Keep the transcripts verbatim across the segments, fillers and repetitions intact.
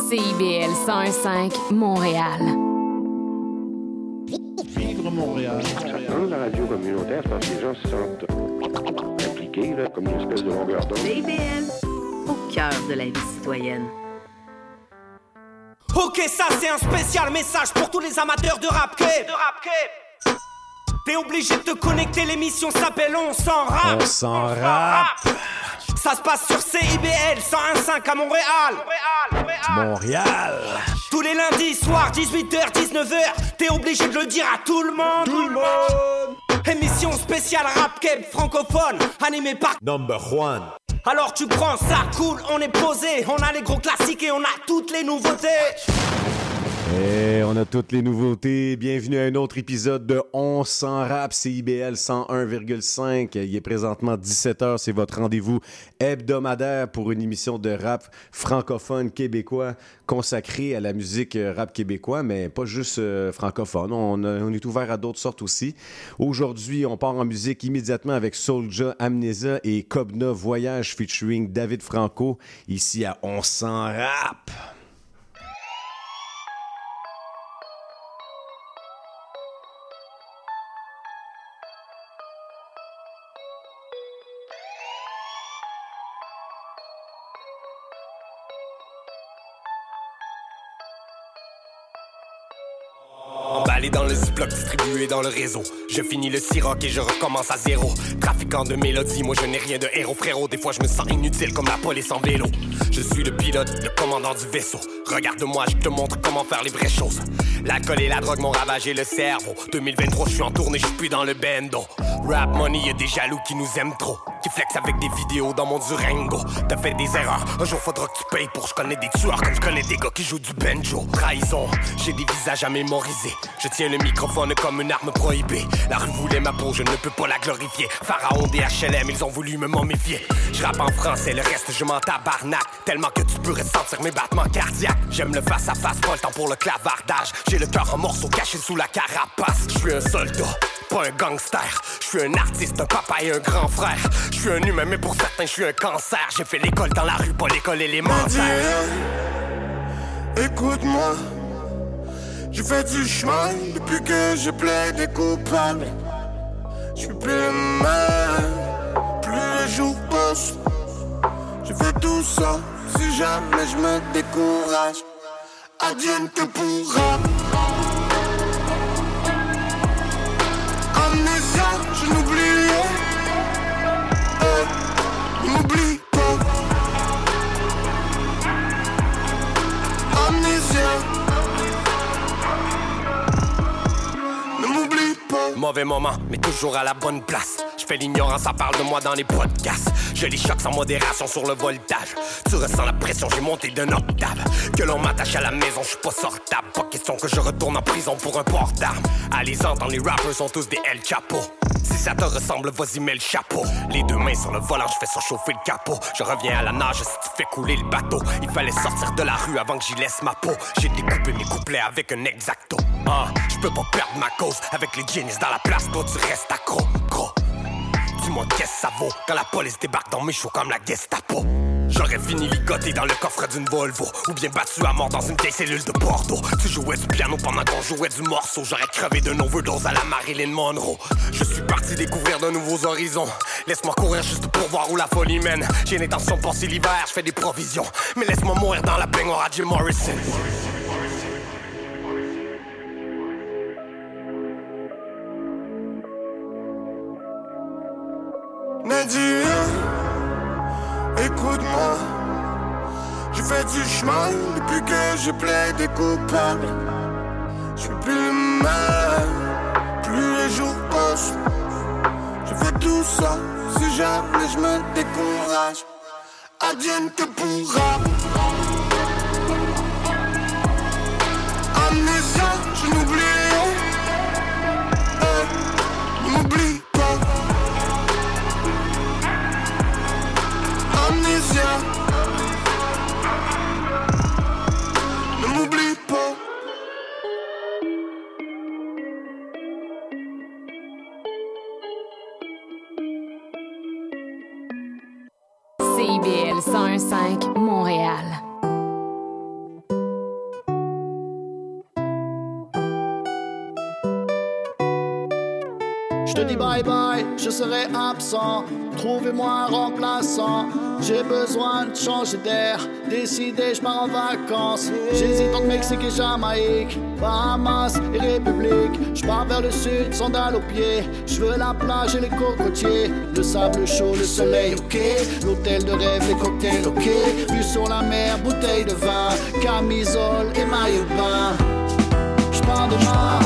C I B L cent un virgule cinq, Montréal. Vivre Montréal. Dans la radio communautaire, c'est parce que les gens se sentent impliqués, là, comme une espèce de longueur d'onde. C I B L, au cœur de la vie citoyenne. Ok, ça c'est un spécial message pour tous les amateurs de rap cape. De rap cape. T'es obligé de te connecter, l'émission s'appelle On s'en rappe. On s'en rappe. Ça se passe sur C I B L cent un virgule cinq à Montréal. Montréal, Montréal. Montréal. Tous les lundis soirs, dix-huit heures, dix-neuf heures. T'es obligé de le dire à tout le monde. Tout le monde. Émission spéciale rap cape francophone, animée par Number one. Alors tu prends ça, cool, on est posé. On a les gros classiques et on a toutes les nouveautés. Et on a toutes les nouveautés. Bienvenue à un autre épisode de On s'en rappe, C I B L cent un virgule cinq. Il est présentement dix-sept heures. C'est votre rendez-vous hebdomadaire pour une émission de rap francophone québécois consacrée à la musique rap québécois, mais pas juste euh, francophone. On, a, on est ouvert à d'autres sortes aussi. Aujourd'hui, on part en musique immédiatement avec Soulja, Amnésia et Kobna Voyage featuring David Franco, ici à On s'en rappe. Emballé dans le ziploc, distribué dans le réseau. Je finis le siroc et je recommence à zéro. Trafiquant de mélodies, moi je n'ai rien de héros frérot. Des fois je me sens inutile comme la police en vélo. Je suis le pilote, le commandant du vaisseau. Regarde-moi, je te montre comment faire les vraies choses. L'alcool et la drogue m'ont ravagé le cerveau. deux mille vingt-trois, je suis en tournée, je suis plus dans le bando. Rap money, y'a des jaloux qui nous aiment trop. Qui flex avec des vidéos dans mon Durango. T'as fait des erreurs, un jour faudra que tu payes pour. Je connais des tueurs comme je connais des gars qui jouent du banjo. Trahison, j'ai des visages à mémoriser. Je tiens le microphone comme une arme prohibée. La rue voulait ma peau, je ne peux pas la glorifier. Pharaon des H L M, ils ont voulu me momifier. Je rappe en français, le reste je m'en tabarnak. Tellement que tu peux ressentir mes battements cardiaques. J'aime le face à face, pas le temps pour le clavardage. J'ai le cœur en morceaux caché sous la carapace. Je suis un soldat, pas un gangster. Je suis un artiste, un papa et un grand frère. Je suis un humain, mais pour certains, je suis un cancer. J'ai fait l'école dans la rue, pas l'école élémentaire. Écoute-moi, j'ai fait du chemin depuis que je plaide coupable. Je suis plus le même, plus les jours passent. J'ai fait tout ça, si jamais je me décourage. Advienne que pourra. Amnésia, je n'oublierai. Hey, n'oublie pas. Amnésia, ne m'oublie pas. Mauvais moment, mais toujours à la bonne place. Je fais l'ignorance, ça parle de moi dans les podcasts. Je les choque sans modération sur le voltage. Tu ressens la pression, j'ai monté d'un octave. Que l'on m'attache à la maison, je suis pas sortable. Pas question que je retourne en prison pour un port d'armes. À les entendre, les rappers sont tous des El Chapo. Si ça te ressemble, vas-y mets le chapeau. Les deux mains sur le volant, je fais surchauffer le capot. Je reviens à la nage si tu fais couler le bateau. Il fallait sortir de la rue avant que j'y laisse ma peau. J'ai découpé mes couplets avec un exacto. Ah, je peux pas perdre ma cause. Avec les génies dans la place, toi tu restes accro, gros. Dis-moi qu'est-ce que ça vaut quand la police débarque dans mes shows comme la Gestapo. J'aurais fini ligoté dans le coffre d'une Volvo. Ou bien battu à mort dans une vieille cellule de Bordeaux. Tu jouais du piano pendant qu'on jouait du morceau. J'aurais crevé d'une overdose à la Marilyn Monroe. Je suis parti découvrir de nouveaux horizons. Laisse-moi courir juste pour voir où la folie mène. J'ai l'intention de passer l'hiver, je fais des provisions. Mais laisse-moi mourir dans la baignoire à Jim Morrison. Nadia, écoute-moi, j'ai fait du chemin depuis que je plaide coupable. Je suis plus le même, plus les jours passent. J'ai fait tout ça, si jamais je me décourage. Advienne que pourra. Amnésia, je n'oublierai. Hey, n'oublie pas. Amnésia, ne m'oublie pas. C I B L cent un virgule cinq, Montréal. Je te dis bye bye, je serai absent. Trouvez-moi un remplaçant. J'ai besoin de changer d'air. Décidé, je pars en vacances. J'hésite entre Mexique et Jamaïque, Bahamas et République. Je pars vers le sud, sandales aux pieds. Je veux la plage et les cocotiers. Le sable chaud, le soleil, ok. L'hôtel de rêve, les cocktails, ok. Vue sur la mer, bouteille de vin, camisole et maillot de bain. Je pars demain.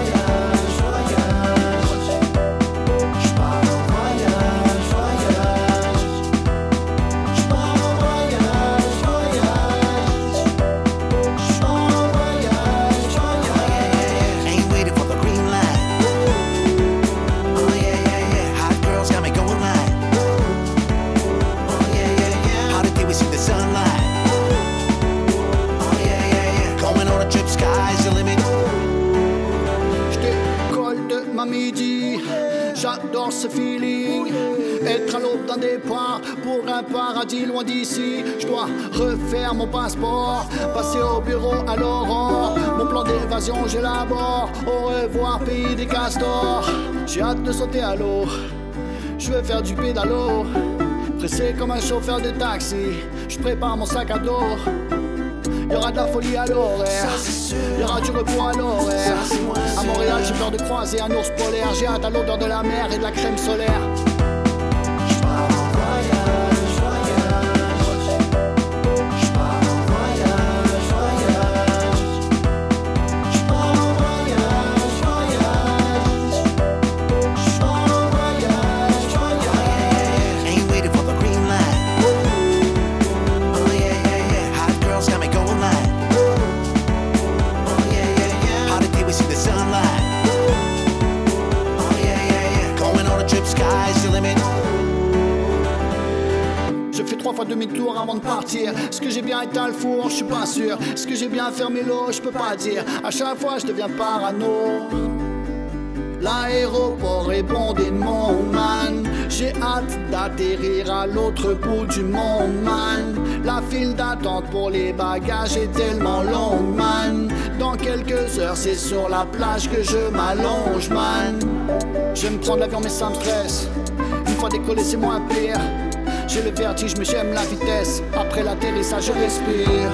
J'adore ce feeling, être à l'aube dans des parts pour un paradis loin d'ici. Je dois refaire mon passeport, passer au bureau à l'aurore. Mon plan d'évasion j'élabore. Au revoir pays des castors. J'ai hâte de sauter à l'eau, je veux faire du pédalo. Pressé comme un chauffeur de taxi, je prépare mon sac à dos. Y'aura de la folie à l'horaire, y'aura du repos à l'horaire. À Montréal, j'ai peur de croiser un ours polaire. J'ai hâte à l'odeur de la mer et de la crème solaire. Trois fois demi-tour avant de partir. Est-ce que j'ai bien éteint le four? Je suis pas sûr. Est-ce que j'ai bien fermé l'eau? Je peux pas dire. À chaque fois je deviens parano. L'aéroport est bondé de monde, man. J'ai hâte d'atterrir à l'autre bout du monde, man. La file d'attente pour les bagages est tellement longue, man. Dans quelques heures c'est sur la plage que je m'allonge, man. Je vais me prendre l'avion mais ça me stresse. Une fois décollé c'est moins pire. J'ai le vertige mais j'aime la vitesse. Après l'atterrissage je respire.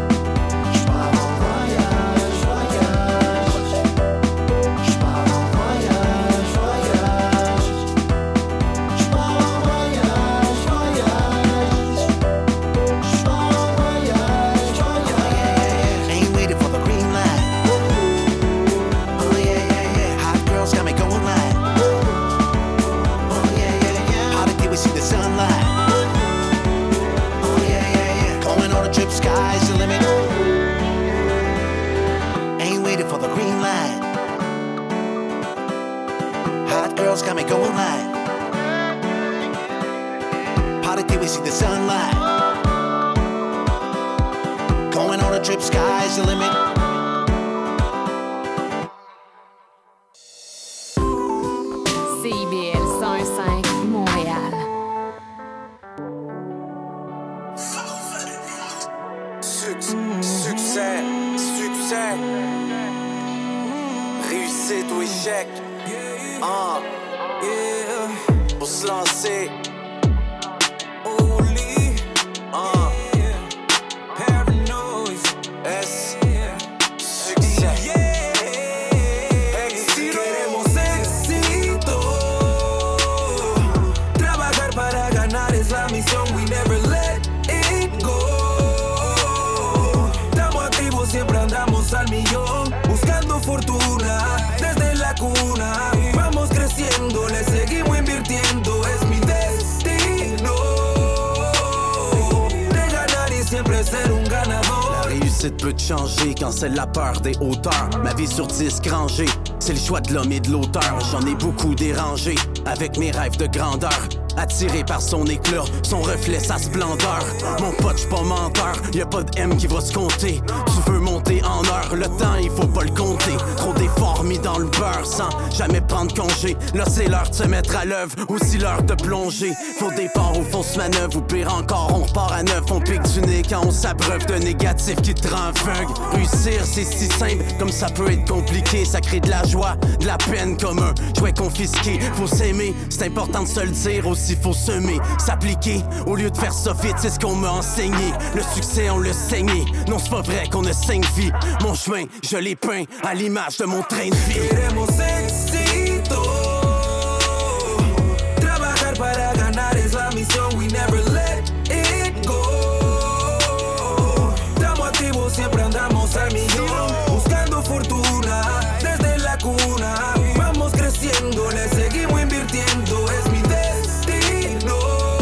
Got me going light. Party till we see the sunlight. Going on a trip, sky's the limit. C I B L cent un virgule cinq Montréal. Succès, succès, succès. Réussite ou échec. Ah. Yeah. Pour se lancer. Holy. Uh. Paranoise. S. Succès. Yeah. Queremos éxito. Trabajar para ganar es la misión. We never let it go. Estamos activos, siempre andamos al millón. Buscando fortuna desde la cuna. Le seguimos invirtiendo, es mi destino de ganar y siempre ser un ganador. La réussite peut te changer quand c'est la peur des hauteurs. Ma vie sur disque rangé, c'est le choix de l'homme et de l'auteur. J'en ai beaucoup dérangé avec mes rêves de grandeur. Attiré par son éclat, son reflet, sa splendeur. Mon pote, j'suis pas menteur, y'a pas de M qui va se compter. Tu veux monter compter en heures. Le temps, il faut pas le compter. Trop d'efforts mis dans le beurre sans jamais prendre congé. Là, c'est l'heure de se mettre à l'œuvre, aussi l'heure de plonger. Faux départ ou fausse manœuvre, ou pire encore, on repart à neuf. On pique du nez quand on s'abreuve de négatifs qui te rend aveugle. Réussir, c'est si simple, comme ça peut être compliqué. Ça crée de la joie, de la peine comme un jouet confisqué. Faut s'aimer, c'est important de se le dire. Aussi faut semer, s'appliquer. Au lieu de faire ça vite, c'est ce qu'on m'a enseigné. Le succès, on le saignait. Non, c'est pas vrai qu'on a cinq vies. Mon chemin, je l'ai peint à l'image de mon train de vie. Queremos éxito. Trabajar para ganar es la misión. We never let it go. Estamos activos, siempre andamos al millón. Buscando fortuna desde la cuna. Vamos creciendo, le seguimos invirtiendo. Es mi destino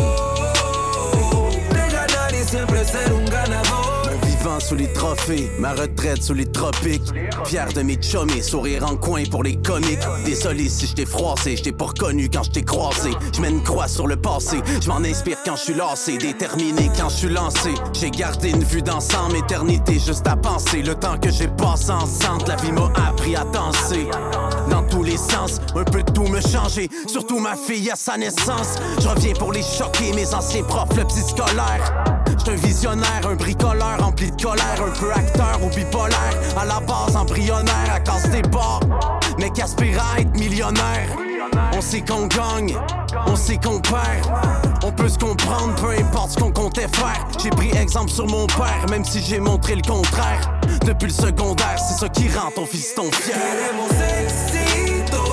de ganar y siempre ser un ganador. Vivant sous les trophées, ma retraite sous les tropiques. Fier de mes chummies, sourire en coin pour les comiques. Désolé si je t'ai froissé, je t'ai pas reconnu quand je t'ai croisé. Je mets une croix sur le passé, je m'en inspire quand je suis lassé. Déterminé quand je suis lancé. J'ai gardé une vue d'ensemble, éternité juste à penser. Le temps que j'ai passé ensemble, la vie m'a appris à danser. Dans tous les sens, un peu de tout me changer. Surtout ma fille à sa naissance. Je reviens pour les choquer, mes anciens profs, le petit scolaire. J'suis un visionnaire, un bricoleur rempli de colère, un peu acteur ou bipolaire. À la base embryonnaire, à casse des bords, mais qu'aspire à être millionnaire. On sait qu'on gagne, on sait qu'on perd. On peut se comprendre, peu importe ce qu'on comptait faire. J'ai pris exemple sur mon père, même si j'ai montré le contraire. Depuis le secondaire, c'est ça qui rend ton fiston fier. Queremos éxito.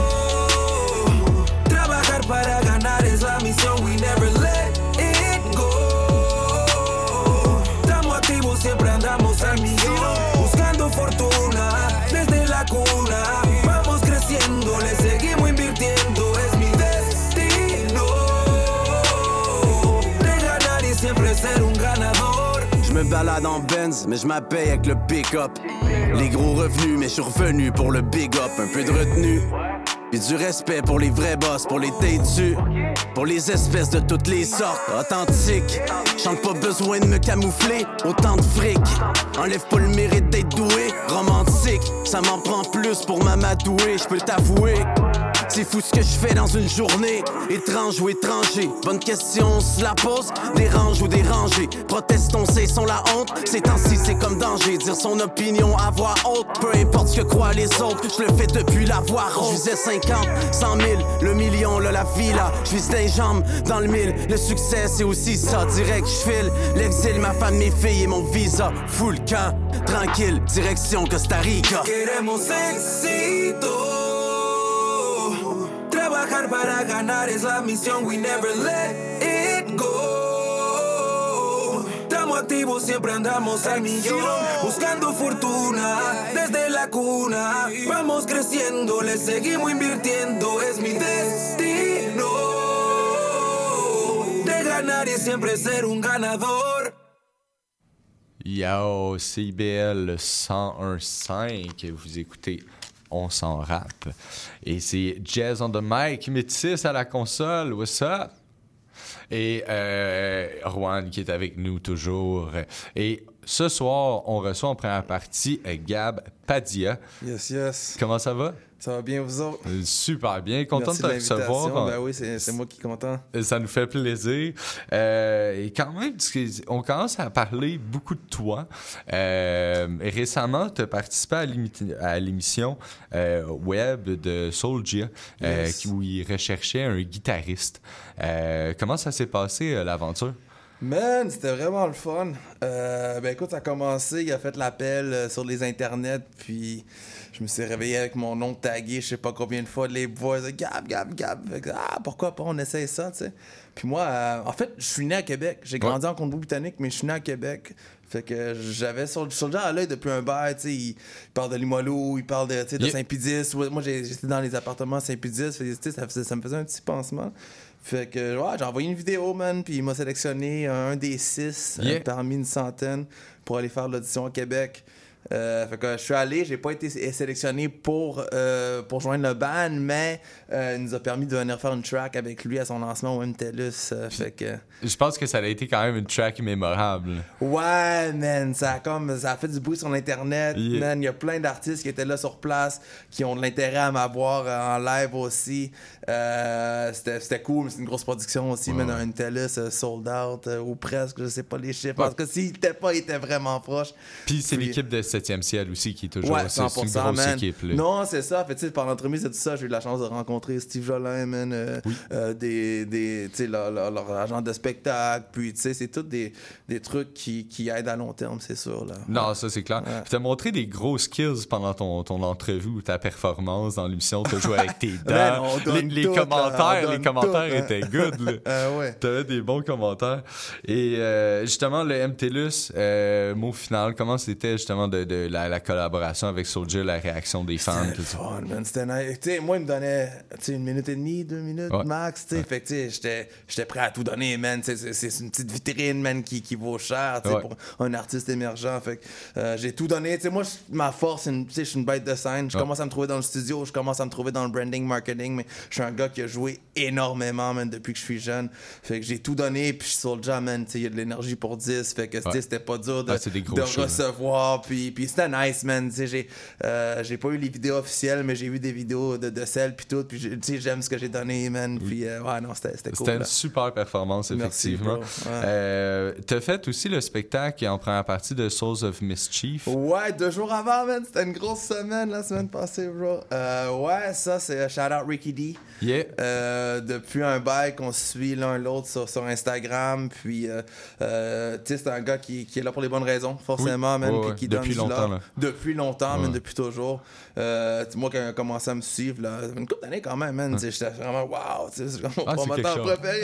Trabajar para ganar es la misión. We never let it go. Estamos activos, siempre andamos al millón. Buscando fortuna desde la cuna. Vamos creciendo, le seguimos invirtiendo. Es mi destino de ganar y siempre ser un ganador. Je me balade en Benz, mais je m'appelle avec le pick-up. Les gros revenus, mais je suis revenu pour le big up. Un peu de retenue, et du respect pour les vrais boss, pour les têtus, pour les espèces de toutes les sortes, authentiques. Chante pas besoin de me camoufler, autant de fric. Enlève pas le mérite d'être doué, romantique. Ça m'en prend plus pour m'amadouer, je peux t'avouer. C'est fou ce que je fais dans une journée. Étrange ou étranger, bonne question, on se la pose. Dérange ou dérangé, protestons, cessons la honte. Ces temps-ci c'est comme danger, dire son opinion à voix haute. Peu importe ce que croient les autres, je le fais depuis la voix haute. Je visais cinquante, cent mille, le million, là, la villa. Je vise des jambes dans le mille, le succès c'est aussi ça. Direct je file, l'exil, ma femme, mes filles et mon visa. Full camp, tranquille, direction Costa Rica. Queremos éxito. Trabajar para ganar es la misión. We never let it go. Estamos activos, siempre andamos al millón. Buscando fortuna desde la cuna. Vamos creciendo, le seguimos invirtiendo. Es mi destino de ganar y siempre ser un ganador. Yo, C I B L cent un virgule cinq, vous écoutez On s'en rappe. Et c'est Jazz on the mic, Métis à la console, what's up? Et euh, Juan qui est avec nous toujours. Et ce soir, on reçoit en première partie Gab Padilla. Yes, yes. Comment ça va? Ça va bien, vous autres? Super bien. Content Merci de te de recevoir. Ben oui, c'est, c'est moi qui est content. Ça nous fait plaisir. Euh, et quand même, on commence à parler beaucoup de toi. Euh, récemment, tu as participé à, à l'émission euh, web de Soulja, euh, yes. où il recherchait un guitariste. Euh, comment ça s'est passé, euh, l'aventure? Man, c'était vraiment le fun. Euh, ben écoute, ça a commencé, il a fait l'appel euh, sur les internets, puis je me suis réveillé avec mon nom tagué, je sais pas combien de fois, de les voix, de Gab, Gab, Gab. Fait que, ah, pourquoi pas, on essaye ça, tu sais. Puis moi, euh, en fait, je suis né à Québec. J'ai grandi ouais. en Colombie-Britannique, mais je suis né à Québec. Fait que j'avais sur, sur le genre à l'œil depuis un bail, tu sais. Il, il parle de Limoilou, il parle de, yeah. de Saint-Pédis. Moi, j'ai, j'étais dans les appartements à Saint-Pédis, tu sais, ça, ça me faisait un petit pansement. Fait que, ouais, j'ai envoyé une vidéo, man, puis il m'a sélectionné un des six yeah. euh, parmi une centaine pour aller faire l'audition à Québec. Euh, fait que je suis allé, j'ai pas été sélectionné pour, euh, pour joindre le band, mais euh, il nous a permis de venir faire une track avec lui à son lancement au M T L U S. Euh, fait que... Je pense que ça a été quand même une track mémorable. Ouais, man, ça a, comme, ça a fait du bruit sur l'Internet. Yeah. Man, il y a plein d'artistes qui étaient là sur place, qui ont de l'intérêt à m'avoir en live aussi. Euh, c'était, c'était cool, c'est une grosse production aussi, ouais. Man, un M T L U S sold out, euh, ou presque, je sais pas les chiffres. Parce que s'il était pas, il était vraiment proche. Puis c'est Puis... l'équipe de septième ciel aussi qui est toujours ouais, c'est, c'est une grosse man. équipe. Là. Non, c'est ça. Fait, par l'entremise de tout ça, j'ai eu la chance de rencontrer Steve Jolin, man, euh, oui. euh, des, des, leur, leur, leur agent de spectacle. Puis, tu sais, c'est tous des, des trucs qui, qui aident à long terme, c'est sûr. Là. Non, ouais. Ça, c'est clair. Ouais. Puis, t'as montré des gros skills pendant ton, ton entrevue ou ta performance dans l'émission. T'as joué avec tes dents. les les tout, commentaires, là, les commentaires tout, étaient good. Là. euh, ouais. T'avais des bons commentaires. Et euh, justement, le M T L U S, euh, mot final, comment c'était justement de, de la, la collaboration avec Soulja, la réaction des fans? C'était fun, man. C'était nice. T'sais, moi, il me donnait une minute et demie, deux minutes ouais. max. Ouais. Fait que j'étais, j'étais prêt à tout donner, man. C'est, c'est une petite vitrine, man, qui, qui vaut cher ouais. pour un artiste émergent. Fait que euh, j'ai tout donné. T'sais, moi, ma force, je suis une bête de scène. Je ouais. commence à me trouver dans le studio, je commence à me trouver dans le branding, marketing, mais je suis un gars qui a joué énormément, man, depuis que je suis jeune. Fait que j'ai tout donné, puis je suis Soulja, man. Il y a de l'énergie pour dix. Fait que ouais. c'était pas dur de, ouais, de shows, recevoir. Puis, puis c'était nice, man. J'ai, euh, j'ai pas eu les vidéos officielles, mais j'ai vu des vidéos de, de celle, puis tout. Puis j'aime ce que j'ai donné, man. Puis euh, ouais, non, c'était, c'était cool. C'était une là. super performance, effectivement. Merci, ouais. euh, t'as fait aussi le spectacle en première partie de Souls of Mischief. Ouais, deux jours avant, man. C'était une grosse semaine, la semaine passée, bro. Euh, ouais, ça, c'est shout out Ricky D. Yeah. Euh, depuis un bail qu'on suit l'un l'autre sur, sur Instagram. Puis, euh, euh, tu sais, c'est un gars qui, qui est là pour les bonnes raisons, forcément, oui. man. Oh, puis ouais. qui depuis donne longtemps, là. là. Depuis longtemps, ouais. man, depuis toujours. Euh, moi, quand j'ai commencé à me suivre, là, une couple d'années quand même, man. Ouais. J'étais vraiment, wow, c'est mon ah, promoteur préféré.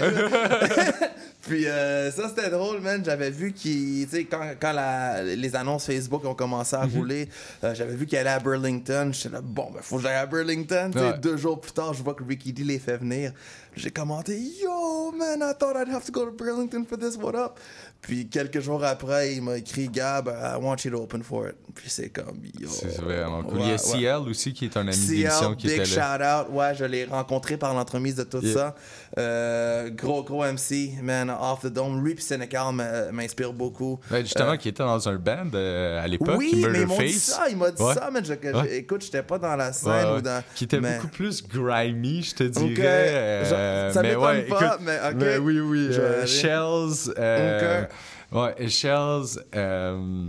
Puis, euh, ça, c'était drôle, man. J'avais vu qu'il, tu sais, quand, quand la, les annonces Facebook ont commencé à mm-hmm. rouler, euh, j'avais vu qu'il allait à Burlington. J'étais là, bon, ben, faut que j'aille à Burlington. Ouais. Deux jours plus tard, je vois que Ricky D les fait venir. J'ai commenté, yo, man, I thought I'd have to go to Burlington for this, what up? Puis quelques jours après, il m'a écrit, Gab, I want you to open for it. Puis c'est comme, yo. C'est vraiment cool. Ouais, il y a C L ouais. aussi qui est un ami C L, d'émission qui big était là. Big shout out. Ouais, je l'ai rencontré par l'entremise de tout yeah. ça. Euh, gros, gros M C, man, off the dome. Lui puis Sénécal m'inspire beaucoup. Ben, justement, euh, qui était dans un band euh, à l'époque. Oui, Murder mais il m'a dit Face. ça. Il m'a dit ouais. ça, man. Je, je, ouais. Écoute, j'étais pas dans la scène ouais, ouais. ou dans. Qui était mais... beaucoup plus grimy, je te dirais. Okay. Euh, ça mais m'étonne ouais, pas, écoute, mais ok. Mais oui, oui. Euh, Shells. Euh, okay. Ouais, Shells, euh,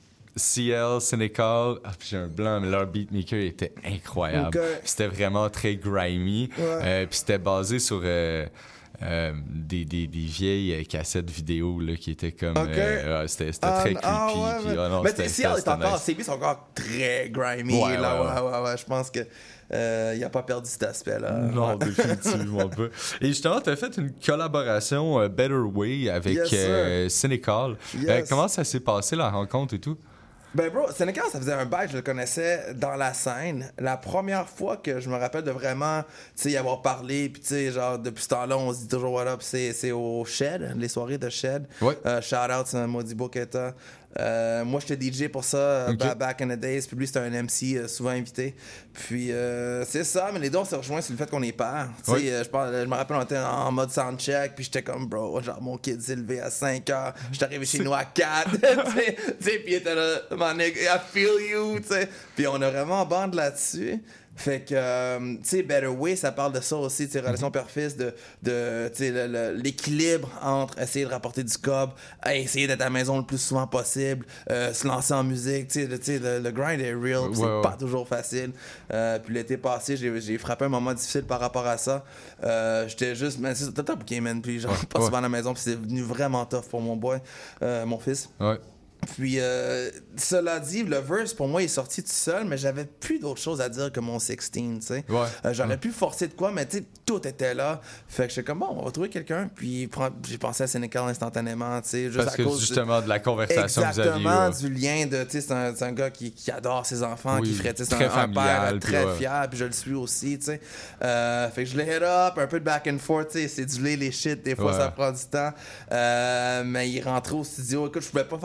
C L, Sénécal, ah, puis j'ai un blanc, mais leur beatmaker était incroyable. Okay. C'était vraiment très grimy. Ouais. Euh, puis c'était basé sur euh, euh, des, des, des vieilles cassettes vidéo là, qui étaient comme. Okay. Euh, c'était c'était um, très creepy. Ah, ouais, puis, mais... oh, non, mais c'était, C L c'était, est encore, nice. C B sont encore très grimy. Ouais, là, ouais, ouais, ouais, ouais, ouais. Je pense que. Euh, il n'a pas perdu cet aspect-là. Non, définitivement pas. Et justement, tu as fait une collaboration uh, Better Way avec yes, euh, Sénécal. Yes. Euh, comment ça s'est passé, la rencontre et tout? Ben bro, Sénécal, ça faisait un bail, je le connaissais dans la scène. La première fois que je me rappelle de vraiment, tu sais, y avoir parlé, puis tu sais, genre, depuis ce temps-là, on se dit toujours what up, c'est, c'est au Shed, les soirées de Shed. Ouais. Euh, shout out, c'est un Modibo Keta. Euh, moi, j'étais D J pour ça, okay. back in the days. Puis lui, c'était un M C euh, souvent invité. Puis euh, c'est ça, mais les deux, on s'est rejoints sur le fait qu'on est pères. Tu sais, oui. euh, je, je me rappelle, on était en mode soundcheck. Puis j'étais comme, bro, genre, mon kid s'est levé à cinq heures. J'étais arrivé chez nous à quatre. Tu sais, puis il était là, my nigga, I feel you. Tu sais, puis on a vraiment bande là-dessus. Fait que, euh, tu sais, Better Way, ça parle de ça aussi, tu sais, relation père-fils, de, de tu sais, le, le, l'équilibre entre essayer de rapporter du cob, essayer d'être à la maison le plus souvent possible, euh, se lancer en musique, tu sais, le, le grind est real, ouais, c'est ouais. pas toujours facile. Euh, puis l'été passé, j'ai, j'ai frappé un moment difficile par rapport à ça. Euh, j'étais juste, man, c'est top, ok, man, puis genre, pas ouais. souvent à la maison, puis c'est devenu vraiment tough pour mon boy, euh, mon fils. Ouais. Puis, euh, cela dit, le verse, pour moi, il est sorti tout seul, mais j'avais plus d'autre chose à dire que mon seize, tu sais. Ouais. Euh, j'aurais ouais. pu forcer de quoi, mais tu sais, tout était là. Fait que j'étais comme, bon, on va trouver quelqu'un. Puis, j'ai pensé à Sénécal instantanément, tu sais. Juste Parce à que cause justement, de, de la conversation que vous aviez. Exactement, du lien de, tu sais, c'est un, c'est un gars qui, qui adore ses enfants, oui, qui ferait, tu sais, c'est un, un père très ouais. fier, puis je le suis aussi, tu sais. Euh, fait que je l'ai hit up, un peu de back and forth, tu sais, céduler les shit, des fois, ouais. ça prend du temps. Euh, mais il rentrait au studio. Écoute, je pouvais pas faire la session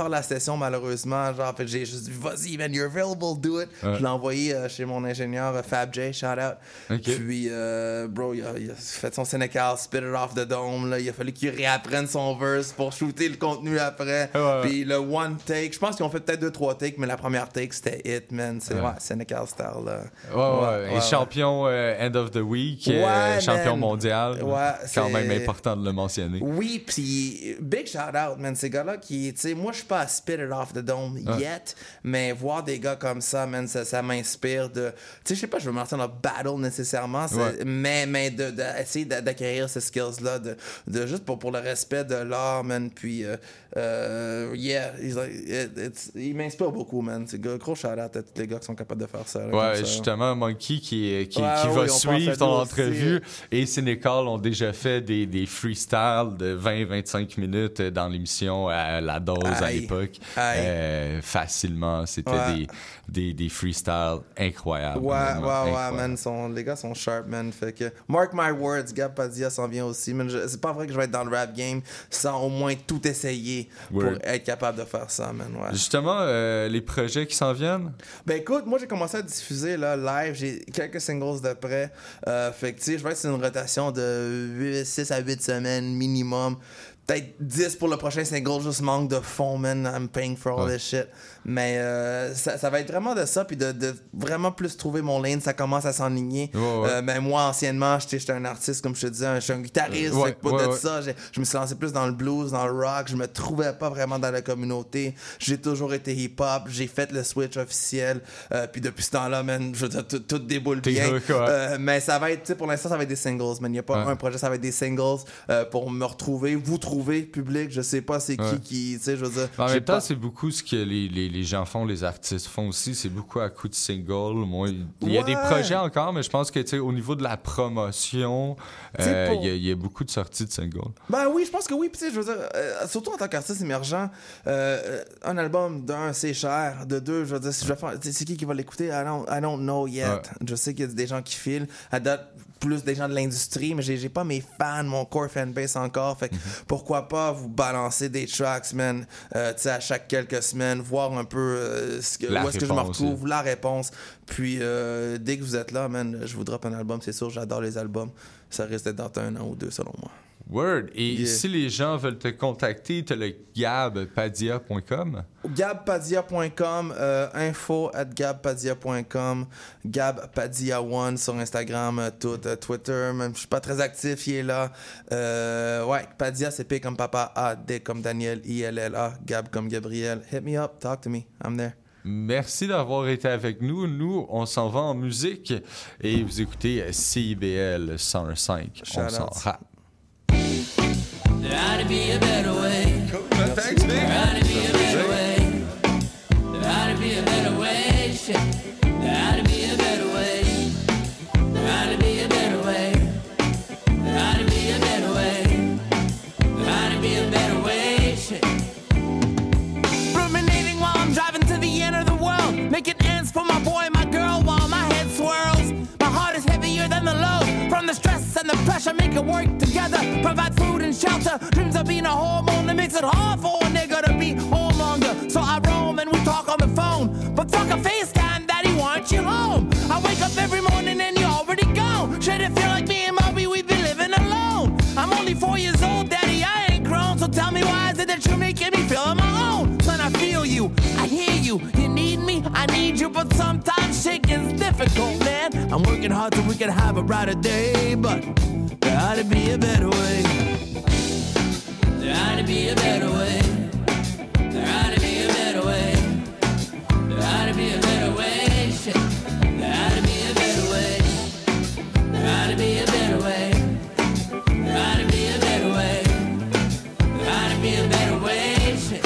l'audition, malheureusement. Genre, fait, j'ai juste dit, vas-y, man, you're available, do it. Ouais. Je l'ai envoyé euh, chez mon ingénieur euh, Fab J, shout out. Okay. Puis, euh, bro, il a, il a fait son Sénécal, spit it off the dome. Là. Il a fallu qu'il réapprenne son verse pour shooter le contenu après. Ouais, ouais. Puis le one take, je pense qu'ils ont fait peut-être deux, trois takes, mais la première take, c'était it, man. C'est ouais. Ouais, Sénécal style. Là. Ouais, ouais. ouais. Et ouais, champion euh, end of the week, ouais, euh, champion mondial. Ouais, quand même important de le mentionner. Oui, puis big shout out, man. Ces gars-là qui, tu sais, moi, je suis pas à spit it off the dome ouais. yet, mais voir des gars comme ça, man, ça, ça m'inspire de. Tu sais, je sais pas, je veux me lancer dans le battle nécessairement, ouais. mais, mais de, de, essayer d'acquérir ces skills-là, de, de juste pour, pour le respect de l'art, man. Puis, euh, euh, yeah, like, it, it's, il m'inspire beaucoup, man. C'est gros shout out à tous les gars qui sont capables de faire ça. Là, ouais, ça, justement, là. Monkey qui, qui, ouais, qui oui, va suivre ton entrevue aussi. Et Sénécal ont déjà fait des, des freestyles de vingt à vingt-cinq minutes dans l'émission à La Dose aïe, à l'époque. Euh, facilement. C'était ouais. des, des, des freestyles incroyables. Ouais, ouais, ouais, incroyables. Man. Sont, les gars sont sharp, man. Fait que, mark my words, Gab Padilla s'en vient aussi. Man. Je, c'est pas vrai que je vais être dans le rap game sans au moins tout essayer Word. Pour être capable de faire ça, man. Ouais. Justement, euh, les projets qui s'en viennent? Ben écoute, moi j'ai commencé à diffuser là, live. J'ai quelques singles de près. Euh, fait que tu sais, je vais être sur une rotation de six à huit semaines minimum. Peut-être dix pour le prochain single, juste manque de fond, man. I'm paying for all ouais. this shit. Mais euh, ça, ça va être vraiment de ça, puis de, de vraiment plus trouver mon lane. Ça commence à s'enligner. Ouais, ouais. Euh, ben, moi, anciennement, j'étais un artiste, comme je te disais, je suis un guitariste. Ouais, fait que pas ouais, de ouais. ça. Je me suis lancé plus dans le blues, dans le rock. Je me trouvais pas vraiment dans la communauté. J'ai toujours été hip-hop. J'ai fait le switch officiel. Euh, puis depuis ce temps-là, man, je veux dire, tout, tout déboule bien. Good, ouais. euh, mais ça va être, tu sais, pour l'instant, ça va être des singles, man. Il n'y a pas ouais. un projet, ça va être des singles euh, pour me retrouver, vous trouver, public. Je sais pas c'est qui ouais. qui, tu sais, je veux dire. En même temps, pas... c'est beaucoup ce que les, les, les gens font, les artistes font aussi. C'est beaucoup à coup de single. Moi, il y a ouais. des projets encore, mais je pense que, tu sais, au niveau de la promotion, il euh, pour... y, y a beaucoup de sorties de singles. Ben oui, je pense que oui. Puis, tu sais, je veux dire, euh, surtout en tant qu'artiste émergent, euh, un album, d'un, c'est cher. De deux, je veux dire, si je vais faire, c'est qui qui va l'écouter? I don't, I don't know yet. Ouais. Je sais qu'il y a des gens qui filent. À date, plus des gens de l'industrie, mais j'ai, j'ai pas mes fans, mon core fanbase encore. Fait que mm-hmm. pourquoi pas vous balancer des tracks, man, euh, tu sais, à chaque quelques semaines, voir un peu euh, ce que, où est-ce que je me retrouve, aussi. La réponse. Puis euh, dès que vous êtes là, man, je vous drop un album, c'est sûr, j'adore les albums. Ça risque d'être dans un an ou deux, selon moi. Word. Et yeah. si les gens veulent te contacter, tu as le gab padia point com. gab padia point com, euh, info at gab padia point com, Gab Padia one sur Instagram, euh, tout, euh, Twitter, même je suis pas très actif, il est là. Euh, ouais, Padia, c'est P comme papa, A, D comme Daniel, I L L A, Gab comme Gabriel. Hit me up, talk to me, I'm there. Merci d'avoir été avec nous. Nous, on s'en va en musique et vous écoutez C I B L cent un virgule cinq. On s'en rappe. There ought to be a better way. Thanks, man. There ought to be a better way. There ought to be a better way. Shit. There ought to be a better way. There ought to be a better way. There ought to be a better way. There ought to be a better way. Shit. Ruminating while I'm driving to the end of the world, making ends for my boy, my girl, while my head swirls. My heart is heavier than the load from the stress and the pressure. Make it work together. Provide food and shelter. Dreams of being a hormone that makes it hard for a nigga to be home longer. So I roam and we talk on the phone. But fuck a FaceTime, daddy wants you home. I wake up every morning and you're already gone. Should it feel like me and Moby, we've been living alone? I'm only four years old, daddy, I ain't grown. So tell me why is it that you're making me feel on my own? Son, I feel you, I hear you. You need me, I need you. But sometimes shaking's difficult, man. I'm working hard so we can have a brighter day. But there ought to be a better way. There ought to be a better way. There ought to be a better way. There ought to be a better way. Shit. There ought to be a better way. There ought to be a better way. There ought to be a better way. There ought to be a better way. Shit.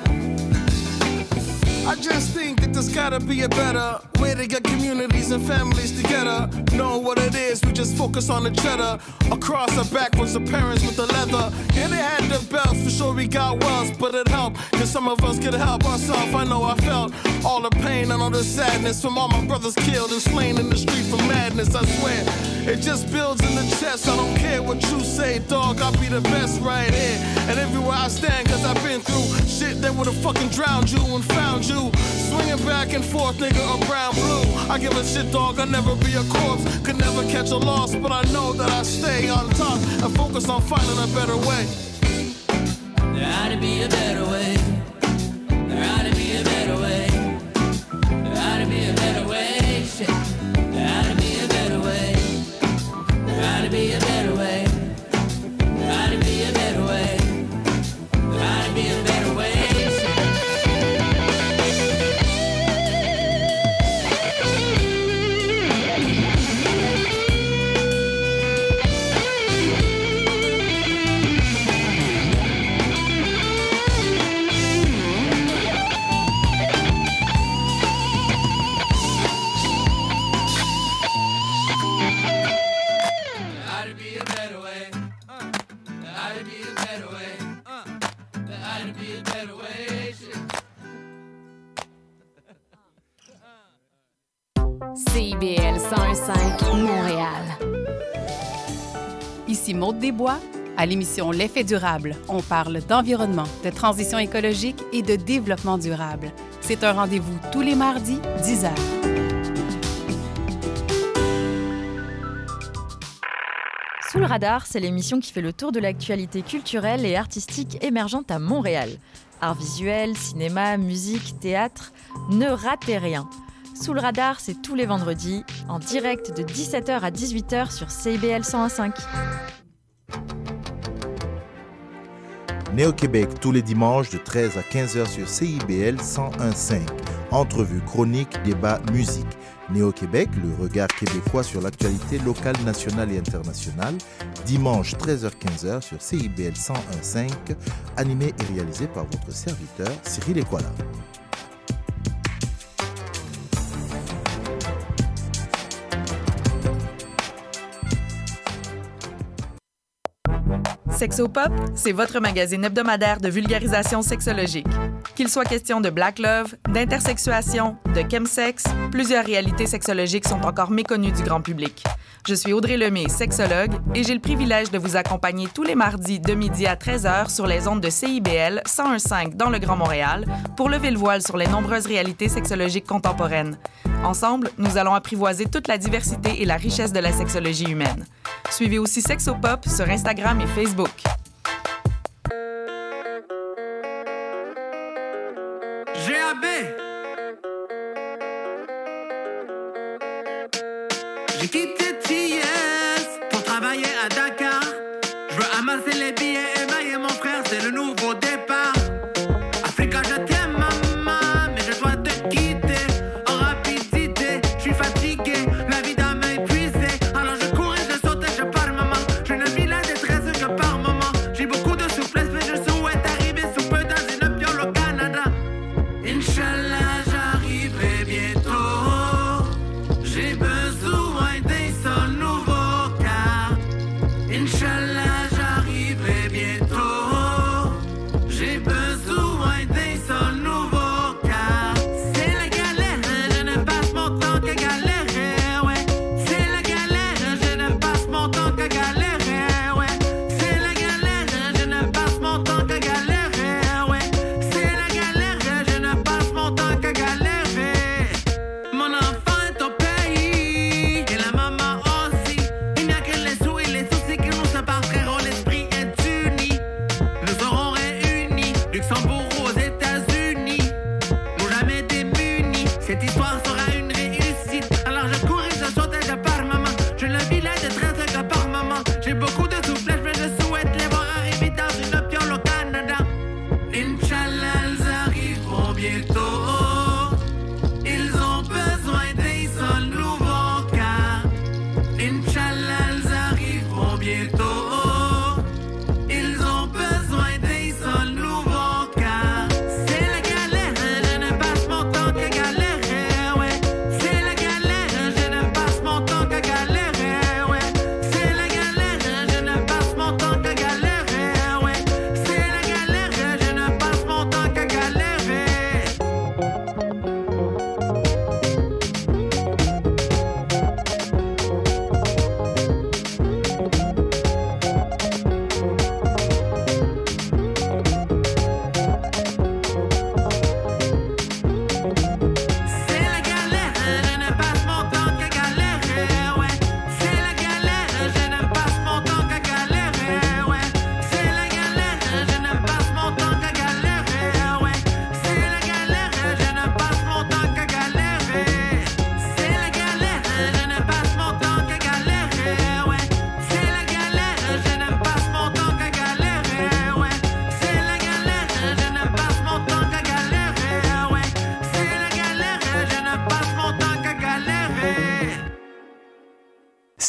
I just think that there's gotta be a better way to get communities and families together. Know what it is, we just focus on the cheddar. Across our back was the parents with the leather. Yeah, they had the belts, for sure we got wells, but it helped, cause some of us could help ourselves. I know I felt all the pain and all the sadness from all my brothers killed and slain in the street for madness, I swear. It just builds in the chest. I don't care what you say, dog. I'll be the best right here and everywhere I stand, cause I've been through shit that would've fucking drowned you and found you swinging back and forth, nigga, around blue. I give a shit, dog. I'll never be a corpse, could never catch a loss, but I know that I stay on top and focus on finding a better way. There ought to be a better way. There ought to be a better way. There ought to be a better way. Shit. There ought to be a better way. There ought to be a better way. There ought to be a better way. There ought to be a better way. C I B L cent un virgule cinq Montréal. Ici Maude Desbois. À l'émission L'effet durable, on parle d'environnement, de transition écologique et de développement durable. C'est un rendez-vous tous les mardis, dix heures. Sous le radar, c'est l'émission qui fait le tour de l'actualité culturelle et artistique émergente à Montréal. Art visuel, cinéma, musique, théâtre, ne ratez rien. Sous le radar, c'est tous les vendredis, en direct de dix-sept heures à dix-huit heures sur C I B L cent un virgule cinq. Néo-Québec, tous les dimanches de treize à quinze heures sur C I B L cent un virgule cinq. Entrevues, chroniques, débats, musique. Néo-Québec, le regard québécois sur l'actualité locale, nationale et internationale. Dimanche treize heures quinze heures sur C I B L cent un virgule cinq. Animé et réalisé par votre serviteur Cyril Ekwala. Sexopop, c'est votre magazine hebdomadaire de vulgarisation sexologique. Qu'il soit question de black love, d'intersexuation, de chemsex, plusieurs réalités sexologiques sont encore méconnues du grand public. Je suis Audrey Lemay, sexologue, et j'ai le privilège de vous accompagner tous les mardis de midi à treize heures sur les ondes de C I B L cent un virgule cinq dans le Grand Montréal pour lever le voile sur les nombreuses réalités sexologiques contemporaines. Ensemble, nous allons apprivoiser toute la diversité et la richesse de la sexologie humaine. Suivez aussi Sexopop sur Instagram et Facebook. G A B. J'ai quitté T S pour travailler à Dakar. Je veux amasser les billets et mailler mon frère, c'est le nouveau départ. Africa, je t'aime maman, mais je dois te quitter en rapidité. Je suis fatigué, la vie m'a épuisé. Alors je cours et je saute et je pars maman. Je ne vis la détresse que par moment. J'ai beaucoup de souplesse mais je souhaite arriver sous peu dans une piole au Canada. Inch'Allah, j'arriverai bientôt. J'ai besoin d'un son nouveau car Inch'Allah, j'arriverai bientôt. J'ai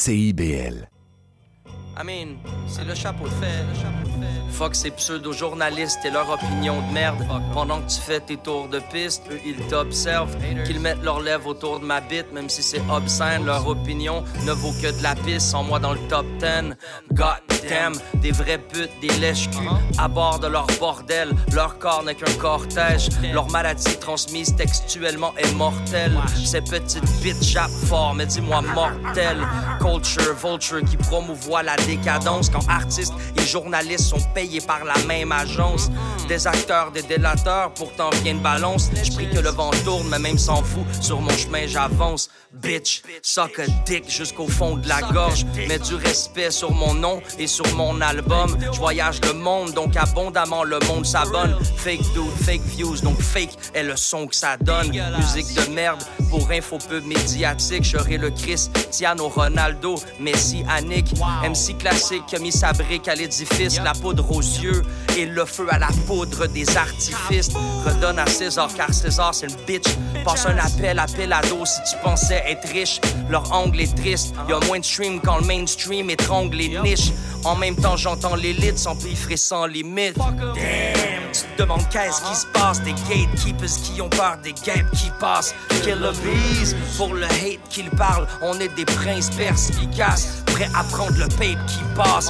C I B L. I mean, c'est le chapeau de fait. Fuck ces pseudo-journalistes et leur opinion de merde. Pendant que tu fais tes tours de piste, eux ils t'observent. Qu'ils mettent leurs lèvres autour de ma bite, même si c'est obscène. Leur opinion ne vaut que de la pisse, sans moi dans le top dix. God damn, des vrais putes, des lèches-culs à bord de leur bordel. Leur corps n'est qu'un cortège. Leur maladie transmise textuellement est mortelle. Ces petites bites jappent fort, mais dis-moi mortel. Culture, vulture qui promouvoit la décadence. Quand artistes et journalistes sont payés par la même agence. Des acteurs, des délateurs, pourtant rien de balance. Je prie que le vent tourne, mais même s'en fout, sur mon chemin j'avance. Bitch, suck a dick jusqu'au fond de la gorge. Mets du respect sur mon nom et sur mon album. Je voyage le monde, donc abondamment le monde s'abonne. Fake dude, fake views, donc fake est le son que ça donne. Musique de merde pour info peu médiatique. J'aurai le Cristiano Ronaldo, Messi, Annick. M C classique qui a mis sa brique à l'édifice. La poudre aux yeux et le feu à la poudre des artifices. Redonne à César car César c'est une bitch. Passe un appel à Pelado si tu pensais être riche. Leur angle est triste. Y'a moins de stream quand le mainstream étrangle les niches. En même temps j'entends l'élite s'empiffrer sans limite. Damn, tu te demandes qu'est-ce qui se passe. Des gatekeepers qui ont peur des gaps qui passent. Killer bees pour le hate qu'ils parlent. On est des princes perspicaces, prêts à prendre le pape qui passe.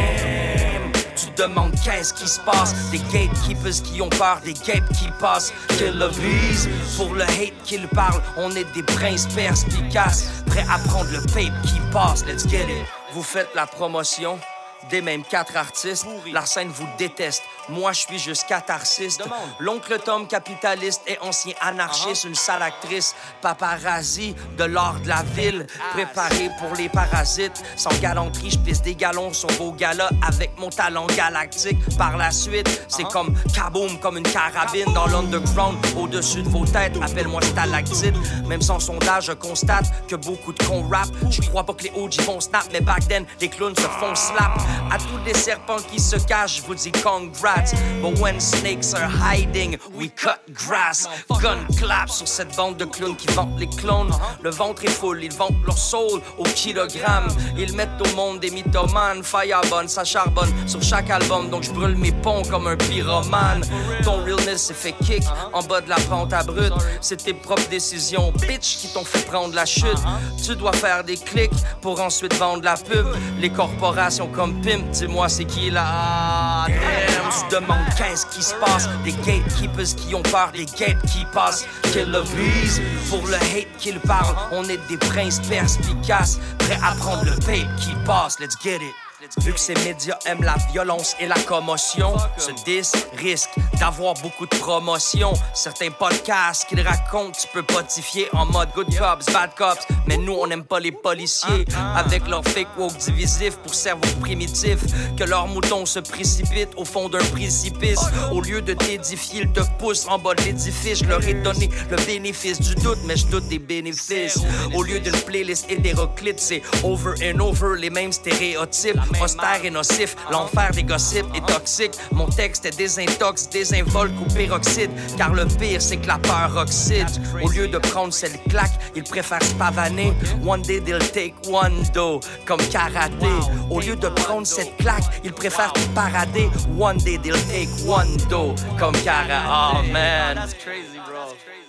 Damn, tu te demandes qu'est-ce qui se passe. Des gatekeepers qui ont peur des gaps qui passent. Killer bees pour le hate qu'ils parlent. On est des princes perspicaces, prêts à prendre le pape qui passe. Let's get it. Vous faites la promotion des mêmes quatre artistes, la scène vous déteste. Moi, je suis juste catharsiste. L'oncle Tom, capitaliste et ancien anarchiste, une sale actrice, paparazzi de l'art de la ville, préparé pour les parasites. Sans galanterie, je pisse des galons sur vos galas avec mon talent galactique. Par la suite, c'est comme kaboom, comme une carabine dans l'underground, au-dessus de vos têtes. Appelle-moi stalactite. Même sans sondage, je constate que beaucoup de cons rap. Je crois pas que les O G vont snap, mais back then, les clowns se font slap. À tous les serpents qui se cachent, je vous dis congrats. But when snakes are hiding, we cut grass. Gun clap sur cette bande de clowns qui vantent les clones. Le ventre est full, ils vantent leur soul au kilogramme. Ils mettent au monde des mythomanes. Firebun, ça charbonne sur chaque album, donc je brûle mes ponts comme un pyromane. Ton realness s'est fait kick en bas de la pente à brut. C'est tes propres décisions, bitch, qui t'ont fait prendre la chute. Tu dois faire des clics pour ensuite vendre la pub. Les corporations comme Pimp, dis-moi c'est qui là? Ah, damn, tu te demandes qu'est-ce qui se passe. Des gatekeepers qui ont peur des gates qui passent. Killer bees pour le hate qu'ils parlent. On est des princes perspicaces, prêts à prendre le pape qui passe. Let's get it. Vu que ces médias aiment la violence et la commotion, ce dix risque d'avoir beaucoup de promotion. Certains podcasts qu'ils racontent, tu peux potifier en mode good cops, bad cops. Mais nous, on n'aime pas les policiers, avec leur fake woke divisif pour cerveau primitif. Que leurs moutons se précipitent au fond d'un précipice. Au lieu de t'édifier, ils te poussent en bas de l'édifice. Je leur ai donné le bénéfice du doute, mais je doute des bénéfices. Au lieu d'une playlist hétéroclite, c'est over and over les mêmes stéréotypes. Austère et nocif, l'enfer des gossips est toxique. Mon texte est désintox, désinvolte ou peroxyde. Car le pire, c'est que la peur oxyde. Au lieu de prendre cette claque, ils préfèrent se pavaner. One day they'll take one do, comme karaté. Au lieu de prendre cette claque, ils préfèrent te parader. One day they'll take one do, comme karaté. Oh man, that's crazy, bro.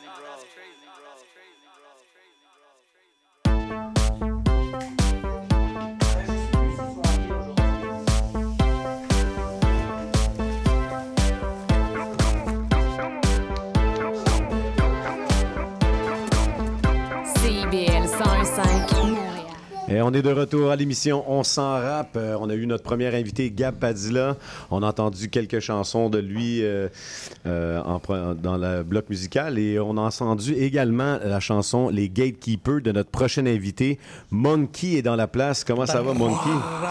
Et on est de retour à l'émission On s'en rappe. Euh, on a eu notre premier invité, Gab Padilla. On a entendu quelques chansons de lui euh, euh, en, dans le bloc musical. Et on a entendu également la chanson Les Gatekeepers de notre prochain invité. Monkey est dans la place. Comment ça va, Monkey?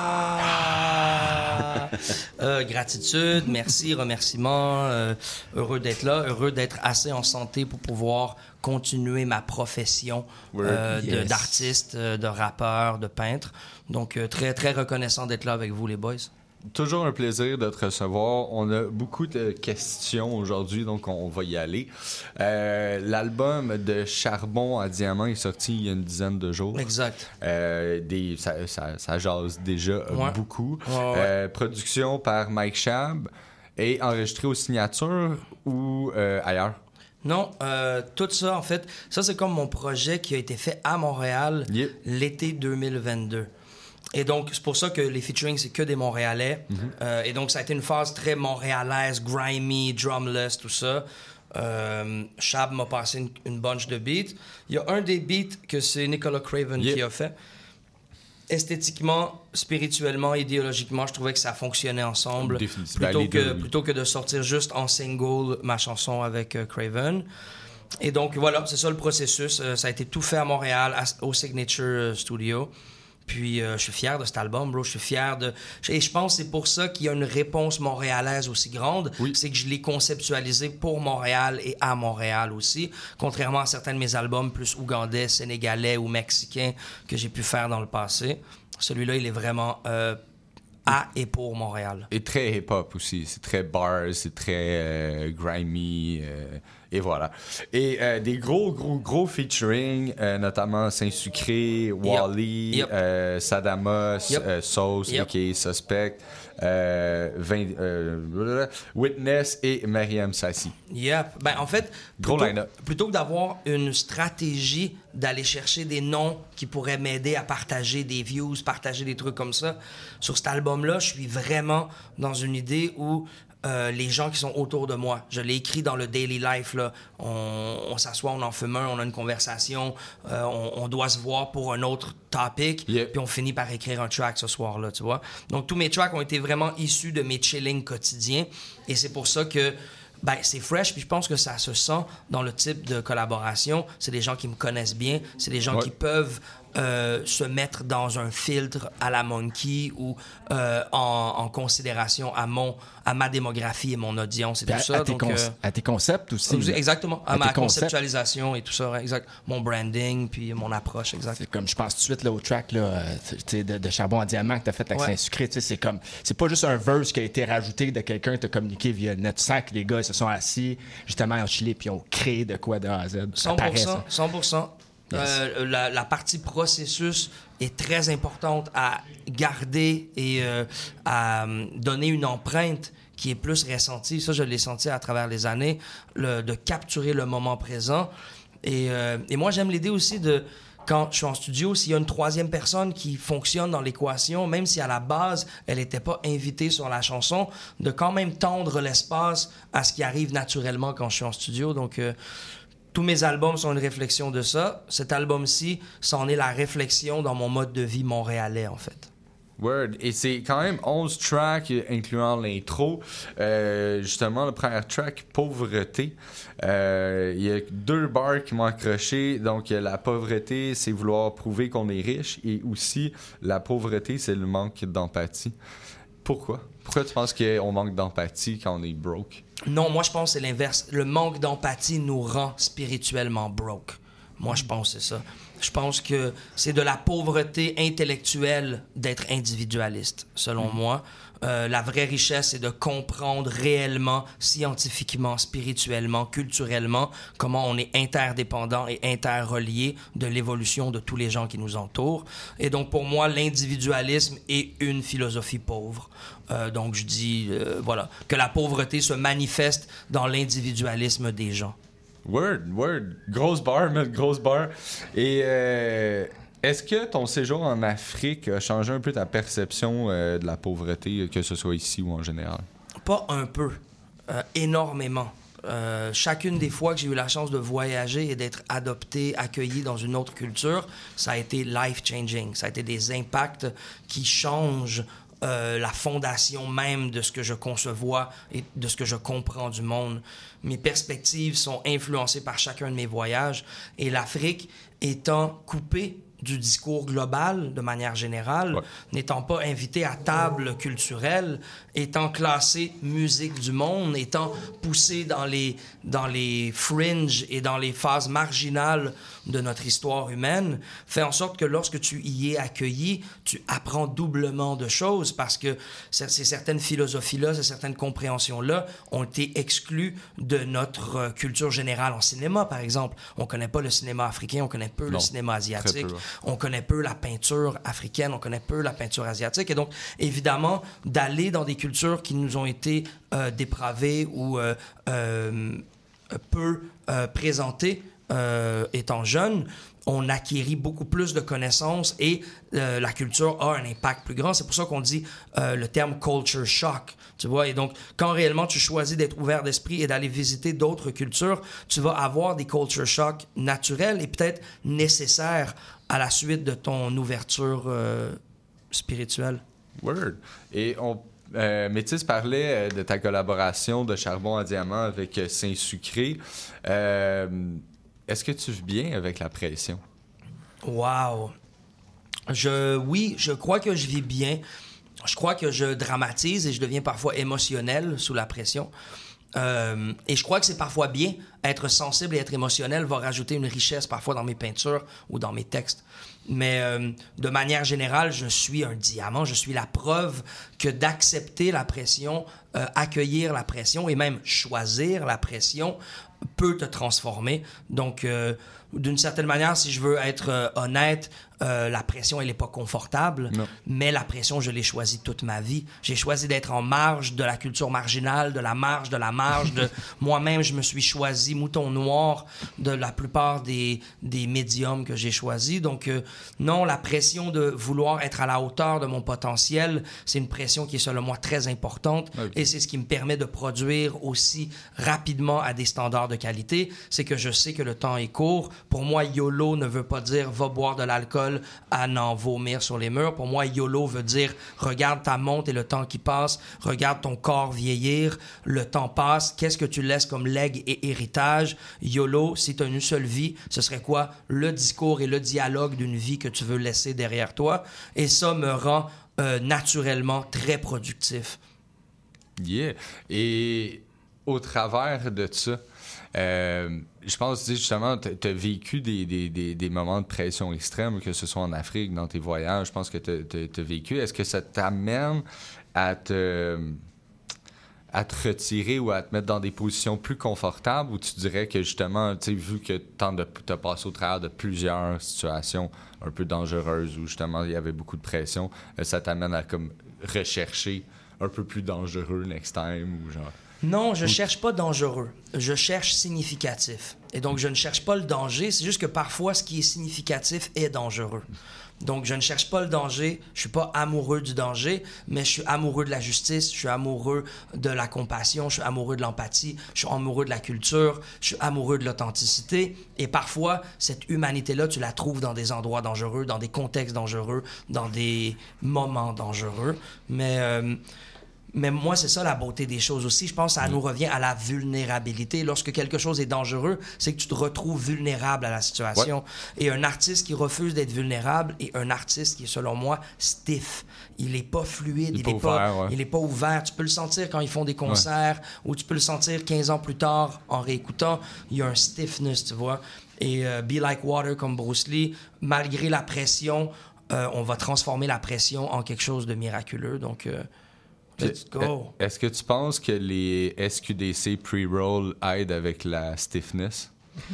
Euh, gratitude, merci, remerciements, euh, heureux d'être là, heureux d'être assez en santé pour pouvoir continuer ma profession euh, yes. de, d'artiste, de rappeur, de peintre. Donc, euh, très, très reconnaissant d'être là avec vous, les boys. Toujours un plaisir de te recevoir. On a beaucoup de questions aujourd'hui, donc on va y aller. Euh, l'album de Charbon à Diamant est sorti il y a une dizaine de jours. Exact. Euh, des, ça, ça, ça jase déjà Ouais. beaucoup. Ouais, ouais. Euh, production par Mike Chab et enregistré aux Signatures ou euh, ailleurs? Non, euh, tout ça, en fait, ça, c'est comme mon projet qui a été fait à Montréal yeah. l'été deux mille vingt-deux. Et donc, c'est pour ça que les featuring, c'est que des Montréalais. Mm-hmm. Euh, et donc, ça a été une phase très montréalaise, grimy, drumless, tout ça. Euh, Chab m'a passé une, une bunch de beats. Il y a un des beats que c'est Nicolas Craven yeah. qui a fait. Esthétiquement, spirituellement, idéologiquement, je trouvais que ça fonctionnait ensemble. Plutôt que, plutôt que de sortir juste en single ma chanson avec euh, Craven. Et donc, voilà, c'est ça le processus. Euh, ça a été tout fait à Montréal, à, au Signature euh, Studio. Puis, euh, je suis fier de cet album, bro. Je suis fier de... Et je pense que c'est pour ça qu'il y a une réponse montréalaise aussi grande. Oui. C'est que je l'ai conceptualisé pour Montréal et à Montréal aussi. Contrairement à certains de mes albums plus ougandais, sénégalais ou mexicains que j'ai pu faire dans le passé. Celui-là, il est vraiment euh, à et pour Montréal. Et très hip-hop aussi. C'est très bars, c'est très euh, grimy... Euh... Et voilà. Et euh, des gros, gros, gros featuring, euh, notamment Saint-Sucré, Wally, yep. Yep. Euh, Sadamos, yep. euh, Sauce, yep. a k a. Suspect, euh, vingt, euh, Witness et Mariam Sassi. Yep. Ben, en fait, gros plutôt, line-up. Plutôt que d'avoir une stratégie d'aller chercher des noms qui pourraient m'aider à partager des views, partager des trucs comme ça, sur cet album-là, je suis vraiment dans une idée où Euh, les gens qui sont autour de moi. Je l'ai écrit dans le daily life, là. On, on s'assoit, on en fume un, on a une conversation, euh, on, on doit se voir pour un autre topic, yeah. puis on finit par écrire un track ce soir-là, tu vois. Donc, tous mes tracks ont été vraiment issus de mes chillings quotidiens, et c'est pour ça que ben, c'est fresh, puis je pense que ça se sent dans le type de collaboration. C'est des gens qui me connaissent bien, c'est des gens ouais. qui peuvent euh, se mettre dans un filtre à la Monkey ou euh, en, en considération à, mon, à ma démographie et mon audience et puis tout à, ça. À tes, Donc, con- euh, à tes concepts aussi. Exactement, à, à ma concepts. conceptualisation et tout ça, ouais, exact. Mon branding, puis mon approche, exact. C'est comme, je pense tout de suite là, au track là, de, de Charbon à Diamant que tu as fait avec ouais. Saint-Sucré. C'est comme, c'est pas juste un verse qui a été rajouté de quelqu'un qui t'a communiqué via le net. Tu sens que les gars ils se sont assis, justement, en Chili, puis ils ont créé de quoi de A à Z. cent pour cent, cent pour cent. Yes. Euh, la, la partie processus est très importante à garder et euh, à donner une empreinte qui est plus ressentie. Ça, je l'ai senti à travers les années, le, de capturer le moment présent. Et, euh, et moi, j'aime l'idée aussi de, quand je suis en studio, s'il y a une troisième personne qui fonctionne dans l'équation, même si à la base, elle n'était pas invitée sur la chanson, de quand même tendre l'espace à ce qui arrive naturellement quand je suis en studio. Donc, euh, tous mes albums sont une réflexion de ça. Cet album-ci, c'en est la réflexion dans mon mode de vie montréalais, en fait. Word. Et c'est quand même onze tracks, incluant l'intro. Euh, justement, le premier track, Pauvreté. Euh, il y a deux bars qui m'ont accroché. Donc, la pauvreté, c'est vouloir prouver qu'on est riche. Et aussi, la pauvreté, c'est le manque d'empathie. Pourquoi? Pourquoi tu penses qu'on manque d'empathie quand on est broke? Non, moi, je pense que c'est l'inverse. Le manque d'empathie nous rend spirituellement broke. Moi, je pense que c'est ça. Je pense que c'est de la pauvreté intellectuelle d'être individualiste, selon mmh. moi. Euh, la vraie richesse, c'est de comprendre réellement, scientifiquement, spirituellement, culturellement, comment on est interdépendant et interrelié de l'évolution de tous les gens qui nous entourent. Et donc, pour moi, l'individualisme est une philosophie pauvre. Euh, donc, je dis, euh, voilà, que la pauvreté se manifeste dans l'individualisme des gens. Word, word. Grosse barre, mais grosse barre. Et euh, est-ce que ton séjour en Afrique a changé un peu ta perception euh, de la pauvreté, que ce soit ici ou en général? Pas un peu. Euh, énormément. Euh, chacune des fois que j'ai eu la chance de voyager et d'être adopté, accueilli dans une autre culture, ça a été life-changing. Ça a été des impacts qui changent Euh, la fondation même de ce que je concevois et de ce que je comprends du monde. Mes perspectives sont influencées par chacun de mes voyages et l'Afrique étant coupée du discours global, de manière générale, ouais. n'étant pas invité à table culturelle, étant classé musique du monde, étant poussé dans les, dans les fringes et dans les phases marginales de notre histoire humaine, fait en sorte que lorsque tu y es accueilli, tu apprends doublement de choses parce que ces certaines philosophies-là, ces certaines compréhensions-là ont été exclues de notre culture générale en cinéma, par exemple. On connaît pas le cinéma africain, on connaît peu non, le cinéma asiatique, peu, ouais. on connaît peu la peinture africaine, on connaît peu la peinture asiatique. Et donc, évidemment, d'aller dans des cultures qui nous ont été euh, dépravées ou euh, euh, peu euh, présentées, Euh, étant jeune, on acquérit beaucoup plus de connaissances et euh, la culture a un impact plus grand. C'est pour ça qu'on dit euh, le terme « culture shock ». Tu vois? Et donc, quand réellement tu choisis d'être ouvert d'esprit et d'aller visiter d'autres cultures, tu vas avoir des culture shocks naturels et peut-être nécessaires à la suite de ton ouverture euh, spirituelle. Word. Et on Euh, Métis parlait de ta collaboration de Charbon à Diamant avec Saint-Sucré. Euh, est-ce que tu vis bien avec la pression? Wow! Je, oui, je crois que je vis bien. Je crois que je dramatise et je deviens parfois émotionnel sous la pression. Euh, et je crois que c'est parfois bien. Être sensible et être émotionnel va rajouter une richesse parfois dans mes peintures ou dans mes textes. Mais euh, de manière générale, je suis un diamant. Je suis la preuve que d'accepter la pression, euh, accueillir la pression et même choisir la pression peut te transformer. Donc, euh, d'une certaine manière, si je veux être euh, honnête, euh, la pression, elle n'est pas confortable, non. mais la pression, je l'ai choisie toute ma vie. J'ai choisi d'être en marge de la culture marginale, de la marge, de la marge. De... Moi-même, je me suis choisi mouton noir de la plupart des, des médiums que j'ai choisis. Donc, euh, non, la pression de vouloir être à la hauteur de mon potentiel, c'est une pression qui est, selon moi, très importante. Okay. Et c'est ce qui me permet de produire aussi rapidement à des standards de qualité. C'est que je sais que le temps est court. Pour moi, YOLO ne veut pas dire « va boire de l'alcool à n'en vomir sur les murs ». Pour moi, YOLO veut dire « regarde ta montre et le temps qui passe, regarde ton corps vieillir, le temps passe, qu'est-ce que tu laisses comme legs et héritage ?» YOLO, si tu as une seule vie, ce serait quoi? Le discours et le dialogue d'une vie que tu veux laisser derrière toi. Et ça me rend euh, naturellement très productif. Yeah. Et au travers de ça, Euh, je pense que justement, tu as vécu des, des, des, des moments de pression extrême, que ce soit en Afrique, dans tes voyages, je pense que tu as vécu. Est-ce que ça t'amène à te, à te retirer ou à te mettre dans des positions plus confortables, ou tu dirais que justement, tu sais, vu que tu as passé au travers de plusieurs situations un peu dangereuses où justement il y avait beaucoup de pression, ça t'amène à comme rechercher un peu plus dangereux next time ou genre... Non, je cherche pas dangereux. Je cherche significatif. Et donc, je ne cherche pas le danger. C'est juste que parfois, ce qui est significatif est dangereux. Donc, je ne cherche pas le danger. Je suis pas amoureux du danger, mais je suis amoureux de la justice. Je suis amoureux de la compassion. Je suis amoureux de l'empathie. Je suis amoureux de la culture. Je suis amoureux de l'authenticité. Et parfois, cette humanité-là, tu la trouves dans des endroits dangereux, dans des contextes dangereux, dans des moments dangereux. Mais... Euh, Mais moi, c'est ça la beauté des choses aussi. Je pense que ça nous revient à la vulnérabilité. Lorsque quelque chose est dangereux, c'est que tu te retrouves vulnérable à la situation. Ouais. Et un artiste qui refuse d'être vulnérable est un artiste qui est, selon moi, stiff. Il n'est pas fluide, il n'est pas, pas, ouais. il est pas ouvert. Tu peux le sentir quand ils font des concerts ouais. ou tu peux le sentir quinze ans plus tard en réécoutant. Il y a un stiffness, tu vois. Et uh, Be Like Water, comme Bruce Lee, malgré la pression, euh, on va transformer la pression en quelque chose de miraculeux. Donc... Euh, Let's go. Est-ce que tu penses que les S Q D C pre-roll aident avec la stiffness?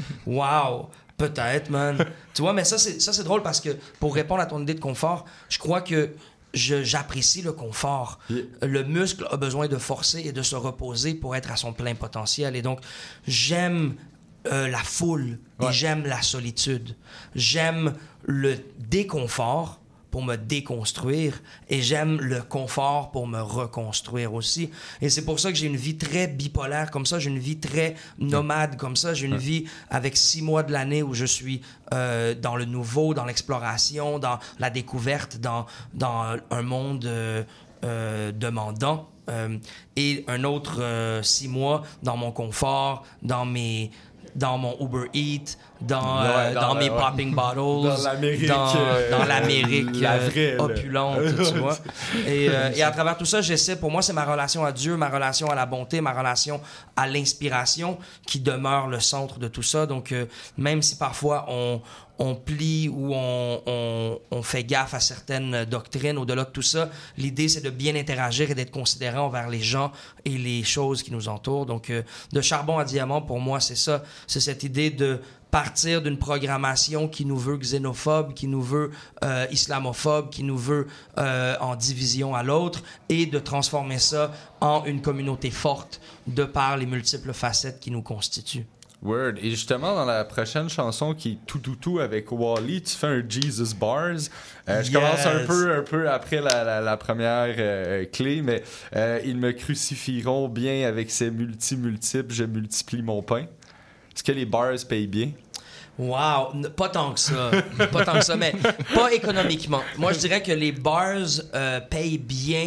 Wow! Peut-être, man. Tu vois, mais ça c'est, ça, c'est drôle parce que pour répondre à ton idée de confort, je crois que je, j'apprécie le confort. Yeah. Le muscle a besoin de forcer et de se reposer pour être à son plein potentiel. Et donc, j'aime euh, la foule ouais. et j'aime la solitude. J'aime le déconfort pour me déconstruire et j'aime le confort pour me reconstruire aussi. Et c'est pour ça que j'ai une vie très bipolaire comme ça, j'ai une vie très nomade comme ça, j'ai une vie avec six mois de l'année où je suis euh, dans le nouveau, dans l'exploration, dans la découverte, dans, dans un monde euh, euh, demandant. Euh, et un autre euh, six mois dans mon confort, dans mes... dans mon Uber Eats, dans, euh, Ouais, dans, dans mes ouais. popping bottles, Dans l'Amérique, dans, euh, dans l'Amérique la euh, vraie, là. opulente, tu vois. Et, euh, et à travers tout ça, j'essaie, pour moi, c'est ma relation à Dieu, ma relation à la bonté, ma relation à l'inspiration qui demeure le centre de tout ça. Donc, euh, même si parfois on, on plie ou on, on, on fait gaffe à certaines doctrines, au-delà de tout ça, l'idée, c'est de bien interagir et d'être considérant envers les gens et les choses qui nous entourent. Donc, euh, de charbon à diamant, pour moi, c'est ça. C'est cette idée de partir d'une programmation qui nous veut xénophobe, qui nous veut euh, islamophobe, qui nous veut euh, en division à l'autre, et de transformer ça en une communauté forte de par les multiples facettes qui nous constituent. Word. Et justement, dans la prochaine chanson qui est Tout Tout Tout avec Wally, tu fais un Jesus Bars. Euh, je Yes. commence un peu, un peu après la, la, la première euh, clé, mais euh, ils me crucifieront bien avec ces multi-multiples, je multiplie mon pain. Est-ce que les bars payent bien? Wow, N- pas tant que ça, pas tant que ça, mais pas économiquement. Moi, je dirais que les bars euh, payent bien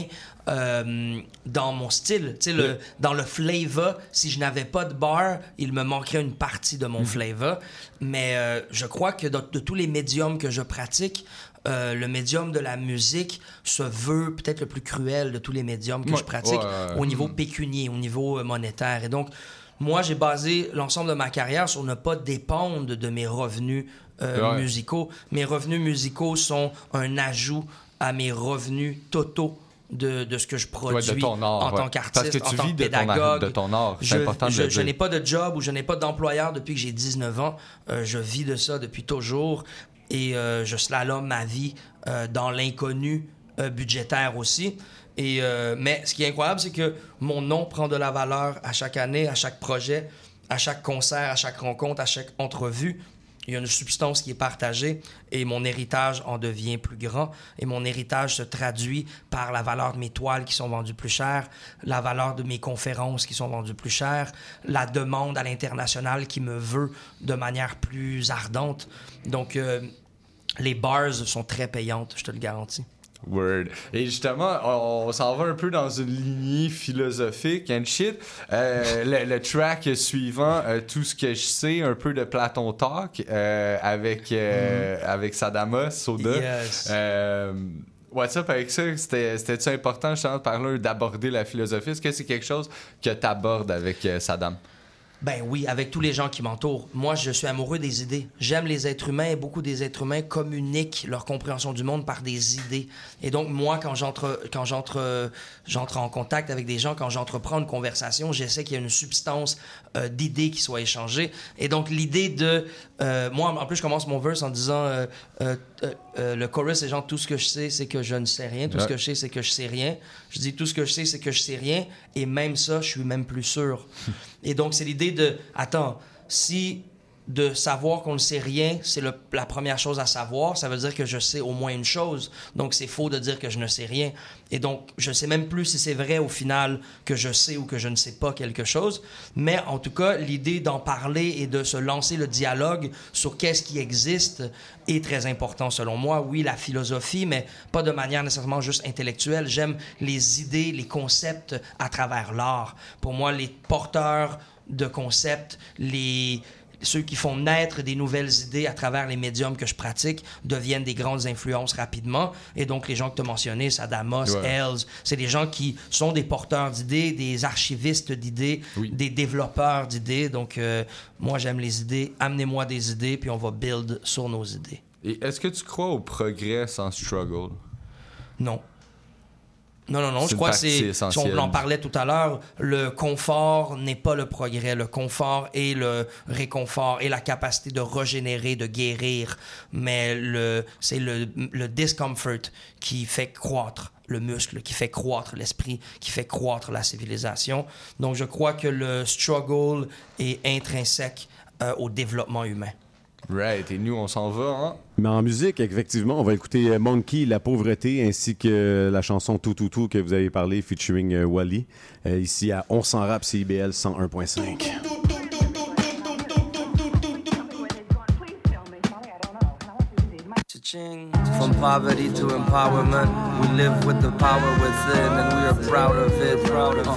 euh, dans mon style. Tu sais, le, dans le flavor, si je n'avais pas de bar, il me manquerait une partie de mon Mm. flavor. Mais euh, je crois que de, de tous les médiums que je pratique, euh, le médium de la musique se veut peut-être le plus cruel de tous les médiums que Ouais. je pratique Ouais, ouais, ouais. au niveau pécunier, au niveau euh, monétaire. Et donc, moi, j'ai basé l'ensemble de ma carrière sur ne pas dépendre de mes revenus euh, Ouais. musicaux. Mes revenus musicaux sont un ajout à mes revenus totaux de, de ce que je produis Ouais, de ton art, en ouais. tant qu'artiste, Parce que tu en tant vis que de ton art- pédagogue. de ton art. C'est Je- important de je, le je dire. n'ai pas de job ou je n'ai pas d'employeur depuis que j'ai dix-neuf ans. Euh, je vis de ça depuis toujours et euh, je slalome ma vie euh, dans l'inconnu euh, budgétaire aussi. Et, euh, mais ce qui est incroyable, c'est que mon nom prend de la valeur à chaque année, à chaque projet, à chaque concert, à chaque rencontre, à chaque entrevue. Il y a une substance qui est partagée et mon héritage en devient plus grand. Et mon héritage se traduit par la valeur de mes toiles qui sont vendues plus cher, la valeur de mes conférences qui sont vendues plus cher, la demande à l'international qui me veut de manière plus ardente. Donc, euh, les bars sont très payantes, je te le garantis. Word. Et justement, on, on s'en va un peu dans une lignée philosophique and shit. Euh, le, le track suivant, euh, Tout ce que je sais, un peu de Platon Talk euh, avec, euh, mm. avec Sadama, Soda. Yes. Euh, what's up avec ça? C'était, c'était-tu important justement de parler, d'aborder la philosophie? Est-ce que c'est quelque chose que tu abordes avec euh, Saddam? Ben oui, avec tous les gens qui m'entourent. Moi, je suis amoureux des idées. J'aime les êtres humains et beaucoup des êtres humains communiquent leur compréhension du monde par des idées. Et donc, moi, quand j'entre, quand j'entre, euh, j'entre en contact avec des gens, quand j'entreprends une conversation, j'essaie qu'il y ait une substance euh, d'idées qui soit échangée. Et donc, l'idée de... Euh, moi, en plus, je commence mon verse en disant... Euh, euh, euh, euh, le chorus, c'est genre, tout ce que je sais, c'est que je ne sais rien. Tout ouais. ce que je sais, c'est que je sais rien. Je dis, tout ce que je sais, c'est que je sais rien. Et même ça, je suis même plus sûr. Et donc, c'est l'idée de... Attends, si de savoir qu'on ne sait rien, c'est le, la première chose à savoir, ça veut dire que je sais au moins une chose. Donc, c'est faux de dire que je ne sais rien. Et donc, je ne sais même plus si c'est vrai au final que je sais ou que je ne sais pas quelque chose. Mais en tout cas, l'idée d'en parler et de se lancer le dialogue sur qu'est-ce qui existe est très important selon moi. Oui, la philosophie, mais pas de manière nécessairement juste intellectuelle. J'aime les idées, les concepts à travers l'art. Pour moi, les porteurs de concepts, les... ceux qui font naître des nouvelles idées à travers les médiums que je pratique deviennent des grandes influences rapidement. Et donc, les gens que tu as mentionnés, Sadamos, Ouais. Hells, c'est des gens qui sont des porteurs d'idées, des archivistes d'idées, Oui. des développeurs d'idées. Donc, euh, moi, j'aime les idées. Amenez-moi des idées, puis on va build sur nos idées. Et est-ce que tu crois au progrès sans struggle? Non. Non, non, non. C'est Je une crois que partie c'est. essentielle. On en parlait tout à l'heure. Le confort n'est pas le progrès. Le confort est le réconfort et la capacité de régénérer, de guérir. Mais le, c'est le, le discomfort qui fait croître le muscle, qui fait croître l'esprit, qui fait croître la civilisation. Donc, je crois que le struggle est intrinsèque euh, au développement humain. Right. Et nous, on s'en va, hein? Mais en musique, effectivement, on va écouter Monkey, La Pauvreté, ainsi que la chanson Tout Tout Tout que vous avez parlé, featuring euh, Wally, euh, ici à On s'en rappe, C I B L cent un point cinq. From poverty to empowerment, we live with the power within, and we are proud of it. Proud of it.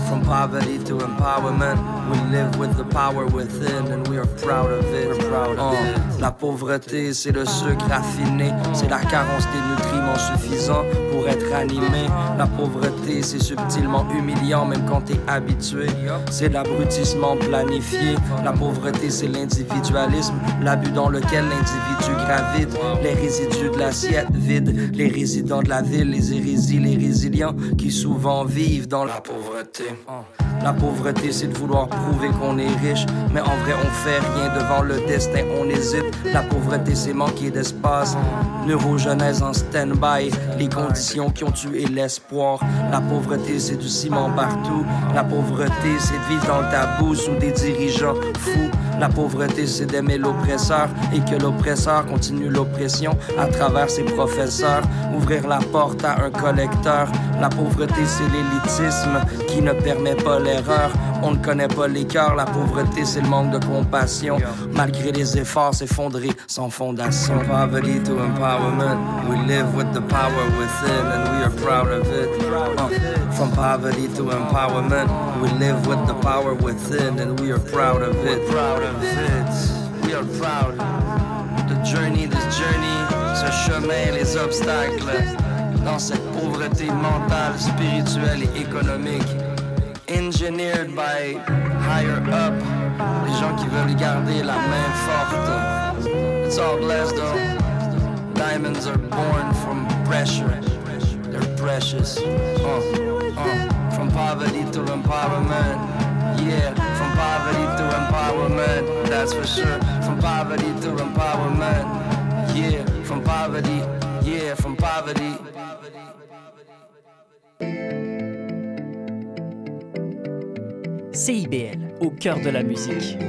From poverty to empowerment, we live with the power within and we are proud of it. We're proud of uh, it. La pauvreté, c'est le sucre raffiné, c'est la carence des nutriments suffisants pour être animé. La pauvreté, c'est subtilement humiliant même quand t'es habitué. C'est l'abrutissement planifié. La pauvreté, c'est l'individualisme, l'abus dans lequel l'individu gravite. Les résidus de l'assiette vide, les résidents de la ville, les hérésies, les résilients qui souvent vivent dans la pauvreté. La pauvreté, c'est de vouloir prouver qu'on est riche, mais en vrai, on fait rien devant le destin, on hésite. La pauvreté, c'est manquer d'espace. Neurogenèse en stand-by, les conditions qui ont tué l'espoir. La pauvreté, c'est du ciment partout. La pauvreté, c'est de vivre dans le tabou sous des dirigeants fous. La pauvreté, c'est d'aimer l'oppresseur et que l'oppresseur continue l'oppression à travers ses professeurs. Ouvrir la porte à un collecteur. La pauvreté, c'est l'élitisme qui ne permet pas l'erreur. On ne connaît pas les cœurs. La pauvreté, c'est le manque de compassion. Malgré les efforts, s'effondrer sans fondation. From poverty to empowerment, we live with the power within and we are proud of it. Uh, from poverty to empowerment, we live with the power within and we are proud of it. Proud of it. We are proud. The journey, this journey, ce chemin, les obstacles dans cette pauvreté mentale, spirituelle et économique. Engineered by higher up, les gens qui veulent garder la main forte. It's all blessed though. Diamonds are born from pressure. They're precious. Uh, uh. From poverty to empowerment. Yeah, from poverty to empowerment. That's for sure. From poverty to empowerment. Yeah, from poverty. Yeah, from poverty. C I B L, au cœur de la musique.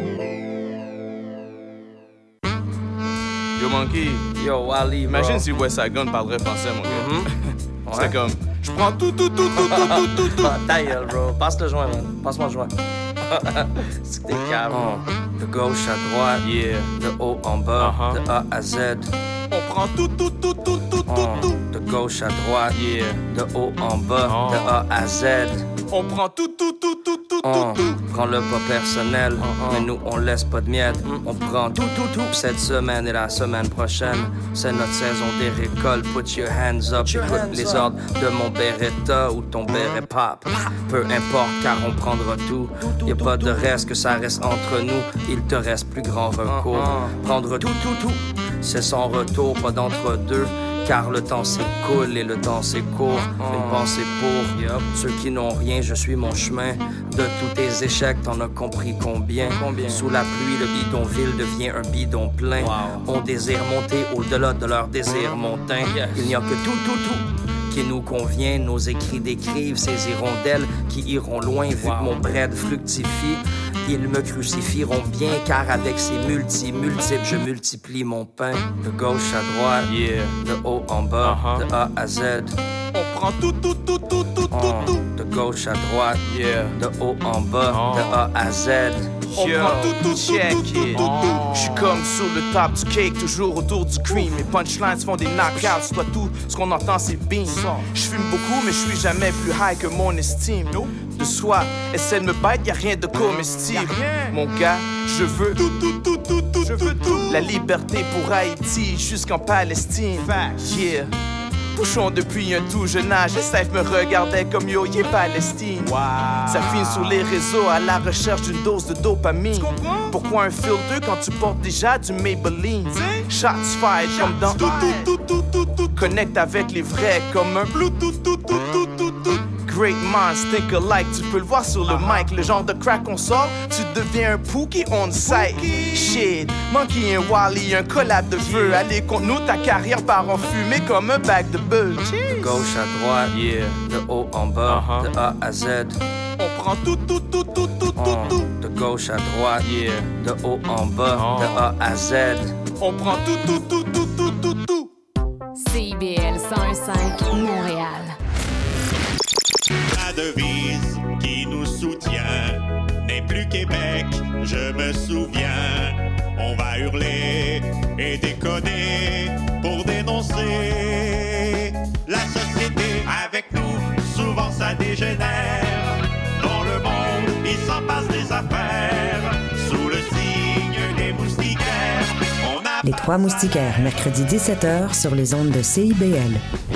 Yo Monkey. Yo Wally. Imagine bro. Si West Side Gun parlerait français, mon gars. Mm-hmm. C'est ouais. Comme, je prends tout, tout, tout, tout, tout, tout, tout, tout. Ta gueule, bro. Passe le joint, man. Passe-moi le joint. C'est que t'es calme. Oh. De gauche à droite. Yeah. De haut en bas. Uh-huh. De A à Z. On prend tout, tout, tout, tout, tout, tout, oh. tout. De gauche à droite. Yeah. De haut en bas. Oh. De A à Z. On prend tout, tout, tout, tout, tout, oh. tout, tout. Prends-le pas personnel, oh, oh. mais nous on laisse pas de miettes. Mm. On prend tout, tout, tout. Cette semaine et la semaine prochaine, c'est notre saison des récoltes. Put your hands up, écoute les ordres de mon Beretta ou ton béret pop. Peu importe, car on prendra tout. Y'a pas de reste, que ça reste entre nous. Il te reste plus grand recours. Prendre tout, tout, tout. C'est sans retour, pas d'entre-deux. Car le temps s'écoule et le temps c'est court. Une pensée pour yep. Ceux qui n'ont rien, je suis mon chemin. De tous tes échecs, t'en as compris combien? Combien? Sous la pluie, le bidonville devient un bidon plein. Wow. On désire monter au-delà de leur désir montain. Yes. Il n'y a que tout, tout, tout qui nous convient. Nos écrits décrivent ces hirondelles qui iront loin vu wow. que mon bread fructifie. Ils me crucifieront bien car avec ces multi, multiples, je multiplie mon pain. De gauche à droite, yeah. De haut en bas, uh-huh. De A à Z. On prend tout, tout, tout, tout, tout, oh. tout, tout. De gauche à droite, yeah. De haut en bas, oh. De A à Z. On Yo, prend tout, tout, check tout, tout, tout, tout, tout. Oh. J'suis comme sur le top du cake, toujours autour du cream. Mes punchlines font des knockouts, toi tout ce qu'on entend c'est beam. J'fume beaucoup mais j'suis jamais plus high que mon estime. De soi, essaie de me bite, y'a rien de comestible. Mon gars, je veux tout, tout, tout, tout, tout, je veux tout. La liberté pour Haïti jusqu'en Palestine. Yeah. Bouchon depuis un tout jeune âge, les Steph me regardait comme yo, yé Palestine. Wow. Ça finit sur les réseaux à la recherche d'une dose de dopamine. Pourquoi un filtre quand tu portes déjà du Maybelline? Shots fired comme dans tout, tout, tout, tout, tout, tout. Connecte avec les vrais comme un Bluetooth, tout, tout, tout, tout, tout. Great minds think alike, tu peux le voir sur le uh-huh. mic. Le genre de crack qu'on sort, tu deviens un Pookie on site. Shit, Monkey et Wally, un collab de feu. Allez, contre nous, ta carrière part en fumée comme un bac de bœuf. De gauche à droite, yeah. De haut en bas, uh-huh. De A à Z. On prend tout, tout, tout, tout, tout, oh. tout, tout. De gauche à droite, yeah. De haut en bas, oh. De A à Z. On prend tout, tout, tout, tout, tout, tout, tout. C I B L cent un cinq Montréal. La devise qui nous soutient n'est plus Québec, je me souviens. On va hurler et déconner pour dénoncer la société. Avec nous, souvent ça dégénère dans le affaires sous le signe des moustiquaires. On a Les Trois Moustiquaires, mercredi dix-sept heures sur les ondes de C I B L.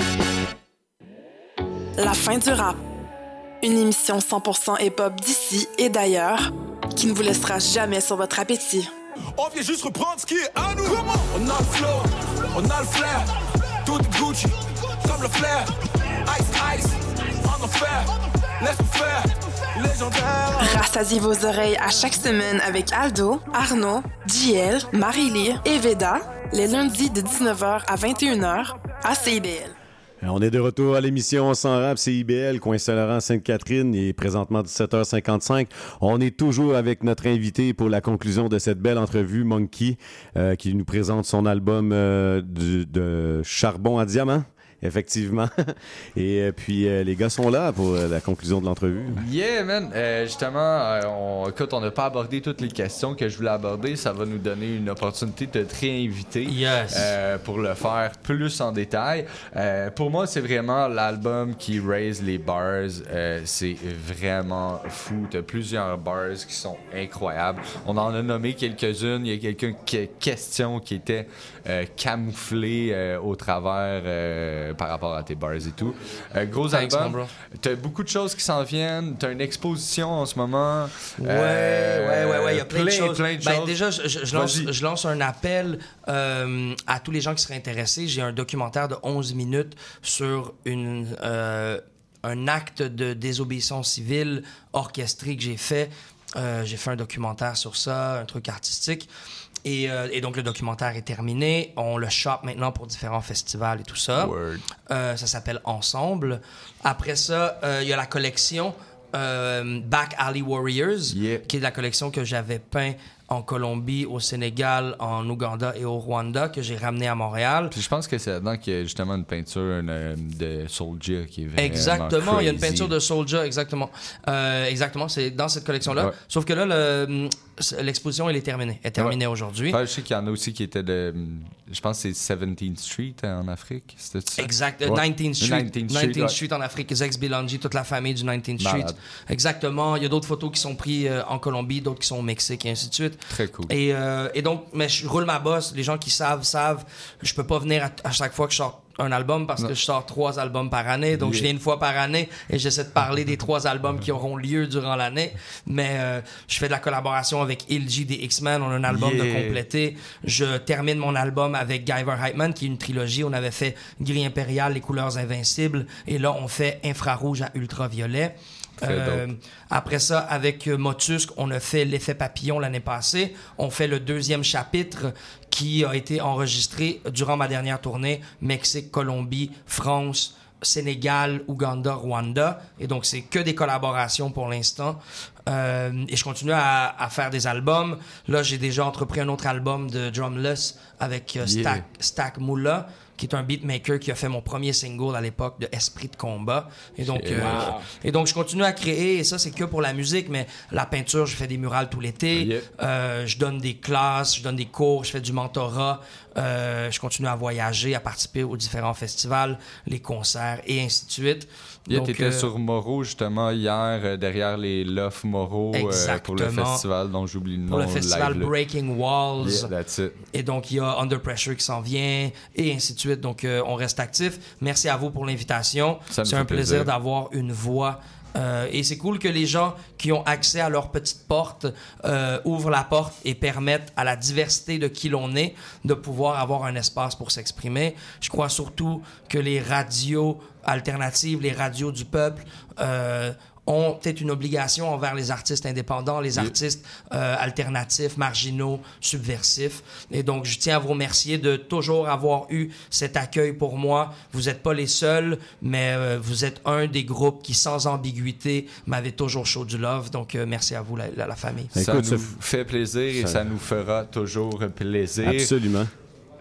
La fin du rap. Une émission cent pour cent hip-hop d'ici et d'ailleurs qui ne vous laissera jamais sur votre appétit. On vient juste reprendre ce qui est à nous. Comment? On a le flow, on a le flair. Tout est Gucci, comme le flair. Ice, ice, en enfer. Laisse-nous faire, légendaire. Rassasiez vos oreilles à chaque semaine avec Aldo, Arnaud, J L, Marie-Lee et Veda, les lundis de dix-neuf heures à vingt et une heures à C I B L. On est de retour à l'émission On s'en rap, C I B L, coin Saint-Laurent, Sainte-Catherine, il est présentement dix-sept heures cinquante-cinq. On est toujours avec notre invité pour la conclusion de cette belle entrevue, Monkey, euh, qui nous présente son album euh, de, de Charbon à Diamant. Effectivement. Et euh, puis, euh, les gars sont là pour euh, la conclusion de l'entrevue. Yeah, man. Euh, justement, euh, on, écoute, on n'a pas abordé toutes les questions que je voulais aborder. Ça va nous donner une opportunité de te réinviter yes. euh, pour le faire plus en détail. Euh, pour moi, c'est vraiment l'album qui raise les bars. Euh, c'est vraiment fou. Tu as plusieurs bars qui sont incroyables. On en a nommé quelques-unes. Il y a quelqu'un qui question qui était euh, camouflé euh, au travers... Euh, par rapport à tes bars et tout. Euh, gros Thanks, album. T'as beaucoup de choses qui s'en viennent. T'as une exposition en ce moment. Ouais, euh, ouais, ouais, ouais. Il y a plein, plein de choses. Plein de ben, choses. Déjà, je, je, je, lance, je lance un appel euh, à tous les gens qui seraient intéressés. J'ai un documentaire de onze minutes sur une... Euh, un acte de désobéissance civile orchestré que j'ai fait. Euh, j'ai fait un documentaire sur ça, un truc artistique. Et, euh, et donc, le documentaire est terminé. On le chope maintenant pour différents festivals et tout ça. Euh, ça s'appelle Ensemble. Après ça, il euh, y a la collection euh, Back Alley Warriors, yeah. qui est la collection que j'avais peint en Colombie, au Sénégal, en Ouganda et au Rwanda, que j'ai ramené à Montréal. Puis je pense que c'est là-dedans qu'il y a justement une peinture une, de Soulja qui est vraiment Exactement, crazy. Il y a une peinture de Soulja, exactement. Euh, exactement, c'est dans cette collection-là. Ouais. Sauf que là, le, l'exposition, elle est terminée. Elle est terminée ouais. aujourd'hui. Ouais, je sais qu'il y en a aussi qui étaient de... Je pense que c'est seventeenth Street en Afrique. C'était ça? Exact. Ouais. nineteenth Street. nineteenth Street, nineteenth Street ouais. en Afrique. Zex Bilanji, toute la famille du nineteenth Street. Malade. Exactement. Il y a d'autres photos qui sont prises euh, en Colombie, d'autres qui sont au Mexique et ainsi de suite. Très cool. Et, euh, et donc, mais je roule ma bosse. Les gens qui savent, savent. Je peux pas venir à, à chaque fois que je sors un album parce non. que je sors trois albums par année. Donc, yeah. je viens une fois par année et j'essaie de parler des trois albums qui auront lieu durant l'année. Mais euh, je fais de la collaboration avec Il G des X-Men. On a un album yeah. de complété. Je termine mon album avec Guyver Hypeman, qui est une trilogie. On avait fait Gris Impérial, Les Couleurs Invincibles. Et là, on fait Infrarouge à Ultraviolet. Euh, après ça, avec Motusque, on a fait L'Effet Papillon l'année passée. On fait le deuxième chapitre qui a été enregistré durant ma dernière tournée. Mexique, Colombie, France, Sénégal, Ouganda, Rwanda. Et donc, c'est que des collaborations pour l'instant. Euh, et je continue à, à faire des albums. Là, j'ai déjà entrepris un autre album de Drumless avec euh, Stack, yeah. Stack Moula, qui est un beatmaker qui a fait mon premier single à l'époque de Esprit de combat. Et donc, euh, wow. et donc je continue à créer, et ça, c'est que pour la musique, mais la peinture, je fais des murales tout l'été. Yeah. Euh, je donne des classes, je donne des cours, je fais du mentorat. Euh, je continue à voyager, à participer aux différents festivals, les concerts, et ainsi de suite. Yeah, tu étais euh, sur Moreau, justement, hier, euh, derrière les Lofts Moreau, euh, pour le festival dont j'oublie le nom. Pour le festival live, Breaking Walls. Yeah, that's it. Et donc, il y a Under Pressure qui s'en vient, et ainsi de suite. Donc, euh, on reste actif. Merci à vous pour l'invitation. C'est un plaisir, plaisir d'avoir une voix. Euh, et c'est cool que les gens qui ont accès à leur petite porte euh, ouvrent la porte et permettent à la diversité de qui l'on est de pouvoir avoir un espace pour s'exprimer. Je crois surtout que les radios alternatives, les radios du peuple, euh, ont peut-être une obligation envers les artistes indépendants, les artistes euh, alternatifs, marginaux, subversifs. Et donc, je tiens à vous remercier de toujours avoir eu cet accueil pour moi. Vous n'êtes pas les seuls, mais euh, vous êtes un des groupes qui, sans ambiguïté, m'avait toujours chaud du love. Donc, euh, merci à vous, la, la, la famille. Ça Écoute, nous ça fait plaisir et ça... ça nous fera toujours plaisir. Absolument.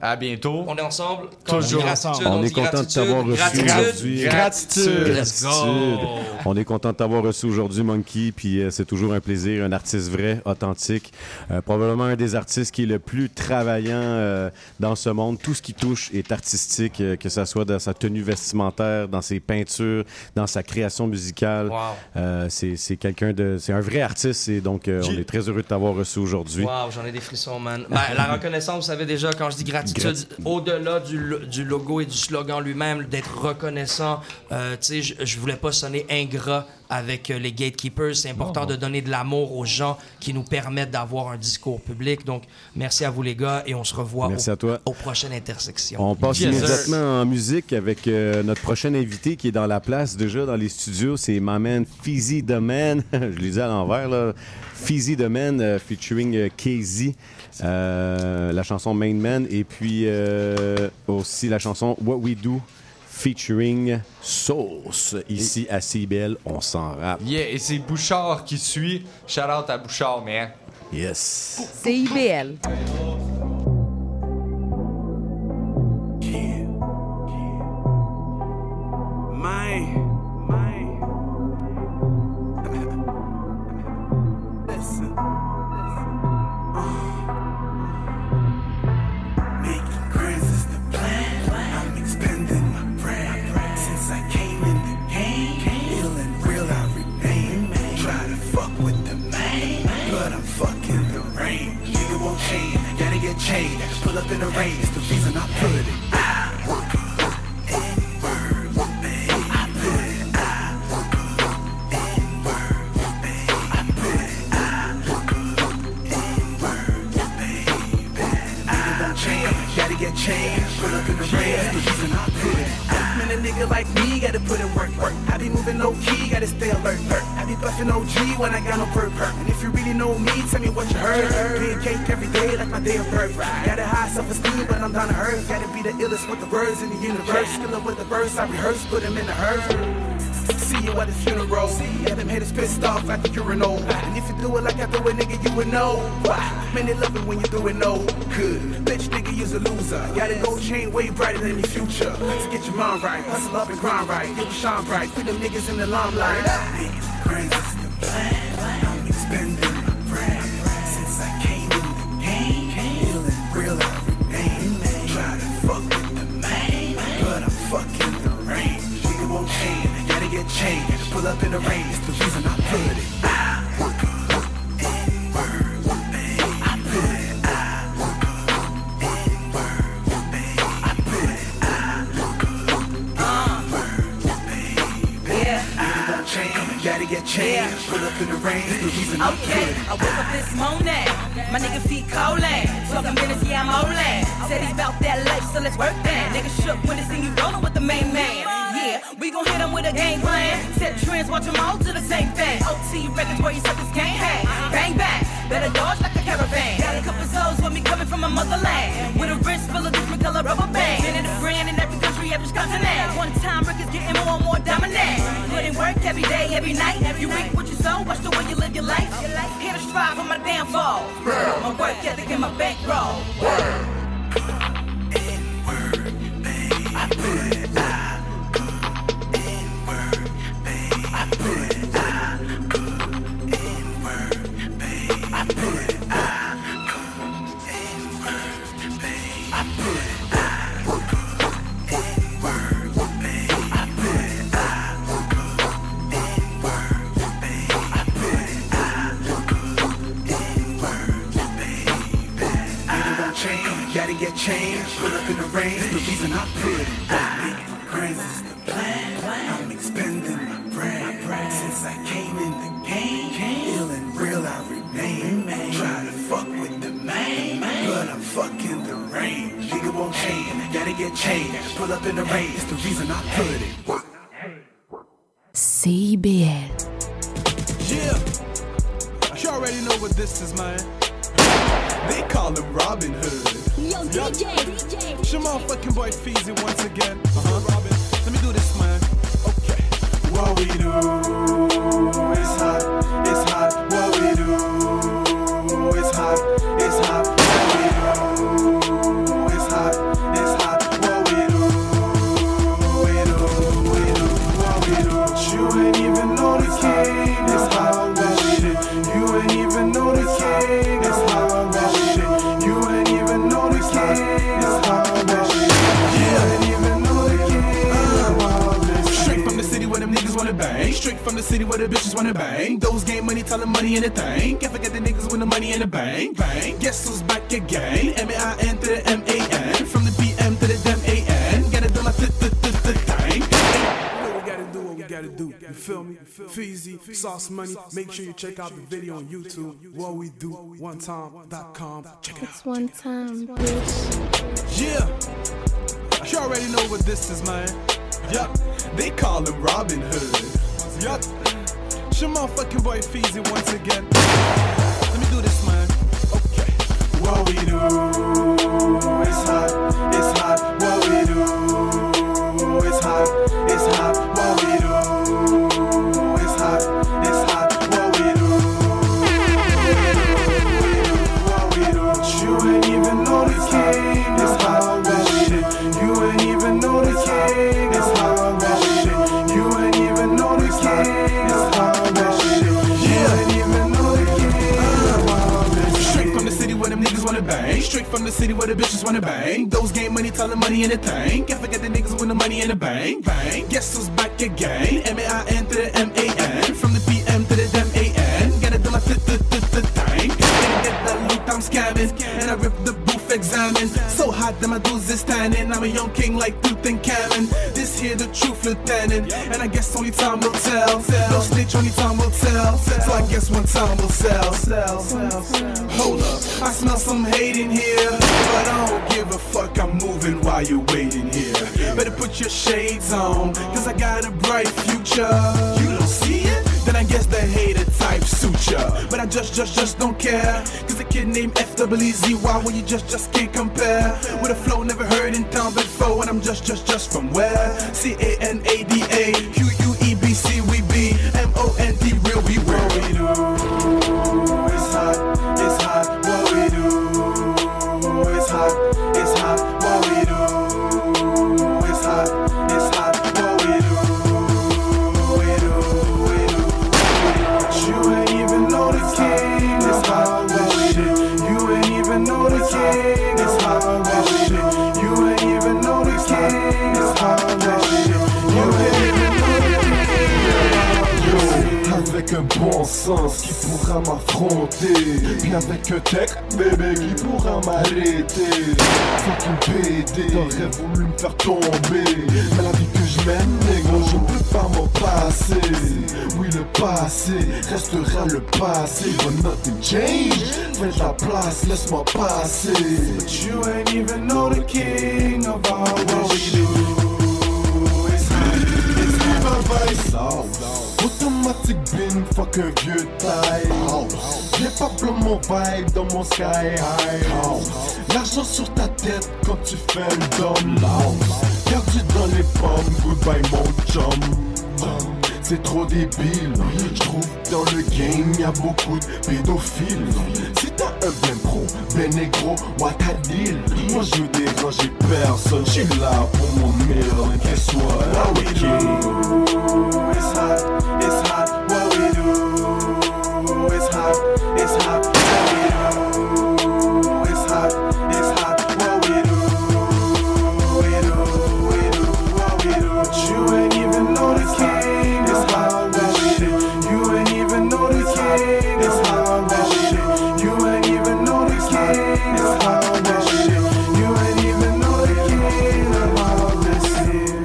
À bientôt. On est ensemble. Toujours ensemble. On est content de t'avoir reçu aujourd'hui. Gratitude. Gratitude. On est content de t'avoir reçu aujourd'hui, Monkey. Puis euh, c'est toujours un plaisir. Un artiste vrai, authentique. Euh, probablement un des artistes qui est le plus travaillant euh, dans ce monde. Tout ce qui touche est artistique, euh, que ce soit dans sa tenue vestimentaire, dans ses peintures, dans sa création musicale. Wow. Euh, c'est, c'est quelqu'un de... C'est un vrai artiste. Et donc, euh, on est très heureux de t'avoir reçu aujourd'hui. Wow, j'en ai des frissons, man. Ben, la reconnaissance, vous savez déjà, quand je dis gratitude, Grat... au-delà du, du logo et du slogan lui-même, d'être reconnaissant, euh, tu sais, je, je voulais pas sonner ingrat avec euh, les gatekeepers. C'est important oh. de donner de l'amour aux gens qui nous permettent d'avoir un discours public. Donc, merci à vous, les gars, et on se revoit merci au, à toi. aux prochaines intersections. On passe yes, immédiatement sir. en musique avec euh, notre prochain invité qui est dans la place déjà dans les studios. C'est my man Fizzy the Man. Je l'ai dit à l'envers, là. Fizzy the Man euh, featuring euh, K Z. Euh, la chanson Main Man et puis euh, aussi la chanson What We Do featuring Sauce ici à C I B L, on s'en rappe. Yeah, et c'est Bouchard qui suit. Shout out à Bouchard, man. Yes. C I B L. Man. Listen. Chain, pull up in the rain, it's the reason I put it. Ah, N-word, babe. I put it. Ah, N-word, babe. I put it. Ah, N-word, baby. Nigga won't change, gotta get changed. Pull up in the rain, it's the reason I put it. Ah, man, a nigga like me gotta put in work, work. I be moving low key, gotta stay alert, alert. I be buffing O G when I got no perk, perk. And if you really know me, tell me what you heard. Big cake every day like my day of birth. Got a high self-esteem, but I'm down to earth. Gotta be the illest with the words in the universe. Skill up with the verse, I rehearse, put them in the hearse. See you at the funeral. Yeah, them haters pissed off at the urinal. And if you do it like I do it, nigga, you would know. Why? Man, they love it when you do it no good. Bitch, nigga, you's a loser. Got a gold chain way brighter than your future. So get your mind right, hustle up and grind right. Get you shine bright, put them niggas in the limelight. Niggas, crazy, the plan. I'm expending my brand. Since I came in the game, feeling real, I remain. Try to fuck with the man, but I'm fucking the rain. Nigga won't change. Get changed, pull up in the rain, it's the reason I put it. Ah, N-word, babe. I put it. Ah, N-word, babe. I put it. Ah, N-word, baby. Yeah. Nigga won't change, gotta get changed. Pull up in the rain, it's the reason I put it. I woke up this morning, my nigga feet cold. Talking business, yeah, I'm olin'. Said he's about that life, so let's work then. Nigga shook when they see you rollin' with the main man. Yeah, we gon' hit him with a game plan. Set trends, watch them all do the same thing. O T records where you suckers can't hang. Bang, bang, better dodge like a caravan. Got a couple souls with me coming from my motherland. With a wrist full of different color rubber bands. Been in a brand in every country, every continent. One time records getting more and more dominant. Put in work every day, every night. You reap what you sow, watch the way you live your life. Here to strive for my downfall. My work ethic and my bankroll. N-word, babe. I put it. Ah. Gotta get changed, pull up in the rain, the reason I put it. Big brains is the plan. I'm expending my brand. Since I came in the game, ill and real I remain. Try to fuck with the man, but I'm fucking the rain. Nigga won't change, gotta get changed, pull up in the rain, it's the reason I put it. C I B L. Yeah, you already know what this is, man. They call him Robin Hood. Yo, D J, D J. It's your motherfucking boy Feezy once again. Uh-huh, Robin. Let me do this, man. Okay. What we do is hot, it's hot. What we do is hot, it's hot. What we do is hot, king. It's hot, well, shit. You ain't even know the king. It's hot, well, shit. You ain't even know the king. It's hot, well, shit. You ain't even know the king. Straight from the city where them niggas wanna bang. Straight from the city where the bitches wanna bang. Those game money, tell them money in the thing. Can't forget the niggas with the money in the bank. Bang. Guess who's back again? M A I N to the M A N. From the P M to the D M A N. Gotta do my th-th-th-th-thing. Gotta do, you feel me? Feezy, Sauce Money. Make sure you check out the video on YouTube. What we do, one time dot com. Check it out. It's one time, bitch. Yeah, you already know what this is, man. Yup, they call him Robin Hood. Yup, it's your motherfucking boy Feezy once again. Let me do this, man. Okay. What we do, it's hot, it's hot. What we do, it's hot, it's hot. What we do. It's hot, it's hot, what we do, what we do, what we do. You ain't even know the king. It's hot, well, shit. You ain't even know the king. It's hot, well, shit. You ain't even know the king. It's hot, well, shit. You ain't even know the king. Straight from the city where them niggas wanna bang. Straight from the city where the bitches wanna bang. Those game money, tell them money in the thing. Can't forget the niggas with the money in the bank. Bang. Guess who's back again? M A I N to the M A N. From the P M to the D M A N. Gotta do my th-th-th-th-thing. Gotta get that loot, I'm scamming. And I rip the booth, examine. So hot that my dudes is standing. I'm a young king like Tutankhamun. This here the truth, lieutenant. And I guess only time will tell. No snitch, only time will tell. So I guess one time will sell. Hold up, I smell some hate in here. But I don't give a fuck, I'm moving while you're waiting here. Better put your shades on, cause I got a bright future. You don't see it? Then I guess the hater type suit ya. But I just, just, just don't care. Cause a kid named F W Z Y, well you just, just can't compare. With a flow never heard in town before. And I'm just, just, just from where? C A N A D A Q U E B C we be M O N D real we real. What we do, it's hot, it's hot. What we do, it's hot, it's hot. What we do, it's hot, it's hot. What we do, we do, we do, we do. You ain't even know the king. It's hot, well, shit. You ain't even know the king. It's hot, well, shit. You ain't even know the king. It's hot, well, shit. You ain't even know the king. Avec un bon sens qui pourra m'affronter, puis avec un tech bébé qui pourra m'arrêter. Fucking B D, t'aurais voulu me faire tomber, mais la vie que je mène, négro, je ne peux pas m'en passer. Oui, le passé restera le passé, but nothing change. Fais de la place, laisse-moi passer. But you ain't even know the king of all what we do. It's hot, it's hot, it's hot. Automatic bin, fuck un vieux taille. J'ai pas plein mon vibe dans mon sky high. L'argent sur ta tête quand tu fais le dom. Perdu dans les pommes, goodbye mon chum. C'est trop débile, j'trouve dans le game y'a beaucoup de pédophiles. Si t'as un ben pro, ben négro, what a deal? Moi je veux déranger personne, j'suis là pour mon meal. Guess what, what we do, it's hot, it's hot. What we do, it's hot, it's hot. What we do, it's hot, it's hot. What we do, we do, we do, what we do. But you ain't even know the king. It's hot, well, shit. You ain't even know the king. It's hot, well, shit. You ain't even know the king. It's hot, well, shit. You ain't even know the king of all this here.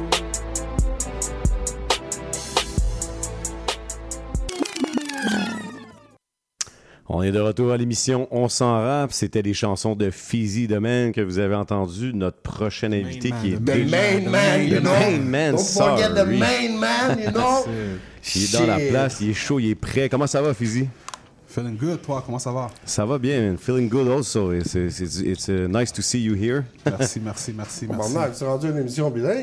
On est de retour à l'émission On s'en rappe. C'était les chansons de Feezy The Man que vous avez entendu. Notre prochain invité qui est... The main man, you The know. main man, Don't forget the sorry. main man, you know. Il est dans la Shit. place, il est chaud, il est prêt. Comment ça va, Feezy? Feeling good, toi, comment ça va? Ça va bien, man. Feeling good also. It's, it's, it's, it's uh, nice to see you here. Merci, merci, merci, Bon, merci. Marc, tu es rendu à une émission bilingue,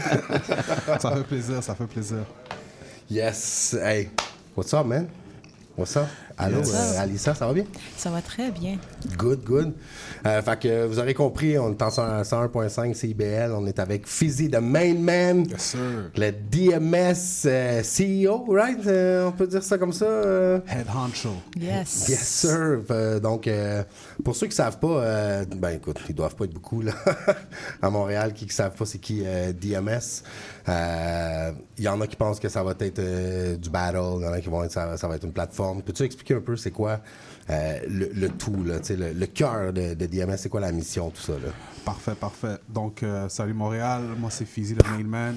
Ça fait plaisir, ça fait plaisir. Yes. Hey, what's up, man? What's up? Allô, Yes. euh, Alissa, ça va bien? Ça va très bien. Good, good. Euh, fait que vous aurez compris, on est en cent un point cinq C I B L, on est avec Fizzy, the main man, yes, sir. le D M S euh, C E O, right? Euh, on peut dire ça comme ça? Euh... Head honcho. Yes. Yes, sir. Euh, donc, euh, pour ceux qui savent pas, euh, ben écoute, ils doivent pas être beaucoup là, à Montréal, qui ne savent pas c'est qui euh, D M S. Il euh, y en a qui pensent que ça va être euh, du battle, il y en a qui vont être, ça, ça va être une plateforme. Peux-tu expliquer un peu c'est quoi euh, le, le tout, là, le, le cœur de, de D M S, c'est quoi la mission, tout ça? Là? Parfait, parfait. Donc, euh, salut Montréal, moi c'est Fizzy, le main man.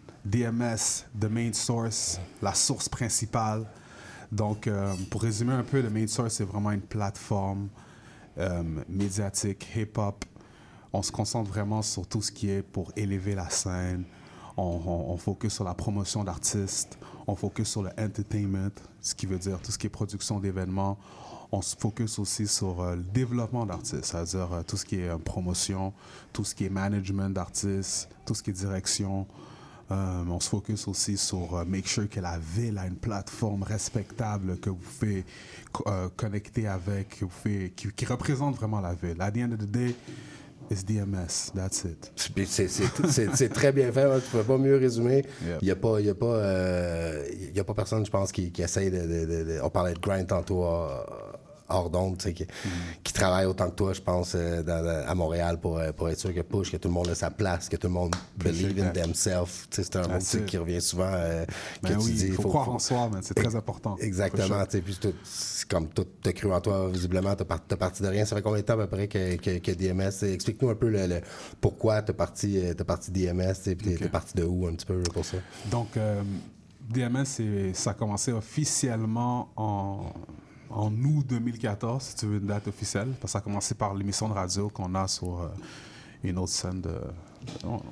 D M S, the main source, la source principale. Donc, euh, pour résumer un peu, le main source, c'est vraiment une plateforme euh, médiatique, hip-hop. On se concentre vraiment sur tout ce qui est pour élever la scène. On, on, on focus sur la promotion d'artistes. On focus sur le entertainment, ce qui veut dire tout ce qui est production d'événements. On se focus aussi sur euh, le développement d'artistes, c'est-à-dire euh, tout ce qui est euh, promotion, tout ce qui est management d'artistes, tout ce qui est direction. Euh, on se focus aussi sur euh, make sure que la ville a une plateforme respectable que vous pouvez euh, connecter avec, que vous pouvez, qui, qui représente vraiment la ville. At the end of the day, it's D M S, that's it. C'est, c'est, c'est, c'est très bien fait, hein, tu ne peux pas mieux résumer. Il Yep. n'y a, pas, y a, pas, euh, y a pas personne, je pense, qui, qui essaye de, de, de, de... On parlait de grind tantôt euh, hors d'onde, tu sais, qui, mm. qui travaille autant que toi, je pense, euh, dans, dans, à Montréal pour, pour être sûr que push, que tout le monde a sa place, que tout le monde believe in themselves. Tu sais, c'est un mot tu sais, qui revient souvent. Euh, ben que oui, tu dis, il faut, faut croire faut... en soi, mais c'est très important. Exactement. Tu sais, puis tout, c'est comme tout t'as cru en toi, visiblement, t'as, par, t'as parti de rien. Ça fait combien de temps à peu près que, que, que D M S? Explique-nous un peu le, le, pourquoi t'as parti, t'as parti D M S, et puis okay. t'es parti de où un petit peu pour ça? Donc, euh, D M S, c'est, ça a commencé officiellement en... en août deux mille quatorze, si tu veux une date officielle, parce que ça a commencé par l'émission de radio qu'on a sur euh, une autre scène de... On,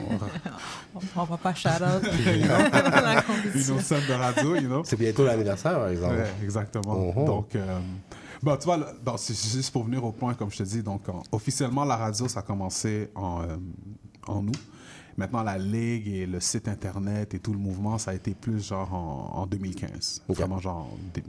on, on va pas shout-out. Une autre scène de radio, you know. C'est bientôt l'anniversaire, par exemple. Ouais, exactement. Uh-huh. Donc, euh, bon, tu vois, bon, c'est juste pour venir au point, comme je te dis. Donc, en, officiellement, la radio, ça a commencé en, euh, en août. Maintenant, la Ligue et le site Internet et tout le mouvement, ça a été plus genre en, en deux mille quinze. Okay. Vraiment genre... Des,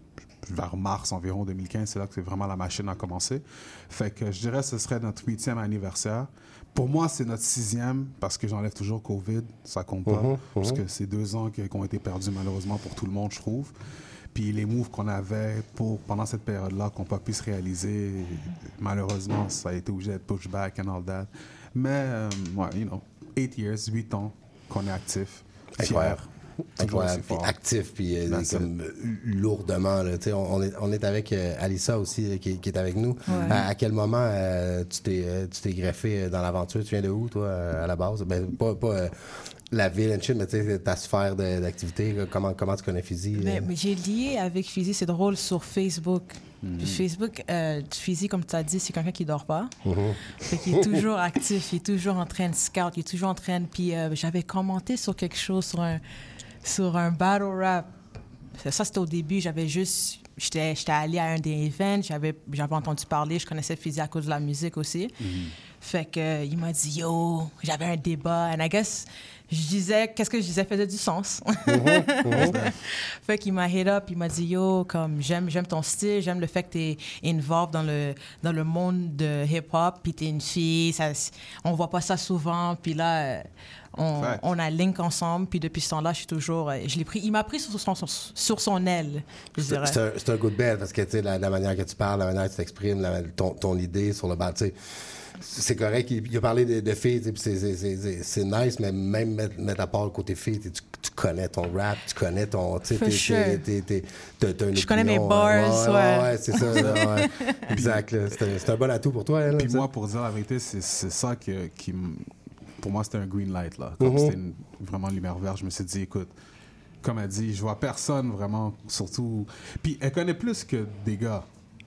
vers mars environ deux mille quinze, c'est là que c'est vraiment la machine a commencé. Fait que je dirais que ce serait notre huitième anniversaire. Pour moi, c'est notre sixième parce que j'enlève toujours COVID, ça compte pas. Uh-huh, uh-huh. Parce que c'est deux ans qui, qui ont été perdus malheureusement pour tout le monde, je trouve. Puis les moves qu'on avait pour, pendant cette période-là, qu'on n'a pas pu se réaliser, malheureusement, ça a été obligé d'être push back and all that. Mais, euh, ouais, you know, eight years, huit ans qu'on est actif, fier. Incroyable, puis actif, puis euh, comme euh, lourdement. Là, on, on, est, on est avec euh, Alissa aussi, là, qui, qui est avec nous. Ouais. À, à quel moment euh, tu, t'es, euh, tu t'es greffé dans l'aventure? Tu viens de où, toi, à la base? Ben, pas pas euh, la ville and shit, mais ta sphère de, d'activité. Là, comment, comment tu connais Fizzy? Mais, mais j'ai lié avec Fizzy, c'est drôle, sur Facebook. Mm-hmm. Puis Facebook, euh, Fizzy, comme tu as dit, c'est quelqu'un qui dort pas. Mm-hmm. Fait qu'il est toujours actif, il est toujours en train de scout, il est toujours en train de... Puis euh, j'avais commenté sur quelque chose, sur un... sur un battle rap. Ça, c'était au début. J'avais juste... J'étais, j'étais allée à un des events. J'avais, j'avais entendu parler. Je connaissais Fizzy à cause de la musique aussi. Mm-hmm. Fait que, euh, il m'a dit, yo, j'avais un débat. And I guess, je disais... Qu'est-ce que je disais faisait du sens. Mm-hmm. Mm-hmm. Fait qu'il m'a hit up. Il m'a dit, yo, comme, j'aime, j'aime ton style. J'aime le fait que t'es involved dans le, dans le monde de hip-hop. Puis t'es une fille. Ça, on voit pas ça souvent. Puis là... On, on a link ensemble, puis depuis ce temps-là, je suis toujours... Je l'ai pris, il m'a pris sur son, sur, sur son aile, je c'est, dirais. C'est un, c'est un good bet, parce que tu sais, la, la manière que tu parles, la manière que tu t'exprimes, la, ton, ton idée sur le bas, tu sais, c'est correct. Il, il a parlé de, de filles, puis c'est, c'est, c'est, c'est nice, mais même mettre, mettre à part le côté filles, tu, tu connais ton rap, tu connais ton... Tu sais, sure. t'es, t'es, t'es, t'as une je opinion, connais mes bars, ouais. Ouais, ouais, ouais c'est ça. Là, ouais. Exact. Là, c'est, un, c'est un bon atout pour toi. Là, puis moi, pour dire la vérité, c'est, c'est ça que, qui me... Pour moi, c'était un green light, là. Comme mm-hmm. c'était une, vraiment une lumière verte, je me suis dit, écoute, comme elle dit, je vois personne vraiment, surtout... Puis elle connaît plus que des gars.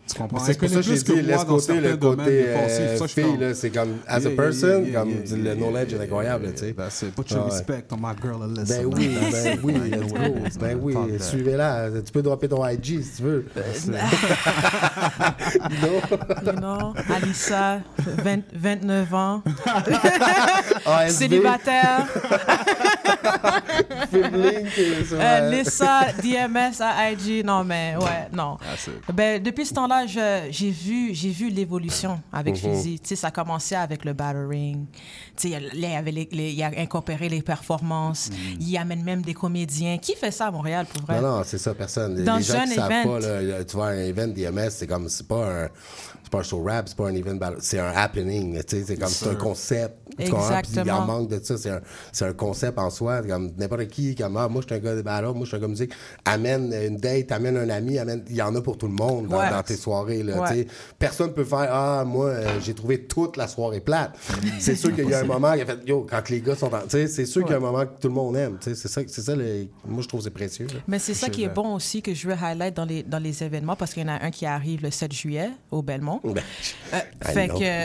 Tu comprends? C'est pour ça que j'ai dit, laisse côté le côté euh, fille, là, c'est comme, as yeah, a person, yeah, yeah, comme yeah, le yeah, knowledge yeah, est incroyable, yeah, tu sais. That's it. Put your Ah, respect on my girl Alyssa. Ben oui, man. ben oui, I let's know go. it. Ben oui, Fuck that. suivez-la. Tu peux dropper ton I G si tu veux. You know, Alyssa, vingt, vingt-neuf ans. A S B. Célibataire. Filming, euh, Lisa, D M S à I G. Non, mais ouais, non. Ben, depuis ce temps-là, je, j'ai vu, j'ai vu l'évolution avec Mm-hmm. Fizzy. Tu sais, ça a commencé avec le Battle Ring. Tu sais, il, y avait les, les, il a incorporé les performances. Mm. Il amène même des comédiens. Qui fait ça à Montréal, pour vrai? Non, non, c'est ça, personne. Les, Dans les gens jeune qui savent event. pas, là, tu vois, un event D M S, c'est comme, c'est pas un, c'est pas un show rap, c'est pas un event battle, c'est un happening, tu sais, c'est comme, c'est un concept. Tu comprends? Puis il en manque de ça, c'est un, c'est un concept en soi, comme n'importe qui, comme, ah, moi, je suis un gars de battle, moi, je suis un gars de musique, amène une date, amène un ami, amène, il y en a pour tout le monde dans, Ouais. dans tes soirées, là, Ouais. tu sais. Personne peut faire, ah, moi, euh, j'ai trouvé toute la soirée plate. C'est sûr qu'il y a un moment, il a fait, yo, quand les gars sont en, tu sais, c'est sûr qu'il y a un moment que tout le monde aime, tu sais, c'est ça, c'est ça, les, moi, je trouve que c'est précieux. Là. Mais c'est ça qui est bon aussi que je veux highlight dans les, dans les événements parce qu'il y en a un qui arrive le sept juillet au Belmont. Ben, Euh, fait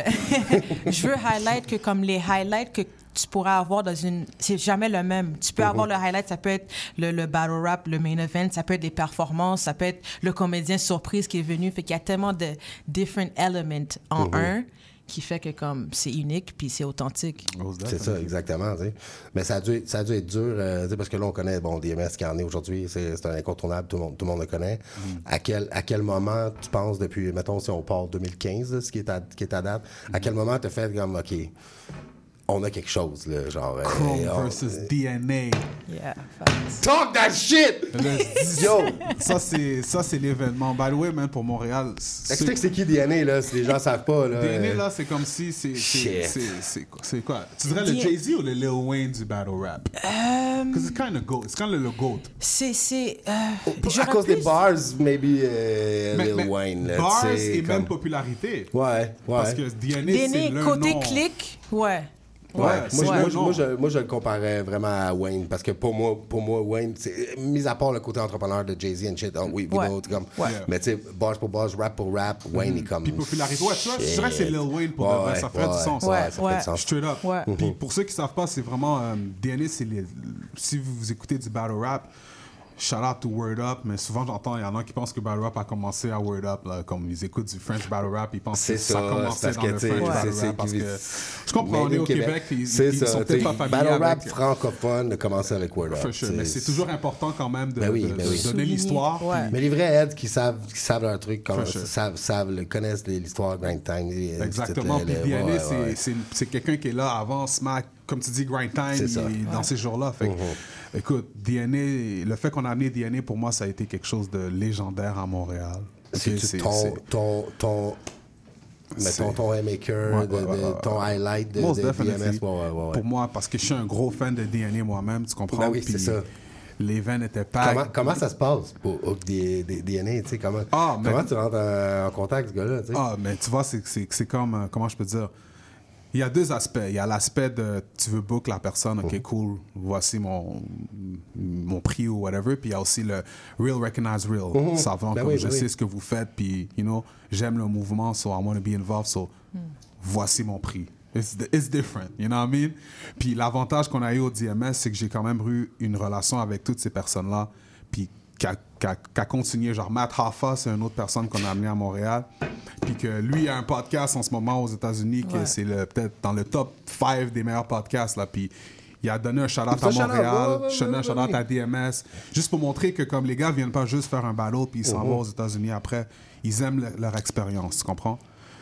que je veux highlight que comme les highlights que tu pourrais avoir dans une... C'est jamais le même. Tu peux Mm-hmm. avoir le highlight, ça peut être le, le battle rap, le main event, ça peut être des performances, ça peut être le comédien surprise qui est venu. Fait qu'il y a tellement de different elements en Mm-hmm. un qui fait que comme c'est unique puis c'est authentique. C'est ça, exactement. T'sais. Mais ça a dû, ça a dû être dur, euh, parce que là, on connaît bon, D M S qui en est aujourd'hui, c'est, c'est un incontournable, tout le monde, tout le, monde le connaît. Mm. À, quel, à quel moment tu penses, depuis, mettons, si on part deux mille quinze, là, ce qui est à, qui est à date, mm. à quel moment tu as fait comme, OK, on a quelque chose, là, genre... Chrome euh, on, versus D N A. Yeah, talk that shit! Yo! Ça, c'est, ça, c'est l'événement. By the way, man, pour Montréal... Explique c'est qui D N A, là, si les gens savent pas, là. D N A, euh... là, c'est comme si... C'est, c'est, Shit. c'est, c'est, c'est quoi? Tu dirais le Jay-Z ou le Lil Wayne du battle rap? Um, Because it's kind of goat. It's kind of le goat. C'est... c'est euh, à cause des bars, maybe euh, Mais- Lil mais Wayne. Là, bars t'sais, et comme... même popularité. Ouais, ouais. Parce que D N A, D N A, c'est le côté nom. clic, ouais. Ouais, Ouais, moi, c'est je- le moi, je- nom. moi, je, moi, je le comparais vraiment à Wayne parce que pour moi, pour moi Wayne, c'est, mis à part le côté entrepreneur de Jay-Z and shit, oh, oui, Ouais. vidéo, comme, Ouais. mais tu sais, bars pour bars, rap pour rap, Wayne est comme. Puis popularité. Ouais, tu vois, je dirais que c'est Lil Wayne pour de vrai. Ouais, Ça fait ouais, du sens. ouais, Ouais, ça ouais. fait du sens. Straight up. Ouais. Puis pour ceux qui savent pas, c'est vraiment euh, D N A, c'est les, si vous, vous écoutez du battle rap, shout out to Word Up, mais souvent j'entends, il y en a qui pensent que battle rap a commencé à Word Up, là, comme ils écoutent du French battle rap, ils pensent C'est que ça, ça, a commencé c'est parce dans que, le tu sais, French c'est- battle c'est rap, parce qui- que je comprends, on Made est in au Québec. Québec, puis ils, C'est ils ça, sont tu peut-être sais, pas familiers battle rap avec... francophone de commencer avec Word Up. For sure, tu sais. mais c'est toujours important quand même de, Ben oui, de- ben de oui. donner l'histoire. Ouais. puis- Mais les vrais heads qui savent, qui savent leur truc, comme, For sure. savent, savent, le- connaissent l'histoire Grind Time. et- Exactement. tout, Puis le- D N A, ouais, c'est, ouais. c'est, c'est quelqu'un qui est là avant Smack, comme tu dis, Grind Time, C'est ça. il- dans Ouais. ces jours-là. Fait que, Mhm. écoute, D N A, le fait qu'on a amené D N A, pour moi, ça a été quelque chose de légendaire à Montréal. C'est Ok, tu- c'est- ton, c'est- ton, ton, mettons C'est- ton haymaker, Ouais, de, ouais, ouais, de- ouais, ton ouais. highlight de, Most de D M definitely. S. Ouais, ouais, ouais, ouais. Pour moi, parce que je suis un gros fan de D N A moi-même, tu comprends? Ben oui, Puis c'est ça. Les veines étaient pas. Comment, comment ça se passe pour pour des, des D N A, tu sais, comment, Ah, mais- comment tu rentres en, en contact, ce gars-là, tu sais? Ah, mais tu vois, c'est, c'est, c'est comme, euh, comment je peux dire? Il y a deux aspects. Il y a l'aspect de tu veux book la personne, ok, cool, voici mon, mon prix ou whatever. Puis il y a aussi le real recognize real. Mhm. Savant, Ben comme oui, je ben sais oui. ce que vous faites, puis, you know, j'aime le mouvement, so I want to be involved, so voici mon prix. It's, it's different, you know what I mean? Puis l'avantage qu'on a eu au D M S, c'est que j'ai quand même eu une relation avec toutes ces personnes-là, puis qui a, qui a- qui a continué. Genre, Matt Hoffa, c'est une autre personne qu'on a amené à Montréal. Puis que lui a un podcast en ce moment aux États-Unis, que Ouais. c'est le, peut-être dans le top cinq des meilleurs podcasts. Là. Puis il a donné un shout-out Ça, à shout-out, Montréal, ouais, ouais, je donne ouais, un shout-out ouais. à D M S, juste pour montrer que comme les gars viennent pas juste faire un battle puis ils s'en Mhm. vont aux États-Unis après, ils aiment le- leur expérience, tu comprends?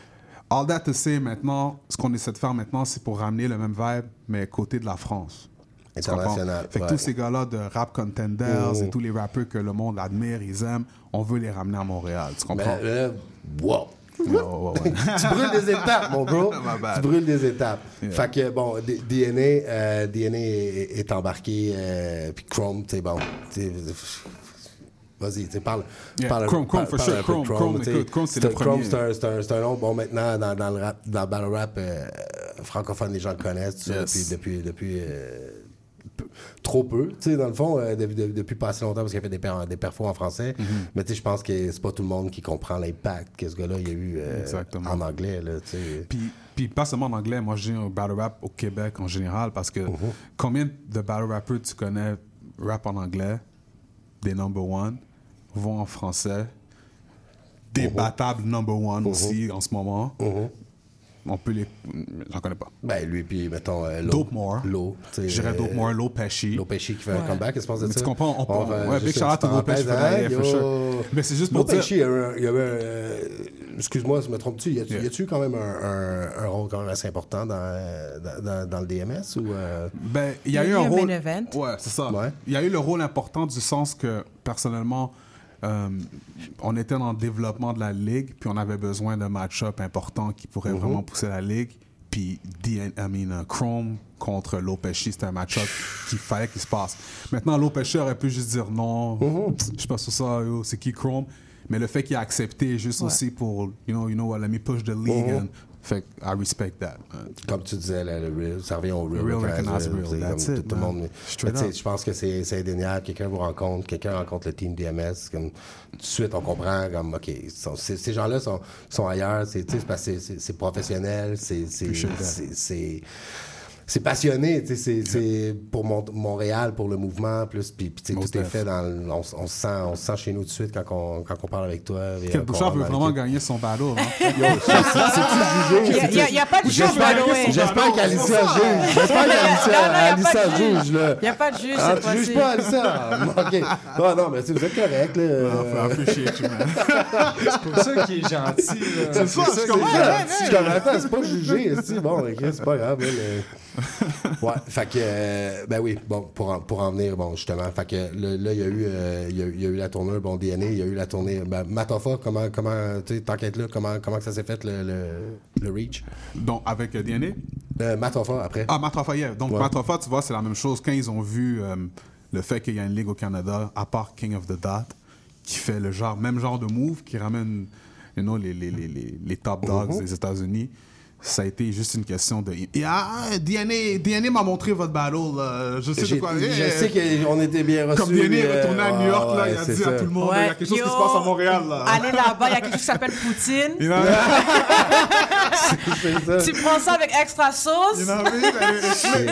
All that to say, maintenant, ce qu'on essaie de faire maintenant, c'est pour ramener le même vibe, mais côté de la France. Tu comprends? International, Fait que ouais. tous ces gars-là de rap contenders Mhm. et tous les rappeurs que le monde admire, ils aiment, on veut les ramener à Montréal. Tu comprends? Mais là, wow! Ouais, ouais, ouais. Tu brûles des étapes, mon bro. My bad. Tu brûles des étapes. Yeah. Fait que, bon, D- DNA, euh, D N A est, est embarqué, euh, puis Chrome, tu sais, bon, tu sais, vas-y, tu sais, parle. Yeah, parle Chrome, Chrome, parle- for parle sure. un peu de Chrome, Chrome, tu sais. écoute, Chrome, c'est C'est le un- Chrome, premier. c'est un, c'est un, c'est un nom, bon, maintenant, dans, dans le rap, dans le battle rap, euh, francophone, les gens le connaissent, tout ça, Yes. depuis, depuis, depuis euh, peu, trop peu, tu sais, dans le fond, euh, de, de, depuis pas assez longtemps, parce qu'il a fait des, per, des perfos en français. Mm-hmm. Mais tu sais, je pense que c'est pas tout le monde qui comprend l'impact que ce gars-là, il a eu euh, en anglais, là, tu sais. Puis, puis pas seulement en anglais, moi, je dis un battle rap au Québec en général, parce que mm-hmm. combien de battle rappers tu connais rap en anglais, des number one, vont en français, débattable uh-huh. number one uh-huh. aussi en ce moment. Uh-huh. On peut les... J'en connais pas. Ben, lui, puis, mettons, euh, Lo. Dope More. Lo. Je dirais Dope More, Lo Pesci. Lo Pesci qui fait ouais. un comeback, qu'est-ce que tu penses de mais ça? Tu comprends? On, on, on, ouais, big shout out to Lo Pesci. Hein, yo... sure. Mais c'est juste pour Lo dire... Pesci, il y avait... Il y avait euh, excuse-moi si je me trompe-tu, y a-tu, yeah. y a-tu quand même un, un, un rôle quand même assez important dans, dans, dans le D M S? Ou, euh... Ben, il y a il eu y a un un rôle... main event. Ouais, c'est ça. Ouais. Il y a eu le rôle important du sens que, personnellement... Euh, on était dans le développement de la ligue, puis on avait besoin d'un match-up important qui pourrait mm-hmm. vraiment pousser la ligue. Puis I mean, uh, Chrome contre Lo Pesci, c'était un match-up qu'il fallait qu'il se passe. Maintenant, Lo Pesci aurait pu juste dire non, mm-hmm. je suis pas sur ça, yo, c'est qui Chrome? Mais le fait qu'il a accepté juste ouais. aussi pour, you know, you know what, let me push the league. Mm-hmm. And, fait que I respect that. Man. Comme tu disais, là, le real, ça revient au real. Real recognize real. That's it, tout le monde. Je pense que c'est, c'est indéniable. Quelqu'un vous rencontre, quelqu'un rencontre le team D M S. Comme, tout de suite, on comprend comme, OK, sont, ces gens-là sont, sont ailleurs. C'est, c'est, parce que c'est, c'est professionnel. C'est... c'est, c'est, c'est c'est passionné, tu sais, c'est, c'est pour Mont- Montréal, pour le mouvement, plus, puis tout est fait dans le, on, on, se sent, on se sent chez nous tout de suite quand on, quand on parle avec toi. Quel Bouchard veut vraiment l'équipe. Gagner son battle, hein? C'est-tu jugé? Il n'y a, a pas de juge, by J'espère qu'Alicia juge. J'espère qu'Alicia juge, là. Il n'y a pas de juge, ah, cette tu fois-ci. juges pas, Alicia? OK. Non, non, mais vous êtes correct, là. Non, faut chier, tu C'est pour ça qu'il est gentil, là. C'est ça, je comprends. C'est pas jugé, bon, c'est pas grave, ouais, fait que, euh, ben oui, bon, pour en, pour en venir, bon, justement, fait que le, là, il y a eu, euh, il y a, il y a eu la tournée, bon, D N A, il y a eu la tournée, ben, Matofa, comment, comment, tu sais, tant qu'être là, comment, comment que ça s'est fait, le, le, le reach? Donc, avec euh, D N A? Euh, Matofa, après. Ah, Matofa, yeah. Donc, ouais. Matofa, tu vois, c'est la même chose. Quand ils ont vu euh, le fait qu'il y a une ligue au Canada, à part King of the Dot, qui fait le genre, même genre de move, qui ramène, you know, les, les, les, les, les top dogs mm-hmm. des États-Unis, ça a été juste une question de... Ah, D N A, D N A m'a montré votre battle. Là. Je sais J'ai, de quoi... Je hey, sais qu'on était bien reçus. Comme D N A est retourné à New York, euh, là, ouais, il a dit ça. à tout le monde, il ouais. y a quelque chose Yo, qui se passe à Montréal. Là. Allez là-bas, il y a quelque chose qui s'appelle Poutine. You know c'est ça. Tu prends ça avec extra sauce. You know what I mean? c'est,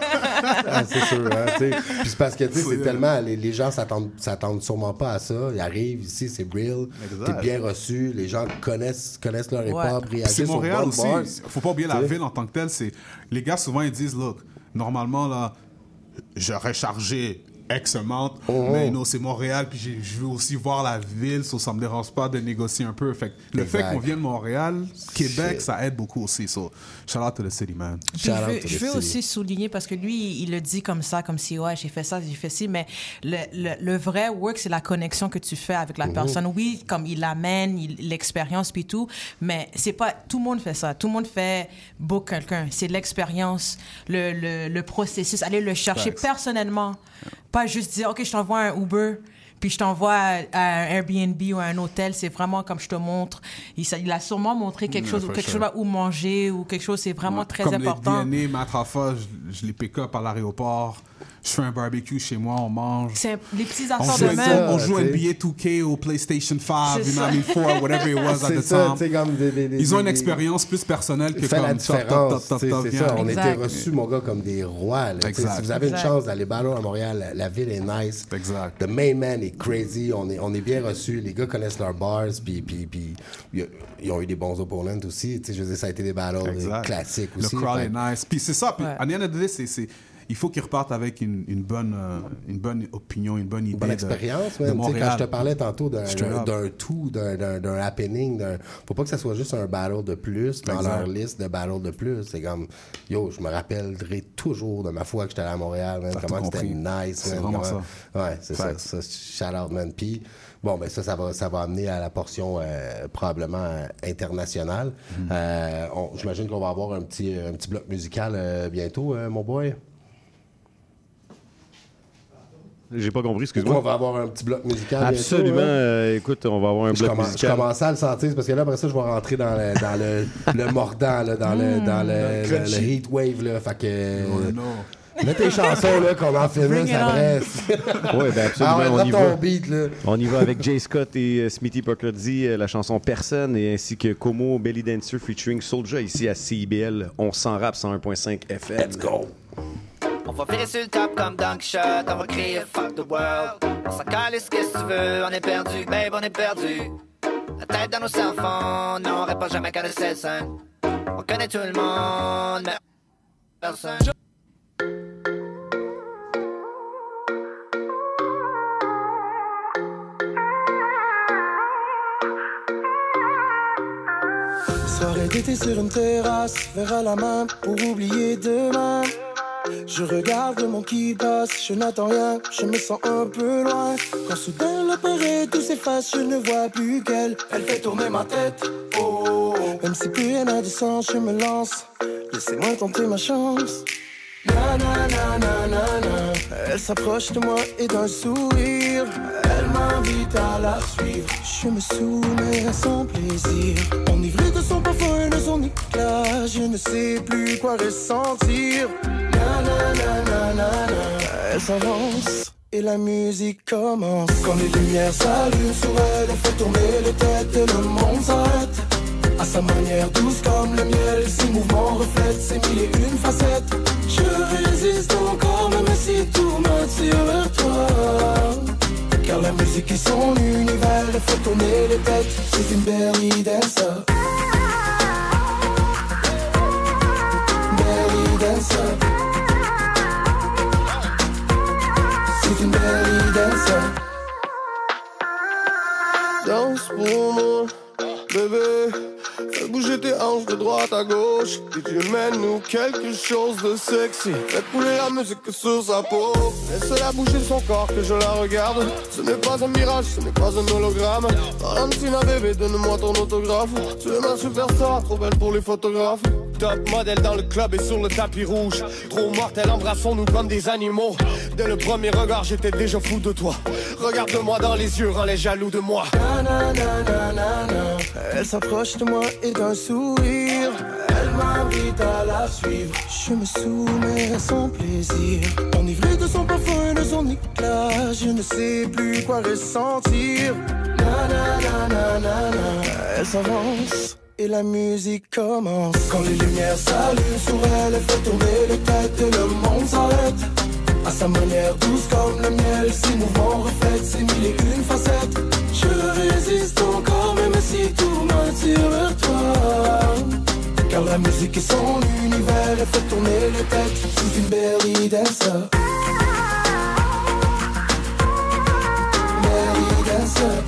ah, c'est sûr. Hein, puis c'est parce que c'est, c'est tellement... Les, les gens s'attendent, s'attendent sûrement pas à ça. Ils arrivent ici, c'est real. T'es bien reçu. Les gens connaissent, connaissent leur hip-hop, ouais. réagissent c'est Montréal aux bonnes aussi. Faut pas oublier la ville en tant que telle. C'est... Les gars, souvent, ils disent, look, normalement, là, j'aurais chargé X amount, oh. mais non, c'est Montréal, puis j'ai, je veux aussi voir la ville, so ça me dérange pas de négocier un peu. Fait que le exact. Fait qu'on vienne de Montréal, Québec, Shit. Ça aide beaucoup aussi. So, shout out to the city, man. Je veux, je veux aussi souligner, parce que lui, il le dit comme ça, comme si, ouais, j'ai fait ça, j'ai fait ci, mais le, le, le vrai work, c'est la connexion que tu fais avec la mm-hmm. personne. Oui, comme il l'amène, il, l'expérience, puis tout, mais c'est pas, tout le monde fait ça. Tout le monde fait book quelqu'un. C'est l'expérience, le, le, le processus, aller le chercher Thanks. Personnellement. Pas juste dire, OK, je t'envoie un Uber, puis je t'envoie à, à un Airbnb ou à un hôtel. C'est vraiment comme je te montre. Il, ça, il a sûrement montré quelque yeah, chose, ou quelque sure. chose où manger, ou quelque chose. C'est vraiment ouais. très comme important. Comme les D N A, Matrafa, je, je les pick up à l'aéroport. Je fais un barbecue chez moi, on mange. C'est les petits on affaires joue, de même. On joue N B A two K au PlayStation five, you know, I mean, four, whatever it was at the ça, time. Comme des, des, des, Ils ont une des, expérience plus personnelle que fait comme la top, top, top, top, c'est, top, c'est ça, on était reçus, mon gars, comme des rois. Là, si vous avez exact. Une chance d'aller battre à Montréal, la, la ville est nice. Exact. The main man est crazy, on est, on est bien reçus. Les gars connaissent leurs bars, puis, puis, puis ils ont eu des bons opponents aussi. Je veux dire, ça a été des battles exact. Classiques aussi. Le crowd est nice. Puis c'est ça. Puis à the end of the day, c'est, c'est il faut qu'ils repartent avec une, une, bonne, euh, une bonne opinion, une bonne idée. Une bonne expérience, de, de Montréal. Quand je te parlais tantôt d'un, d'un, d'un tout, d'un, d'un, d'un happening, d'un... faut pas que ça soit juste un battle de plus dans exact. Leur liste de battles de plus. C'est comme, yo, je me rappellerai toujours de ma fois que j'étais allé à Montréal, man, comment c'était nice. C'est man, vraiment comment... ça. Ouais, c'est Fact. ça. ça. Shout out, man. Puis, bon, ben ça, ça va, ça va amener à la portion euh, probablement euh, internationale. Mm. Euh, on, j'imagine qu'on va avoir un petit, un petit bloc musical euh, bientôt, euh, mon boy. J'ai pas compris, excuse-moi. On va avoir un petit bloc musical. Absolument. Bientôt, hein? euh, écoute, on va avoir un je bloc commence, musical. Je commençais à le sentir, parce que là, après ça, je vais rentrer dans le, dans le, le mordant, là, dans, mmh, le, dans le, le, le heat wave. Là, fait que, oh, no. Mets tes chansons, là, qu'on en filme, ça vrai. Oui, ben absolument, Ah ouais, on y drop ton va. beat, là. On y va avec Jay Scott et euh, Smithy Poclody, euh, la chanson Personne, et ainsi que Como Belly Dancer featuring Soulja ici à C I B L. On s'en rappe cent un virgule cinq F M. Let's go! On va virer sur le top comme Dunk Shot, on va crier fuck the world. On s'en calisse, qu'est-ce que tu veux, on est perdu, babe, on est perdu. La tête dans nos cell phones, non, on répond jamais qu'à le scène. On connaît tout le monde, mais personne. Soirée d'été sur une terrasse, verre à la main pour oublier demain. Je regarde mon qui passe, je n'attends rien, je me sens un peu loin. Quand soudain l'appareil tout s'efface, je ne vois plus qu'elle. Elle fait tourner ma tête, oh. Même si plus rien n'a de sens, je me lance. Laissez-moi tenter ma chance. Na na na na na na. Elle s'approche de moi et d'un sourire, elle m'invite à la suivre. Je me soumets à son plaisir. Enivré de son parfum et de son éclat, je ne sais plus quoi ressentir. Na na na na na na. Elle s'avance et la musique commence. Quand les lumières s'allument sur elle, elle fait tourner les têtes et le monde s'arrête. À sa manière douce comme le miel, ses mouvements reflètent ses mille et une facettes. Je résiste encore même si tout m'attire vers toi. Car la musique est son univers, elle fait tourner les têtes. C'est une belly dancer. Belly dancer. C'est une belly dancer. Danse pour moi, bébé. Fais bouger tes hanches de droite à gauche. Tes yeux mènent-nous quelque chose de sexy. Fais couler la musique sur sa peau. Laisse-la bouger son corps que je la regarde. Ce n'est pas un mirage, ce n'est pas un hologramme. Valentina bébé, donne-moi ton autographe. Tu es ma superstar, trop belle pour les photographes. Top modèle dans le club et sur le tapis rouge. Trop mortel, embrassons-nous comme des animaux. Dès le premier regard, j'étais déjà fou de toi. Regarde-moi dans les yeux, rends les jaloux de moi. Na, na, na, na, na, na. Elle s'approche de moi et d'un sourire, elle m'invite à la suivre. Je me soumets à son plaisir. Enivré de son parfum et de son éclat, je ne sais plus quoi ressentir. Na, na, na, na, na, na. Elle s'avance et la musique commence. Quand les lumières s'allument sur elle, elle fait tourner les têtes et le monde s'arrête. À sa manière douce comme le miel, ses mouvements reflètent ses mille et une facettes. Je résiste encore même si tout m'attire vers toi. Car la musique est son univers, elle fait tourner les têtes. C'est une belly dancer. Belly dancer.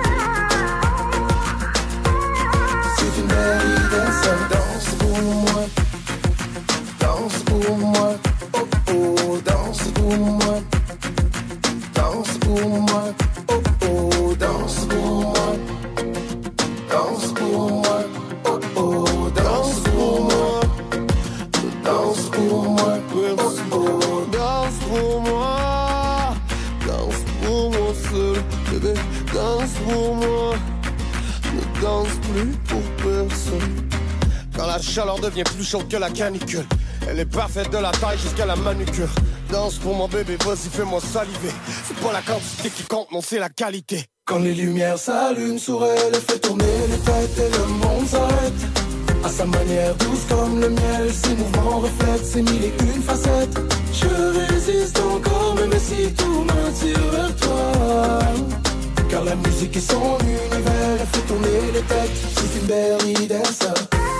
C'est une belly dancer. Danse pour moi. Danse pour moi. Oh oh, danse pour moi. Danse pour moi. Oh oh, danse pour moi. Danse pour moi. Oh oh, danse pour moi. Danse pour moi. Oh oh, danse pour moi. Danse pour moi seul, bébé. Danse pour moi. Ne danse plus pour personne. Quand la chaleur devient plus chaude que la canicule, elle est parfaite de la taille jusqu'à la manucure. Danse pour mon bébé, vas-y fais-moi saliver. C'est pas la quantité qui compte, non c'est la qualité. Quand les lumières s'allument sur elle, elle fait tourner les têtes et le monde s'arrête. À sa manière douce comme le miel, ses mouvements reflètent ses mille et une facettes. Je résiste encore même si tout m'attire vers toi. Car la musique est son univers, elle fait tourner les têtes. C'est une belly dancer.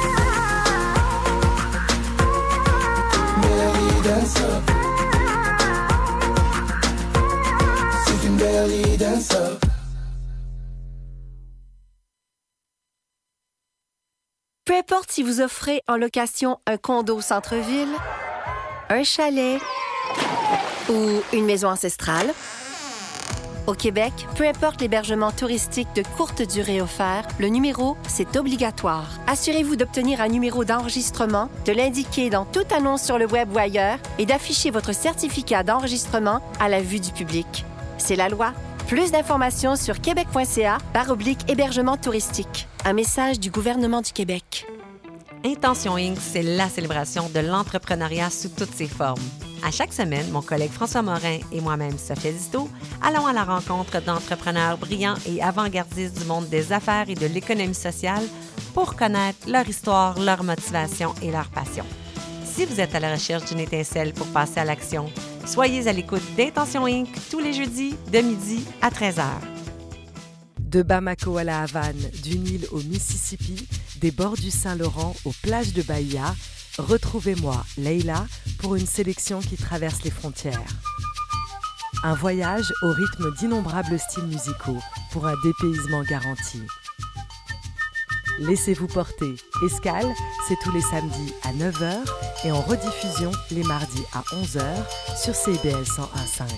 Belly dancer. C'est une belly dancer. Peu importe si vous offrez en location un condo au centre-ville, un chalet ou une maison ancestrale, au Québec, peu importe l'hébergement touristique de courte durée offert, le numéro, c'est obligatoire. Assurez-vous d'obtenir un numéro d'enregistrement, de l'indiquer dans toute annonce sur le web ou ailleurs et d'afficher votre certificat d'enregistrement à la vue du public. C'est la loi. Plus d'informations sur québec.ca barre oblique hébergement touristique. Un message du gouvernement du Québec. Intention Incorporée, c'est la célébration de l'entrepreneuriat sous toutes ses formes. À chaque semaine, mon collègue François Morin et moi-même, Sophia Zito, allons à la rencontre d'entrepreneurs brillants et avant-gardistes du monde des affaires et de l'économie sociale pour connaître leur histoire, leur motivation et leur passion. Si vous êtes à la recherche d'une étincelle pour passer à l'action, soyez à l'écoute d'Intention Incorporée tous les jeudis de midi à treize heures. De Bamako à la Havane, du Nil au Mississippi, des bords du Saint-Laurent aux plages de Bahia, retrouvez-moi, Leila, pour une sélection qui traverse les frontières. Un voyage au rythme d'innombrables styles musicaux pour un dépaysement garanti. Laissez-vous porter. Escale, c'est tous les samedis à neuf heures et en rediffusion les mardis à onze heures sur C I B L cent un virgule cinq.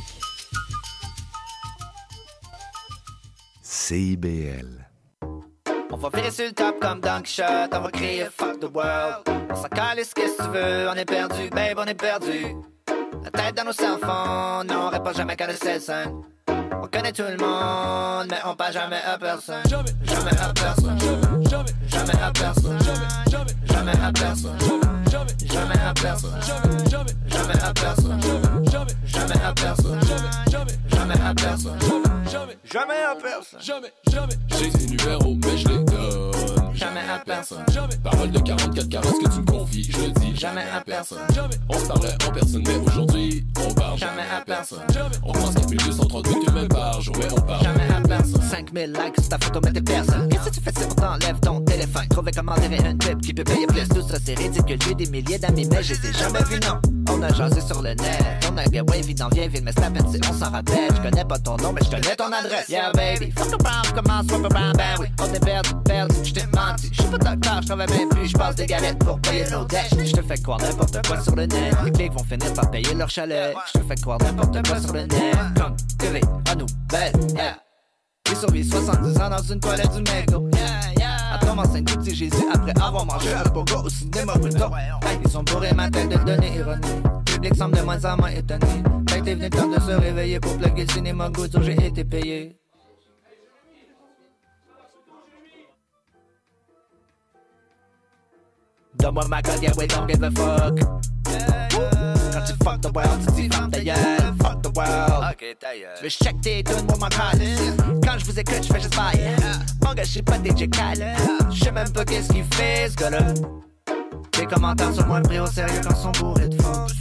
C I B L. On va virer sur le top comme Dunk Shot, on va crier fuck the world. On s'en calisse, qu'est-ce que tu veux, on est perdu, babe, on est perdu. La tête dans nos cell phones, non, on répond jamais quand le cell sonne. On connaît tout le monde, mais on parle jamais à personne. Jamais, jamais à personne. Jamais, jamais, jamais à personne. Jamais, jamais, jamais à personne. Jamais, jamais à personne. Jamais, jamais, jamais à personne. Jamais, jamais, jamais à personne. Jamais, jamais, jamais à personne. Jamais, jamais à personne. Jamais, jamais. J'ai des numéros, mais je les donne. Jamais à personne. Jamais. Parole de quarante-quatre carats, ce que tu me confies, je le dis. Jamais à personne. Jamais. On se parlait en personne, mais aujourd'hui, on parle jamais à personne. Jamais. On pense quatre mille deux cent trente minutes même par jour, mais on parle jamais à personne. cinq mille likes sur ta photo, mais t'es personne. Qu'est-ce que tu fais si on t'enlève ton téléphone? Trouver comment enterrer une pipe qui peut payer plus. Tout ça, c'est ridicule. J'ai des milliers d'amis, mais je les ai jamais vus, non. On a jasé sur le net. On a gars wavy dans vieille ville, mais c'est à peine si on s'en rappelle. Je connais pas ton nom, mais je connais ton adresse. Yeah, baby. Fuck around, commence, fuck around, ben oui. On est perdu, perdu, je t'ai menti. Je suis pas docteur, je travaille même plus. Je passe des galettes pour payer nos dettes. Je te fais croire n'importe quoi sur le net. Les clics vont finir par payer leur chalet. Je te fais croire n'importe quoi sur le net. Comme T V, à nouvelle, yeah. J'ai survécu soixante-dix ans dans une toilette du McDo. Yeah, yeah. À tomber enceinte tout petit Jésus après avoir mangé un burger au cinéma plus tôt. Hey, ils sont bourrés ma tête de donner ironie. Le public semble de moins en moins étonné. Fait que t'es venu le temps de se réveiller pour plugger le cinéma good, j'ai été payé. Donne-moi ma gueule, yeah, we don't give a fuck. Yeah, yeah. Quand tu fuck the world, tu dis fuck ta gueule, fuck the world. Ok, ta gueule. Tu veux check tes tunes pour ma calice. Quand je vous écoute, je fais juste bailler. Mon gars, je suis pas D J Khaled. Je sais même pas qu'est-ce qu'il fait, ce gars-là. Tes commentaires sont moins pris au sérieux quand sont bourrés de fausses.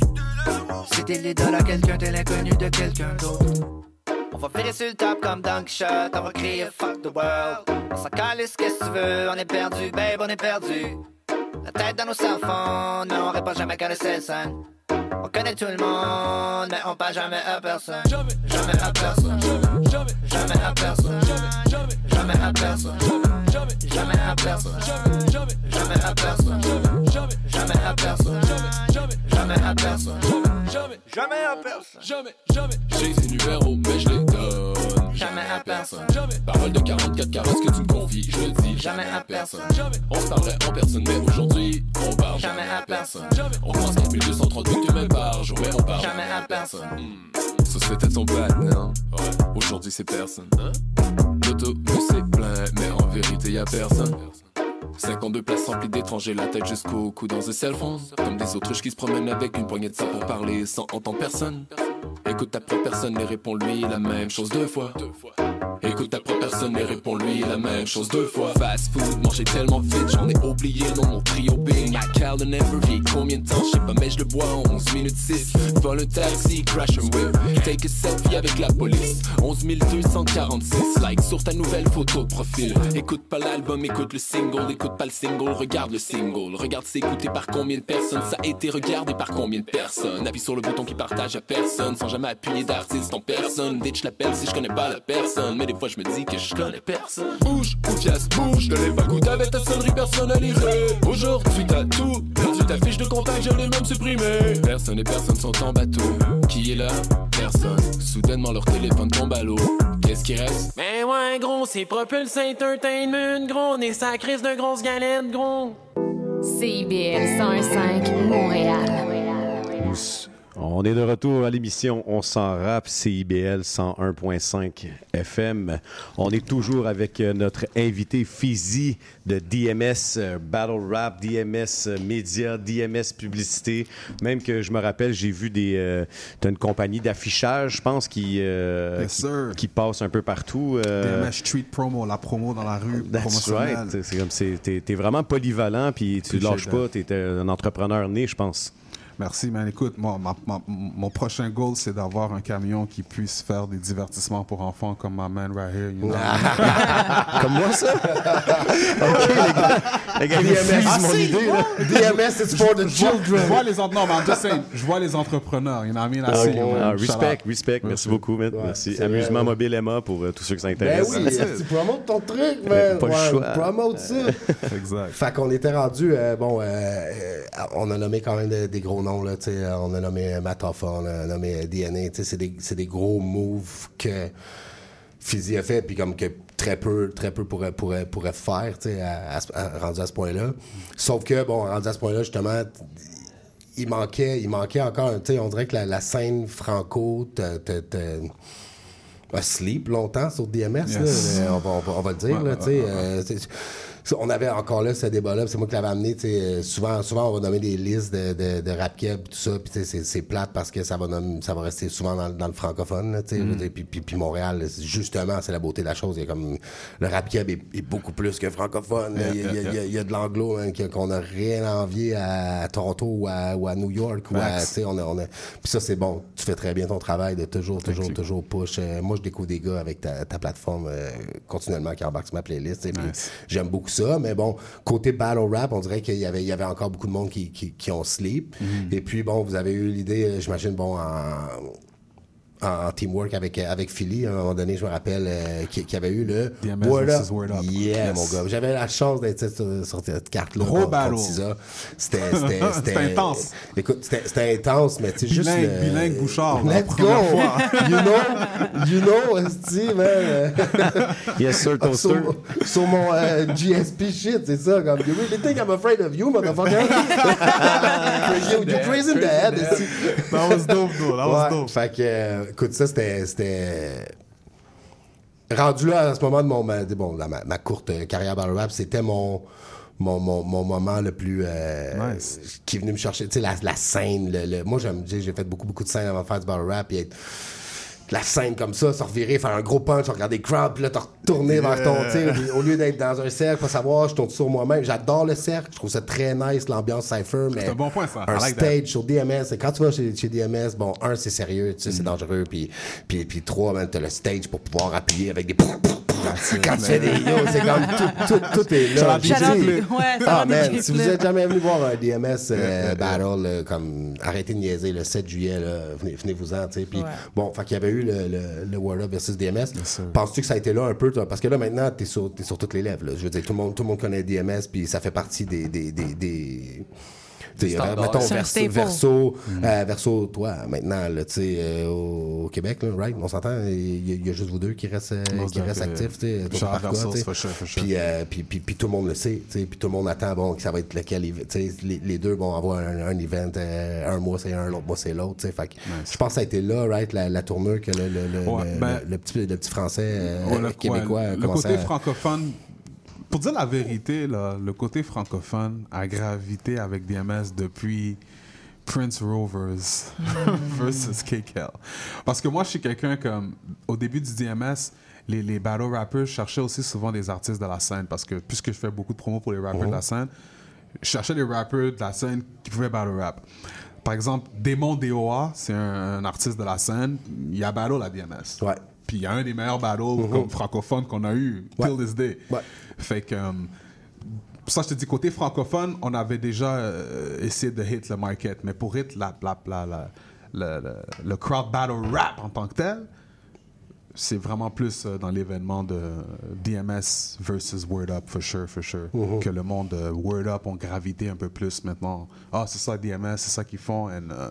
Si t'es l'idole à quelqu'un, t'es l'inconnu de quelqu'un d'autre. On va virer sur le top comme Dunk Shot, on va crier fuck the world. On s'en calisse, qu'est-ce que tu veux, on est perdu, babe, on est perdu. La tête dans nos cell phones, mais on répond jamais quand le cell sonne. On connaît tout le monde, mais on parle jamais à personne. Jamais, jamais à personne. Jamais, jamais, jamais à personne. Jamais, jamais, jamais à personne. Jamais, jamais à personne. Jamais, jamais, jamais à personne. Jamais, jamais, jamais à personne. Jamais, jamais, jamais à personne. Jamais, jamais à personne. Jamais, jamais. J'ai des numéros, mais je les donne. Jamais à personne. Jamais. Parole de quarante-quatre carats, ce que tu me confies, je le dis. Jamais à personne. Jamais. On se parlerait en personne, mais aujourd'hui, on parle jamais à personne. Jamais. On pense quatre mille deux cent trente minutes même par jour, mais on parle jamais à personne. Mmh. Ça c'était ton patin. Ouais. Aujourd'hui c'est personne. Hein? L'autobus c'est plein, mais en vérité y'a personne. cinquante-deux places remplies d'étrangers, la tête jusqu'au cou dans un cell phone. Comme des autruches qui se promènent avec une poignée de sang pour parler sans entendre personne. Écoute ta propre personne et réponds-lui la même chose deux fois. Écoute ta propre personne et réponds-lui la même chose deux fois. Fast food, manger tellement vite, j'en ai oublié le nom, mon trio Bing. Ma Calden Every, combien de temps, je sais pas, mais je le bois en onze minutes six. Vol un taxi, crash and whip, take a selfie avec la police. onze mille deux cent quarante-six likes sur ta nouvelle photo de profil. Écoute pas l'album, écoute le single, écoute pas le single, regarde le single. Regarde c'est écouté par combien de personnes, ça a été regardé par combien de personnes. Appuie sur le bouton qui partage à personne, sans jamais appuyer d'artiste en personne. Ditch l'appelle si je connais pas la personne, mais des fois je me dis que je connais personne. Bouge, confiance, bouge, ne lève pas coup avec ta sonnerie personnalisée. Aujourd'hui t'as tout perdu, ta fiche de contact, je l'ai même supprimée. Personne et personne sont en bateau. Qui est là? Personne. Soudainement leur téléphone tombe à l'eau. Qu'est-ce qui reste? Ben ouais gros, c'est Propulse Entertainment, gros. On est sa crise de grosses galettes, gros. C I B L cent un virgule cinq Montréal. Nous, On est de retour à l'émission On s'en rappe, C I B L cent un virgule cinq F M. On est toujours avec notre invité Fizi de D M S euh, Battle Rap, D M S euh, Média, D M S Publicité. Même que je me rappelle, j'ai vu des... Euh, t'as une compagnie d'affichage, je pense, qui, euh, yes, qui, sir. qui passe un peu partout. Euh... D M S Street Promo, la promo dans la rue, That's promotionnelle. right. C'est comme, c'est, t'es, t'es vraiment polyvalent, puis tu Appreciate lâches pas, t'es un entrepreneur né, je pense. Merci, man. Écoute, moi, ma, ma, mon prochain goal, c'est d'avoir un camion qui puisse faire des divertissements pour enfants comme ma man right here. You know? Comme moi, ça? OK, les gars. Les gars, D M S, ah, mon idée. Là. D M S, it's for the children. Je vois les, non, mais I'm just saying, je vois les entrepreneurs. You know what I mean? I see you, man. Ah, respect, respect. Merci, Merci beaucoup, man. Ouais, Merci. Amusement vrai, Mobile Emma pour euh, tous ceux qui s'intéressent. Ben oui, tu promotes ton truc, man. Pas ouais, le choix. Promote ça. Exact. Fait qu'on était rendu, euh, bon, euh, euh, on a nommé quand même de, des gros noms, là, tu sais. On a nommé Matofa, on a nommé D N A, tu sais, c'est des, c'est des gros moves que Fizi a fait, puis comme que très peu, très peu pourraient pourrait, pourrait faire, tu sais, à, à, à, rendu à ce point-là. Sauf que, bon, rendu à ce point-là, justement, il manquait, il manquait encore, tu sais, on dirait que la, la scène franco te, te, te, a sleep longtemps sur D M S, yes. là, on, va, on, va, on va le dire, ouais, là, tu sais. Ouais, ouais, euh, on avait encore là ce débat-là, c'est moi qui l'avais amené. Souvent, souvent, on va nommer des listes de, de, de rap keb, tout ça, puis c'est, c'est plate parce que ça va, nommer, ça va rester souvent dans, dans le francophone. Là, mm. Puis, puis, puis Montréal, justement, c'est la beauté de la chose. Il y a comme, le rap keb est, est beaucoup plus que francophone. Yeah, il, y a, yeah, il, y a, il y a de l'anglo hein, qu'on n'a rien à envier à, à Toronto ou à, ou à New York. Ou à, on a, on a... Puis ça, c'est bon. Tu fais très bien ton travail de toujours, toujours, Thank toujours you. push. Euh, moi, je découvre des gars avec ta, ta plateforme euh, continuellement qui embarquent sur ma playlist. Nice. J'aime beaucoup ça, mais bon, côté battle rap, on dirait qu'il y avait, il y avait encore beaucoup de monde qui, qui, qui ont sleep. Mm-hmm. Et puis, bon, vous avez eu l'idée, j'imagine, bon, en, en teamwork avec, avec Philly, à un moment donné, je me rappelle, euh, qu'il y avait eu le D M S Word Up. Word Up. Yeah, yes. mon gars. J'avais la chance d'être sur, sur cette carte-là. Gros battle. C'était, c'était, c'était, c'était intense. Écoute, c'était, c'était intense, mais tu sais, juste... Bilingue, le... bilingue Bouchard. Let's go! You know, you know, esti, man. Yes, sir, toaster. Sur, sur mon euh, G S P shit, c'est ça. Comme, you really think I'm afraid of you, motherfucker? you, you crazy in the head, esti. That was dope, though. That was ouais, dope. Fait que, euh, écoute, ça, c'était... c'était... Rendu là, à ce moment de mon, ma, bon, ma, ma courte carrière battle rap, c'était mon, mon, mon, mon moment le plus... Euh, nice. Qui est venu me chercher, tu sais, la, la scène. Le, le, moi, j'aime, j'ai fait beaucoup, beaucoup de scènes avant de faire du battle rap. Et la scène comme ça, se revirer, faire un gros punch, regarder le crowd, puis là, te retourner yeah. vers ton tir. Au lieu d'être dans un cercle, pas savoir, je tourne sur moi-même. J'adore le cercle, je trouve ça très nice, l'ambiance cypher. Mais c'est un bon point, ça. Un like stage that. sur D M S, quand tu vas chez, chez D M S, bon, un, c'est sérieux, tu sais, mm. c'est dangereux. Puis, puis, puis trois, ben, t'as le stage pour pouvoir appuyer avec des... Quand tu fais des yo, c'est comme tout, tout, tout est là. Ouais, ah man, si vous êtes jamais venu voir un D M S euh, battle, là, comme arrêtez de niaiser le sept juillet, là, venez, venez-vous-en, tu sais. Puis ouais. bon, fait qu'il y avait eu le, le, le Word Up versus D M S. Yes, penses-tu que ça a été là un peu, toi? Parce que là maintenant t'es sur, t'es sur toutes les lèvres. Là. Je veux dire, tout le monde, tout le monde connaît D M S, puis ça fait partie des, des, des, des... T'sais, euh, mettons, verso, verso, mm. euh, verso, toi, maintenant, là, tu sais, euh, au Québec, là, right, on s'entend, il y, y a juste vous deux qui restent, euh, qui restent actifs, tu sais, toi, par quoi, tu sais. Puis, euh, puis, puis, puis tout le monde le sait, tu sais, puis tout le monde attend, bon, que ça va être lequel, tu sais, les, les deux vont avoir un, un event, euh, un mois c'est un, l'autre mois c'est l'autre, tu sais, fait que nice. Je pense que ça a été là, right, la, la tournure que le, le, le, ouais, le, ben, le, le, petit, le petit français euh, ouais, le, québécois ouais, le côté à... francophone. Pour dire la vérité, là, le côté francophone a gravité avec D M S depuis Prince Rovers versus K K L. Parce que moi, je suis quelqu'un comme... Au début du D M S, les, les battle rappers cherchaient aussi souvent des artistes de la scène. Parce que puisque je fais beaucoup de promos pour les rappers mm-hmm. de la scène, je cherchais des rappers de la scène qui pouvaient battle rap. Par exemple, Démon D O A, c'est un, un artiste de la scène. Il y a battle à D M S. Ouais. Puis il y a un des meilleurs battles mm-hmm. comme francophones qu'on a eu ouais. till this day. Ouais. Fait que um, pour ça je te dis côté francophone, on avait déjà euh, essayé de hit le market, mais pour hit la, la, la, la, la, la, le crowd battle rap en tant que tel, c'est vraiment plus euh, dans l'événement de D M S versus Word Up, for sure, for sure, mm-hmm. que le monde de Word Up ont gravité un peu plus maintenant. Ah, c'est ça D M S, c'est ça qu'ils font, and uh, yeah.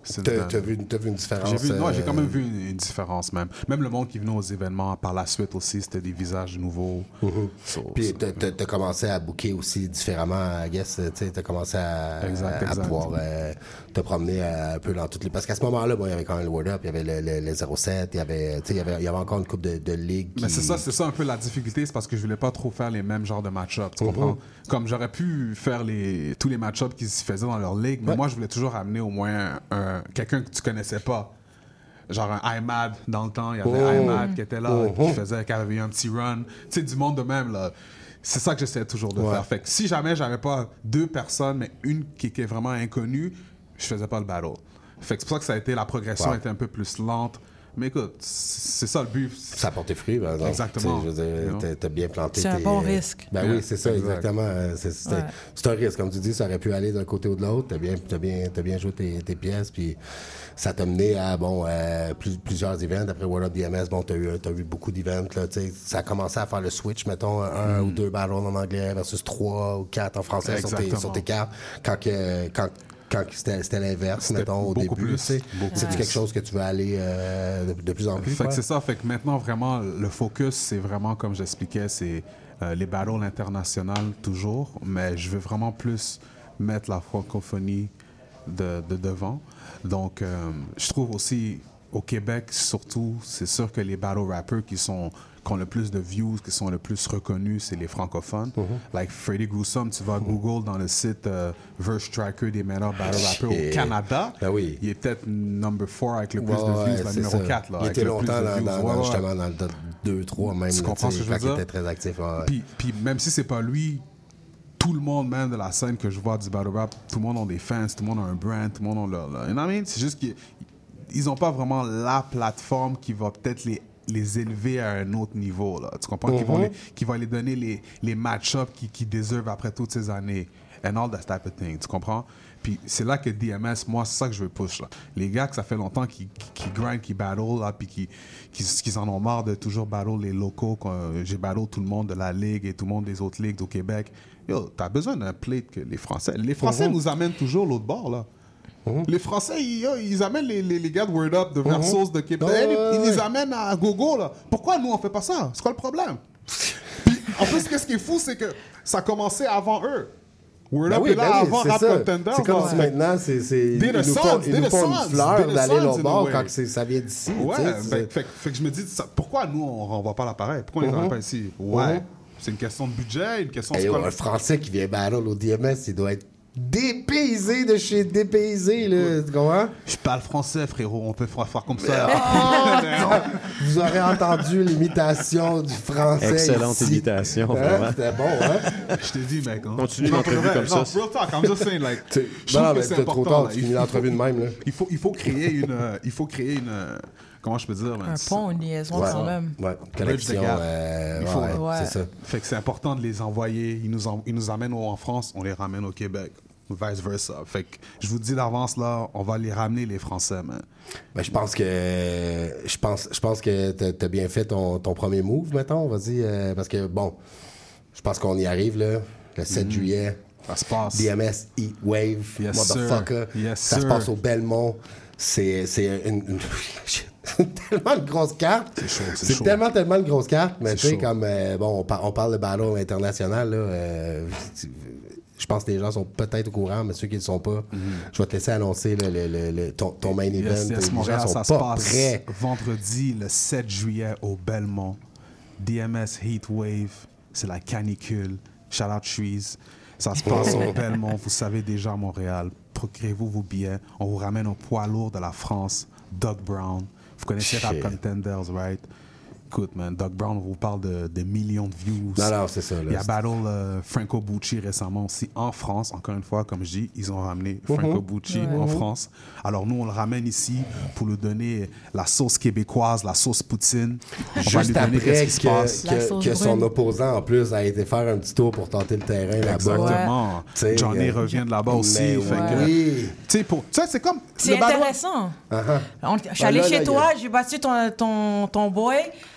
T'as, t'as, vu, t'as vu une différence? J'ai vu, euh... Non, j'ai quand même vu une, une différence même. Même le monde qui venait aux événements par la suite aussi, c'était des visages nouveaux. Mm-hmm. So, Puis so, t'as, t'as, t'as commencé à booker aussi différemment, I guess. T'as commencé à, exact, à, exact. à pouvoir euh, te promener un peu dans toutes les... Parce qu'à ce moment-là, bon, il y avait quand même le Word Up, il y avait le, le, le zéro sept, il y avait, il y avait, il y avait encore une couple de, de ligues. Qui... Mais c'est ça, c'est ça un peu la difficulté, c'est parce que je voulais pas trop faire les mêmes genres de match-up. Tu mm-hmm. comprends? Comme j'aurais pu faire les, tous les match-ups qui se faisaient dans leur ligue, mais ouais. moi, je voulais toujours amener au moins un, quelqu'un que tu connaissais pas. Genre un iMad dans le temps, il y avait oh. iMad qui était là, oh. qui faisait, qui avait eu un petit run. Tu sais, du monde de même, là. C'est ça que j'essayais toujours de ouais. faire. Fait que si jamais j'avais pas deux personnes, mais une qui était vraiment inconnue, je faisais pas le battle. Fait que c'est pour ça que ça a été, la progression wow. était un peu plus lente. Mais écoute, c'est ça le but. Ça a porté fruit, ben non. Exactement. Je veux dire, t'as, t'as bien planté. C'est tes... un bon risque. Ben oui, c'est ça, exact. exactement. C'est, c'est, ouais. c'est un risque. Comme tu dis, ça aurait pu aller d'un côté ou de l'autre. T'as bien, t'as bien, t'as bien joué tes, tes pièces, puis ça t'a mené à bon, euh, plus, plusieurs events. Après World of D M S, bon, t'as eu, t'as eu beaucoup d'events. Là, ça a commencé à faire le switch, mettons, un mm. ou deux battles en anglais versus trois ou quatre en français sur tes, sur tes cartes. Quand, que, quand Quand c'était, c'était l'inverse, c'était mettons, au début. Plus, c'est c'est quelque chose que tu veux aller euh, de, de plus en plus. Fait que c'est ça. Fait que maintenant, vraiment, le focus, c'est vraiment, comme j'expliquais, c'est euh, les battles internationales toujours, mais je veux vraiment plus mettre la francophonie de, de devant. Donc, euh, je trouve aussi, au Québec, surtout, c'est sûr que les battle rappers qui sont... qui ont le plus de views, qui sont le plus reconnus, c'est les francophones. Mm-hmm. Like Freddy Gruesome, tu vas mm-hmm. Google dans le site euh, Verse Tracker des meilleurs battle rappers au Canada. Ben oui. Il est peut-être number four avec le plus ouais, de views, ouais, la numéro quatre. Là, il était longtemps dans, dans, ouais, dans, ouais. justement dans le top deux trois même. Tu là, comprends ce que je veux dire? Il était très actif. Ouais. Puis, puis même si c'est pas lui, tout le monde, même de la scène que je vois du battle rap, tout le monde a des fans, tout le monde a un brand, tout le monde a leur... leur you know what I mean? C'est juste qu'ils n'ont pas vraiment la plateforme qui va peut-être les les élever à un autre niveau, là. Tu comprends? Mm-hmm. Qui, vont les, qui va les donner les, les match-ups qui, qui déservent après toutes ces années. And all that type of thing. Tu comprends? Puis c'est là que D M S, moi, c'est ça que je veux push, là. Les gars que ça fait longtemps qui, qui, qui grind, qui battle, là, puis qui, qui, qui en ont marre de toujours battle les locaux. Quand, euh, j'ai battle tout le monde de la Ligue et tout le monde des autres ligues au Québec. Yo, t'as besoin d'un plate que les Français... Les Français mm-hmm. nous amènent toujours l'autre bord, là. Mm-hmm. Les Français, ils, ils amènent les, les, les gars de Word Up, de Versos, mm-hmm. de Québec. Oh, ils, ils les amènent à gogo, là. Pourquoi nous, on fait pas ça? C'est quoi le problème? Puis, en plus, qu'est-ce qui est fou, c'est que ça a commencé avant eux. Word ben Up oui, est là ben avant oui, Rap Contenders. C'est comme si maintenant, c'est, c'est, ils nous font, ils nous font une fleur d'aller l'autre bord quand c'est, ça vient d'ici. Ouais, ben, fait, fait que je me dis, ça, pourquoi nous, on ne renvoie pas l'appareil? Pourquoi on ne les ramène pas ici? Ouais. C'est une question de budget, une question de... Hey, un Français qui vient battle au D M S, il doit être dépaysé de chez dépaysé, là, tu comprends? Je parle français, frérot, on peut faire comme ça. Oh! Vous aurez entendu l'imitation du français. Excellente ici. imitation, hein? vraiment. C'était bon, hein? Je t'ai dit, mec. Hein? Continue l'entrevue comme non, ça. Real talk, I'm just saying, like, je non, trouve mais que c'est t'as important. trop tard, Là. tu finis l'entrevue de même, là. Il faut, il faut créer une... Euh, il faut créer une... Euh, comment je peux dire? Un pont, une liaison ouais, quand même. Ouais, connexion. Euh, il faut, ouais, ouais. c'est ça. Fait que c'est important de les envoyer. Ils nous, en, ils nous amènent en France, on les ramène au Québec. Vice versa. Fait que je vous dis d'avance, là, on va les ramener, les Français, man. Ben, je pense que je pense, je pense que t'as, t'as bien fait ton, ton premier move, mettons, vas-y. Euh, parce que, bon, je pense qu'on y arrive, là, le sept mm-hmm. juillet. Ça se passe. D M S Heat Wave, yes, motherfucker. Yes, ça sir. se passe au Belmont. C'est, c'est une, une... tellement une grosse carte. C'est chaud, c'est, c'est chaud. tellement, tellement une grosse carte. Mais tu sais, comme, euh, bon, on, par, on parle de battle international, là. Euh, je pense que les gens sont peut-être au courant, mais ceux qui ne le sont pas, mm-hmm. je vais te laisser annoncer là, le, le, le, ton, ton main event. Yes, yes, les Montréal, gens sont ça pas se passe prêts. vendredi, le sept juillet, au Belmont. D M S Heat Wave, c'est la canicule. Shout out Trees. Ça se passe au Belmont. Vous savez déjà à Montréal. Procurez-vous vos billets. On vous ramène au poids lourd de la France, Doug Brown. Vous connaissez Rap Contenders, right? Écoute, man, Doug Brown vous parle de, de millions de views. Non, non, c'est ça. Là, il y a battle euh, Franco Bucci récemment aussi en France. Encore une fois, comme je dis, ils ont ramené Franco mm-hmm. Bucci ouais. en France. Alors nous, on le ramène ici pour lui donner la sauce québécoise, la sauce poutine. On Juste va lui donner après ce qui que, se passe. que, que son opposant, en plus, a été faire un petit tour pour tenter le terrain là-bas. Exactement. Ouais. Johnny euh, revient de là-bas aussi. Ouais. Que, oui. Tu sais, pour, c'est comme... C'est intéressant. Uh-huh. On, je suis allé chez toi, j'ai battu ton, ton, ton boy.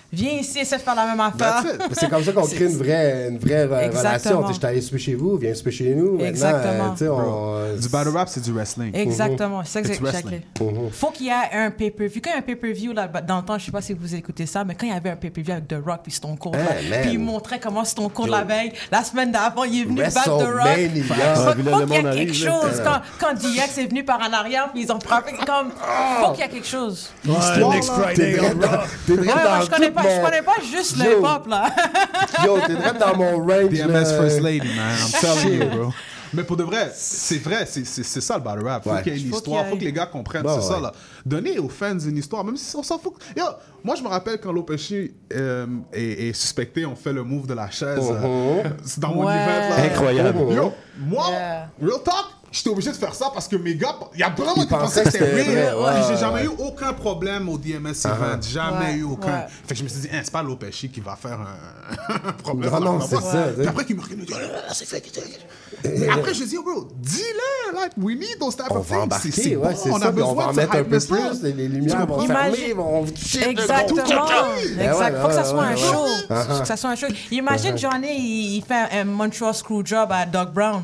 Viens ici, essaie de faire la même affaire. C'est comme ça qu'on crée une vraie, une vraie relation. Je suis allé souper chez vous, viens souper chez nous. Exactement. Euh, on... Du battle rap, c'est du wrestling. Exactement. Mm-hmm. C'est ça que j'ai wrestling. Mm-hmm. Faut qu'il y ait un pay-per-view. Quand il y a un pay-per-view, là, dans le temps, je sais pas si vous écoutez ça, mais quand il y avait un pay-per-view avec The Rock puis Stone Cold, hey, là, puis il montrait comment Stone Cold la veille, la semaine d'avant, il est venu battre The Rock. Faut, faut qu'il y ait quelque chose. Quand, quand D X est venu par en arrière, puis ils ont frappé, comme, faut qu'il y ait quelque chose. L'histoire, next Friday, ouais, moi, je connais pas, je connais pas juste le hip-hop, là. Yo, t'es direct dans mon range. D M S First Lady, man. I'm telling you, bro. Mais pour de vrai, c'est vrai, c'est, c'est, c'est ça le battle rap. Faut ouais. qu'il y ait une faut histoire, il faut que les gars comprennent, bon, c'est ouais. ça là. Donner aux fans une histoire, même si on s'en fout. Yo, moi je me rappelle quand Lopechi euh, est, est suspecté, on fait le move de la chaise uh-huh. euh, dans mon ouais. event là. Incroyable. Yo, moi, yeah. real talk. J'étais obligé de faire ça parce que mes gars, il y a vraiment qui pensaient que c'était vrai. Ouais, j'ai jamais eu aucun problème au D M S uh-huh. event. Jamais ouais, eu aucun. Ouais. Fait que je me suis dit, hein, c'est pas Lopechi qui va faire un problème. Non, non, c'est ouais. ça. Puis après, qu'il me regarde, il me dit, oh, c'est fait. Mais après, je dis, oh, bro, dis-le, like, we need those type on of va things. Embarquer, c'est, c'est ouais, bon, c'est on ça, a besoin on va en mettre un peu plus, les, les lumières vont fermer, vont exactement. Exact. Faut que ça soit un show. Faut que ça soit un show. Imagine Johnny, il fait un Montreal Screwjob à Doc Brown.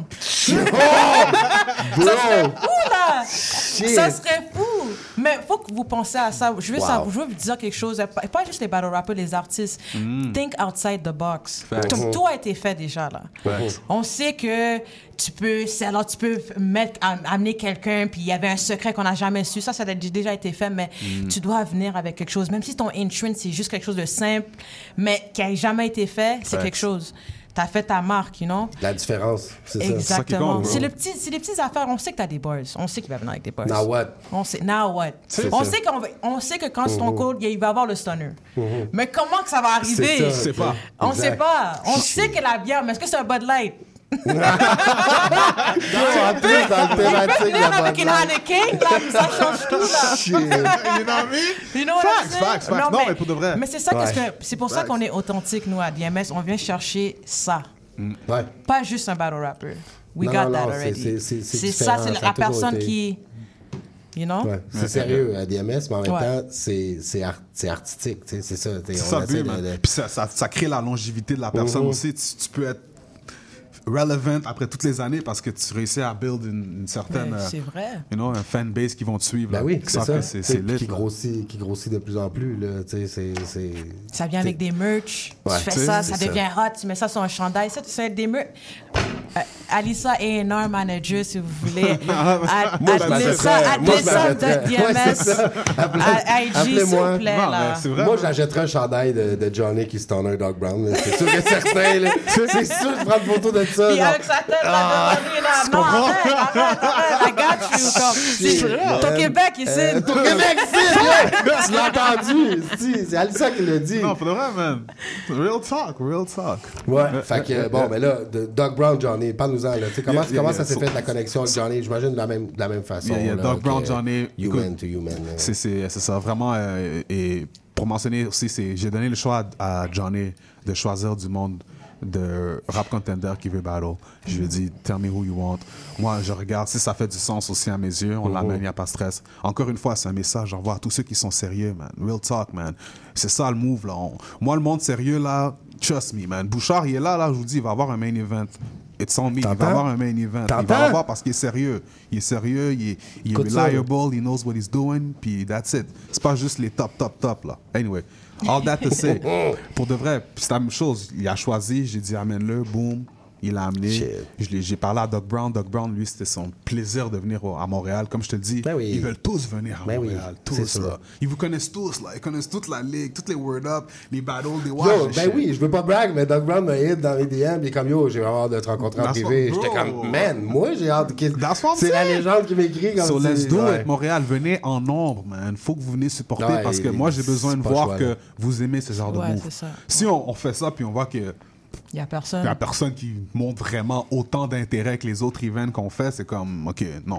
Ça serait fou, là! Shit. Ça serait fou! Mais faut que vous pensiez à ça. Je veux, wow. ça, je veux vous dire quelque chose. Pas juste les battle rappers, les artistes. Mm. Think outside the box. Tout, tout a été fait déjà, là. Facts. On sait que tu peux, alors tu peux mettre, amener quelqu'un, puis il y avait un secret qu'on n'a jamais su. Ça, ça a déjà été fait, mais mm. tu dois venir avec quelque chose. Même si ton entrance, c'est juste quelque chose de simple, mais qui n'a jamais été fait, c'est Facts. quelque chose. T'as fait ta marque, you know? La différence, c'est Exactement. ça. Exactement. C'est, le petit, c'est les petites affaires. On sait que t'as des bars. On sait qu'il va venir avec des bars. Now what? On sait. Now what? C'est on ça. sait qu'on va, on sait que quand mm-hmm. Stone Cold, il va avoir le stunner. Mm-hmm. Mais comment que ça va arriver? C'est ça. C'est pas. On exact. sait pas. On sait que la bière, mais est-ce que c'est un Bud Light? non, en plus, dans le thématique, il y a pas avec une Heineken, là, ça change tout, là. You know what I mean? You know facts, what I'm facts, facts. Non, non, mais, mais pour de vrai. Mais c'est ça, ouais. que c'est pour facts. ça qu'on est authentique, nous, à D M S. On vient chercher ça. Mm. Ouais. Pas juste un battle rapper. We non, got non, that non, already. C'est, c'est, c'est, c'est ça, c'est ça la personne été... qui... You know? Ouais. C'est sérieux à D M S, mais en même ouais. temps, c'est, c'est, art, c'est artistique. C'est ça. C'est ça, but, de... Puis ça, ça, ça crée la longévité de la personne mm-hmm. aussi. Tu, tu peux être relevant après toutes les années parce que tu réussis à build une, une certaine mais c'est vrai. You know, un fanbase qui vont te suivre. Ben là, oui, c'est ça. C'est, c'est lit, qui, grossit, qui grossit de plus en plus. Là. C'est, c'est, ça vient avec des merch. Ouais, tu fais ça, ça devient ça. hot. Tu mets ça sur un chandail. Ça, c'est des merch. Euh, Alissa est un manager, si vous voulez. Alissa de D M S. I G, s'il vous plaît. Non, là. Moi, j'achèterais un chandail de, de Johnny qui stunner Doc Brown. Là. C'est sûr que certain. Là. C'est sûr que je prends une photo de ça. Puis avec sa tête, ah, là, non, arrête, arrête, arrête, I got you. Comme, c'est ton Québec ici. Euh, ton Québec ici, tu l'as entendu. C'est Alissa qui l'a dit. Non, pour de vrai, man. Real talk, real talk. Ouais, euh, fait que, euh, bon, mais là, de Doc Brown, Johnny, parle-nous-en, là. Comment, yeah, yeah, comment yeah. ça s'est so, fait, la connexion avec Johnny? J'imagine de la même, de la même façon. Yeah, yeah, là, Doc Brown, que, Johnny. Human écoute, to human. C'est, c'est, c'est ça, vraiment. Euh, et pour mentionner aussi, c'est, j'ai donné le choix à, à Johnny de choisir du monde de rap contender qui veut battle. Je lui ai dit, tell me who you want. Moi, je regarde si ça fait du sens aussi à mes yeux. On mm-hmm. l'amène, il n'y a pas de stress. Encore une fois, c'est un message. J'envoie à tous ceux qui sont sérieux, man. Real talk, man. C'est ça le move, là. On... Moi, le monde sérieux, là, trust me, man. Bouchard, il est là, là, je vous dis, il va avoir un main event. It's on me. T'entends? Il va avoir un main event. T'entends? Il va avoir parce qu'il est sérieux. Il est sérieux, il est, il est reliable, he knows what he's doing, puis that's it. C'est pas juste les top, top, top, là. Anyway. All that to say, pour de vrai, c'est la même chose. Il a choisi, j'ai dit amène-le, boum, il l'a amené. Je l'ai, j'ai parlé à Doc Brown. Doc Brown, lui, c'était son plaisir de venir au, à Montréal. Comme je te le dis, ben oui. ils veulent tous venir à ben Montréal. Oui. Tous, là. Ils vous connaissent tous, là. Ils connaissent toute la ligue, toutes les word up, les battles, les watch. Yo, ben shit. Oui, je veux pas brag, mais Doc Brown m'a hit dans les D M. Il est comme yo, j'ai vraiment hâte de te rencontrer en privé. J'étais comme, man, moi, j'ai hâte de. C'est la légende qui m'écrit comme ça. So let's do it, Montréal. Venez en nombre, man. Faut que vous venez supporter ouais, parce que moi, j'ai besoin de voir choix, que là. Vous aimez ce genre ouais, de move. Si on, on fait ça, puis on voit que. Il n'y a personne. Il n'y a personne qui montre vraiment autant d'intérêt que les autres events qu'on fait. C'est comme, OK, non.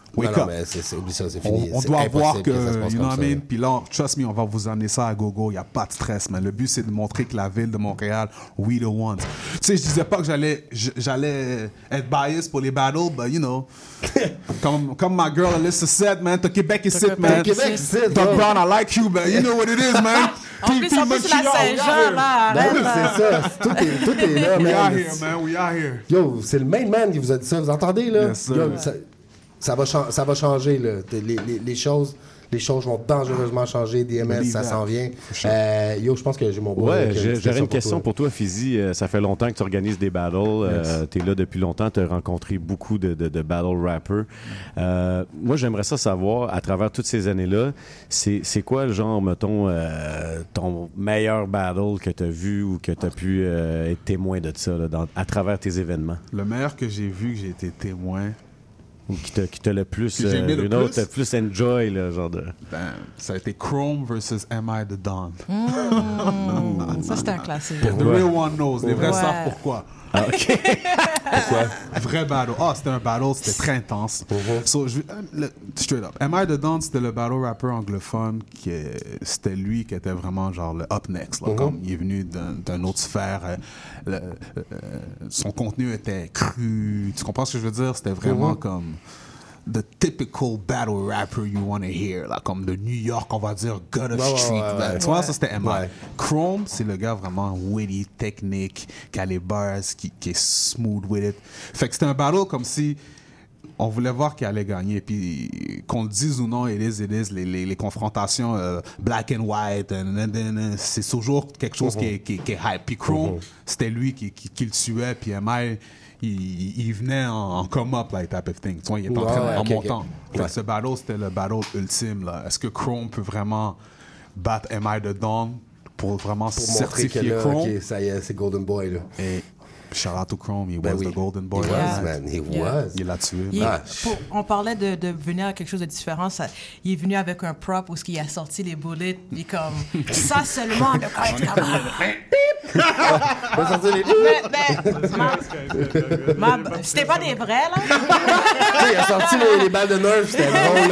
Wake non, up. Non, mais c'est, c'est, oublie ça, c'est On, fini. on c'est doit voir que, que ça se passe you know comme what I ça. mean? Puis là, trust me, on va vous amener ça à gogo. Il n'y a pas de stress, man. Le but, c'est de montrer que la ville de Montréal, we the ones. Tu sais, je disais pas que j'allais, j'allais être biased pour les battles, but you know, comme, comme ma girl Alyssa said, man, t'as Québec ici, man. Québec ici, Doc Brown, I like you, but you know what it is, man. En plus, en plus, la Saint-Jean, là, Ben arrête, oui, là. c'est ça. Tout est, tout est là, We man. are here, man. We are here. Yo, c'est le main man qui vous a dit ça. Vous entendez, là? Yes, sir. Yo, ça, ça, va chan- ça va changer, là. Les, les, les choses... Les choses vont dangereusement changer. D M S, ça s'en vient. Euh, yo, je pense que j'ai mon boy. Ouais, j'ai, j'aurais une question pour toi, Fizi. Euh, ça fait longtemps que tu organises des battles. Euh, tu es là depuis longtemps. Tu as rencontré beaucoup de, de, de battle rappers. Euh, moi, j'aimerais ça savoir, à travers toutes ces années-là, c'est, c'est quoi le genre, mettons, euh, ton meilleur battle que tu as vu ou que tu as pu euh, être témoin de ça là, dans, à travers tes événements? Le meilleur que j'ai vu, que j'ai été témoin... Ou qui t'a, qui t'a le plus, Que j'ai aimé euh, le une autre, plus? t'as plus enjoy, là, genre de... Ben, ça a été Chrome versus Am I the Don. Mmh, ça, c'était un classique. The real one knows. Les vrais Ouais. savent pourquoi. Ah, OK. Pourquoi? Vrai battle. Ah, c'était un battle, c'était très intense. So, je, le, straight up. Am I the Don, c'était le battle rapper anglophone. Qui est, c'était lui qui était vraiment genre le up next. Là, Mm-hmm. comme il est venu d'un, d'un autre sphère. euh, le, euh, son contenu était cru. Tu comprends ce que je veux dire? C'était vraiment Mm-hmm. comme... the typical battle rapper you want to hear, là, comme de New York, on va dire God of Ouais, Street. ouais, là. ouais. Tu vois, Ouais. ça c'était M I. Ouais. Chrome, c'est le gars vraiment witty, technique, qui a les bars, qui, qui est smooth with it. Fait que c'était un battle comme si on voulait voir qui allait gagner. Puis qu'on le dise ou non, it is, it is, les, les, les confrontations euh, black and white, and, and, and, and, c'est toujours quelque chose qui, est, qui, est- qui est hype. Puis Chrome, c'était lui qui, qui, qui le tuait, puis M I, il, il venait en, en come-up, like, type of thing. Tu vois, il était en, Ouais, train- ouais, en ok, montant. ok. Fait que Ouais. ce battle, c'était le battle ultime. Là. Est-ce que Chrome peut vraiment battre M I the Dawn pour vraiment Pour montrer que certifier là, Chrome? OK, ça y est, c'est Golden Boy, là. Et shout out to Chrome, he Ben was oui. the golden boy. He was, man. He Yeah. was. Il l'a tué. Il est- Ah. pour- on parlait de, de venir à quelque chose de différent. Ça- il est venu avec un prop où il a sorti les bullets. Il est comme ça seulement. De quoi être comme. Va sortir les- Mais, mais, ma- ma- c'était pas des vrais, là? Tu sais, il a sorti les, les balles de Nerf, c'était drôle,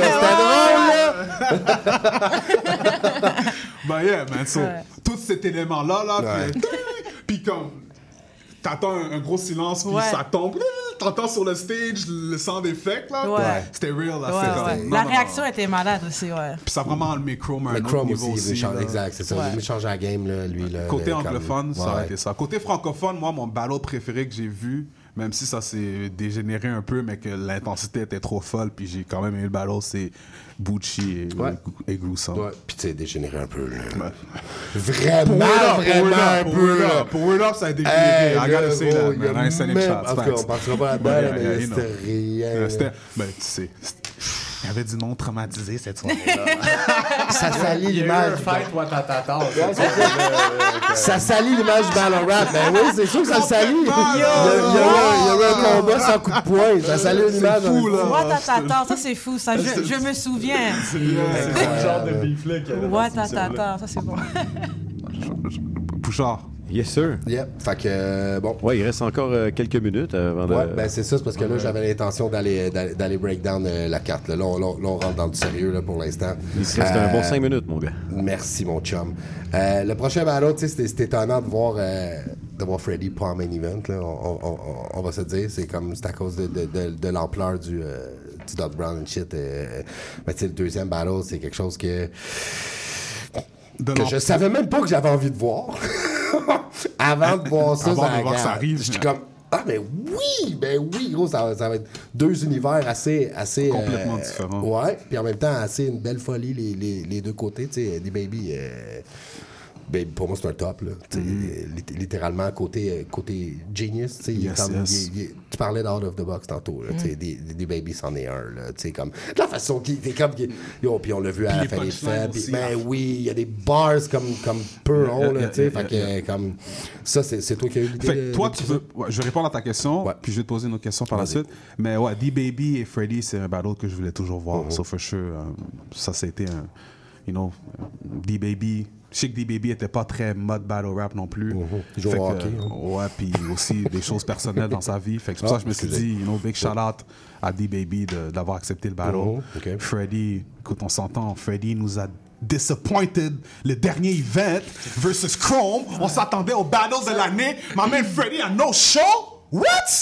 là. C'était drôle, là. Ben yeah, man. So, Ouais. tout cet élément-là, là, Ouais. puis, puis comme, t'entends un, un gros silence, puis Ouais. ça tombe. T'entends sur le stage le sound effect, là. Ouais. C'était real, là. Ouais, c'était ouais. comme- La non, non, réaction non. était malade aussi, ouais. Puis ça a vraiment enlevé Chrome à un Mais autre Chrome niveau aussi, il veut aussi. changer. là. Exact, c'est ça. Ouais. Il veut changer la game, là, lui. Là, Côté le- anglophone, comme- ça a ouais. été ça. Côté francophone, moi, mon battle préféré que j'ai vu, même si ça s'est dégénéré un peu, mais que l'intensité était trop folle, puis j'ai quand même aimé le battle, c'est Bucci et, Ouais. et Gruesome. Ouais, puis tu sais, dégénéré un peu, là. Ouais. Vraiment, Pour Word Up, vraiment un pour peu, Word là. Up, pour Word Up, ça a dégénéré. Hey, I gotta là, say gros, that, il y a man. I ain't sending même- shots. En tout cas, facts. on partira pas là-dedans, Ouais, là, yeah, mais yeah, you c'était know. rien. Euh, là. C'était, ben, tu sais, c'était- il y avait du nom traumatisé cette soirée-là. Ça salit Il y a eu l'image. un fight, toi, ta ta ta. Ça salit l'image du battle rap. Ben oui, c'est sûr que ça salit. Il y a, il y a Yo! eu un- il y a eu un combat sans coup de poing. Ça salit l'image. fou, là. What attends, ça c'est fou, ça. Je, je me souviens. C'est le genre de beef-là qu'il y avait dans What cette émission-là. attends, ça c'est bon. Pouchard. Yes, sir. Yep. Fait que, euh, bon. Ouais, il reste encore euh, quelques minutes avant de... Ouais, ben c'est ça, c'est parce que là, j'avais l'intention d'aller, d'aller, d'aller break down euh, la carte. Là, là, on, là, on rentre dans du sérieux là, pour l'instant. Il te reste un bon cinq minutes, mon gars. Merci, mon chum. Euh, le prochain battle, tu sais, c'était, c'était étonnant de voir, euh, de voir Freddy pas en main event. Là, on, on, on, on va se dire. C'est comme, c'est à cause de, de, de, de l'ampleur du, euh, du Doc Brown and shit. Euh, mais tu sais, le deuxième battle, c'est quelque chose que... De que l'am- je savais même pas que j'avais envie de voir. Avant de voir ça, Avant ça de voir que ça regarde. arrive. J'étais comme, ah, mais oui, ben oui, gros, ça, va- ça va être deux univers assez. assez Complètement euh, différents. Ouais, puis en même temps, assez une belle folie, les, les, les deux côtés. Tu sais, des baby. Euh, ben, pour moi, c'est un top, là. Tu sais, lit- littéralement, côté, euh, côté genius, tu sais, il est Yes, comme- yes. il est- il est- tu parlais d'out of the box tantôt, là, tu sais, des, des baby, c'en est un, là, tu sais, comme, de la façon qu'il était comme, qu'il- yo, puis on l'a vu à Puis la les fin des punchlines fêtes, puis aussi, ben hein. oui, il y a des bars comme, comme peu Yeah, ronds, là, yeah, tu sais, yeah, fait que, yeah, yeah. comme, ça, c'est, c'est toi qui as eu l'idée. Fait de- que toi, de tu ça? veux. Ouais, je vais répondre à ta question, Ouais. puis je vais te poser une autre question par la Vas-y. suite. Mais ouais, D-Baby et Freddy, c'est un battle que je voulais toujours voir. Mhm. So for sure, euh, ça, c'était un. you know, D-Baby. Je sais que D-Baby était pas très mode battle rap non plus. Mm-hmm. Il joue au hockey. Hein. Ouais, puis aussi des choses personnelles dans sa vie. Fait que c'est pour Ah, ça que je me suis dit, you know, big shout out à D-Baby de, d'avoir accepté le battle. Mm-hmm. Okay. Freddie, écoute, on s'entend, Freddie nous a disappointed le dernier event versus Chrome. On s'attendait au battle de l'année. My man Freddie a no show? What?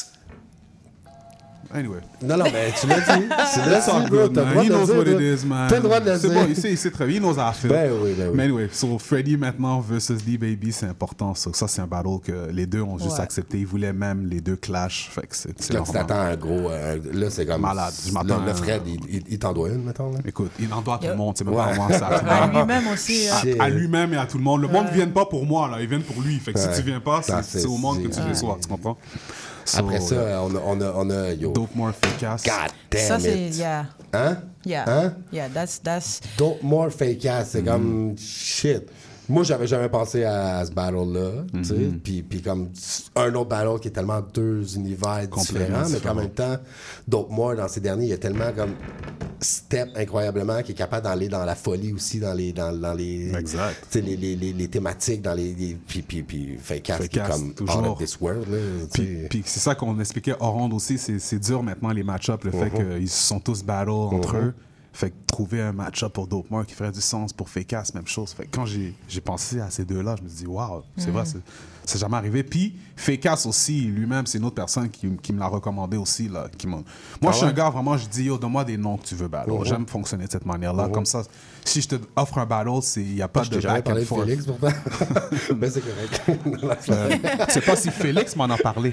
Anyway. Non, non, mais tu l'as dit. Tu l'as dit, bro. T'as le droit He de knows le what dire. it is, man. T'as le droit de le C'est dire. bon, il sait, il sait très bien. He knows how I feel. Ben oui, ben oui. Mais anyway, so Freddie maintenant versus D-Baby, c'est important. So, ça, c'est un battle que les deux ont juste Ouais. accepté. Ils voulaient même les deux clash. Fait que c'est, c'est Quand tu normal. t'attends à un gros. euh, là, c'est comme. Malade. Je m'attends Le, le à- Fred, il, il, il t'en doit une, mettons. Là. Écoute, il en doit à tout Yo. le monde. C'est même Ouais. pas moi, ça. À tout le À monde. lui-même aussi. hein. Shit. À, à lui-même et à tout le monde. Le monde ne Ouais. vient pas pour moi, là. Ils viennent pour lui. Fait que Ouais. si tu viens pas, c'est, Ah, c'est c'est- au monde que c'est- tu reçois. Tu comprends? So, Après ça, yeah. on a. On a, on a yo. Dope More Fake-Ass. God damn Ça, c'est. it. Yeah. Hein? Yeah. Hein? Yeah, that's. that's Dope More Fake Ass, c'est comme shit. Moi, j'avais jamais pensé à, ce battle-là, tu sais. Puis, puis comme un autre battle qui est tellement deux univers Complètement différents, mais différent. qu'en même temps, Dope More, dans ces derniers, il y a tellement comme step incroyablement qui est capable d'aller dans la folie aussi, dans les, dans, dans les, Exact. tu sais, les, les, les, les thématiques, dans les, les puis, puis, puis Fake Ass qui est Fake Ass, comme toujours. out of this world, là, tu Puis, sais. puis c'est ça qu'on expliquait hors ronde aussi, c'est, c'est dur maintenant les match-ups, le fait Mhm. qu'ils sont tous battle entre Mhm. eux. Fait que trouver un match-up pour Dope More qui ferait du sens pour Fake-Ass, même chose. Fait que quand j'ai, j'ai pensé à ces deux-là, je me suis dit, waouh, c'est Mhm. vrai, c'est, c'est jamais arrivé. Puis Fake-Ass aussi, lui-même, c'est une autre personne qui, qui me l'a recommandé aussi. Là, qui m'a... Moi, Ah je suis ouais? un gars, vraiment, je dis, yo, donne-moi des noms que tu veux battle. Mhm. J'aime fonctionner de cette manière-là. Mhm. Comme ça, si je te offre un battle, il n'y a pas Je de t'ai jamais back and parlé de forth. Félix, pourtant. Ben, c'est correct. Euh, je sais pas si Félix m'en a parlé.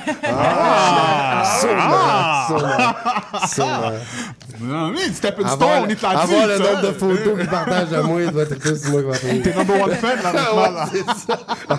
Ah! Sûrement, sûrement, sûrement. Non, mais step and Avoir, stone, il te l'a dit. avoir le ça. nombre de photos qu'il partage à moi, il doit être plus moi qui va faire. T'es number one fan, là, Ah maintenant, là. ouais, c'est ça.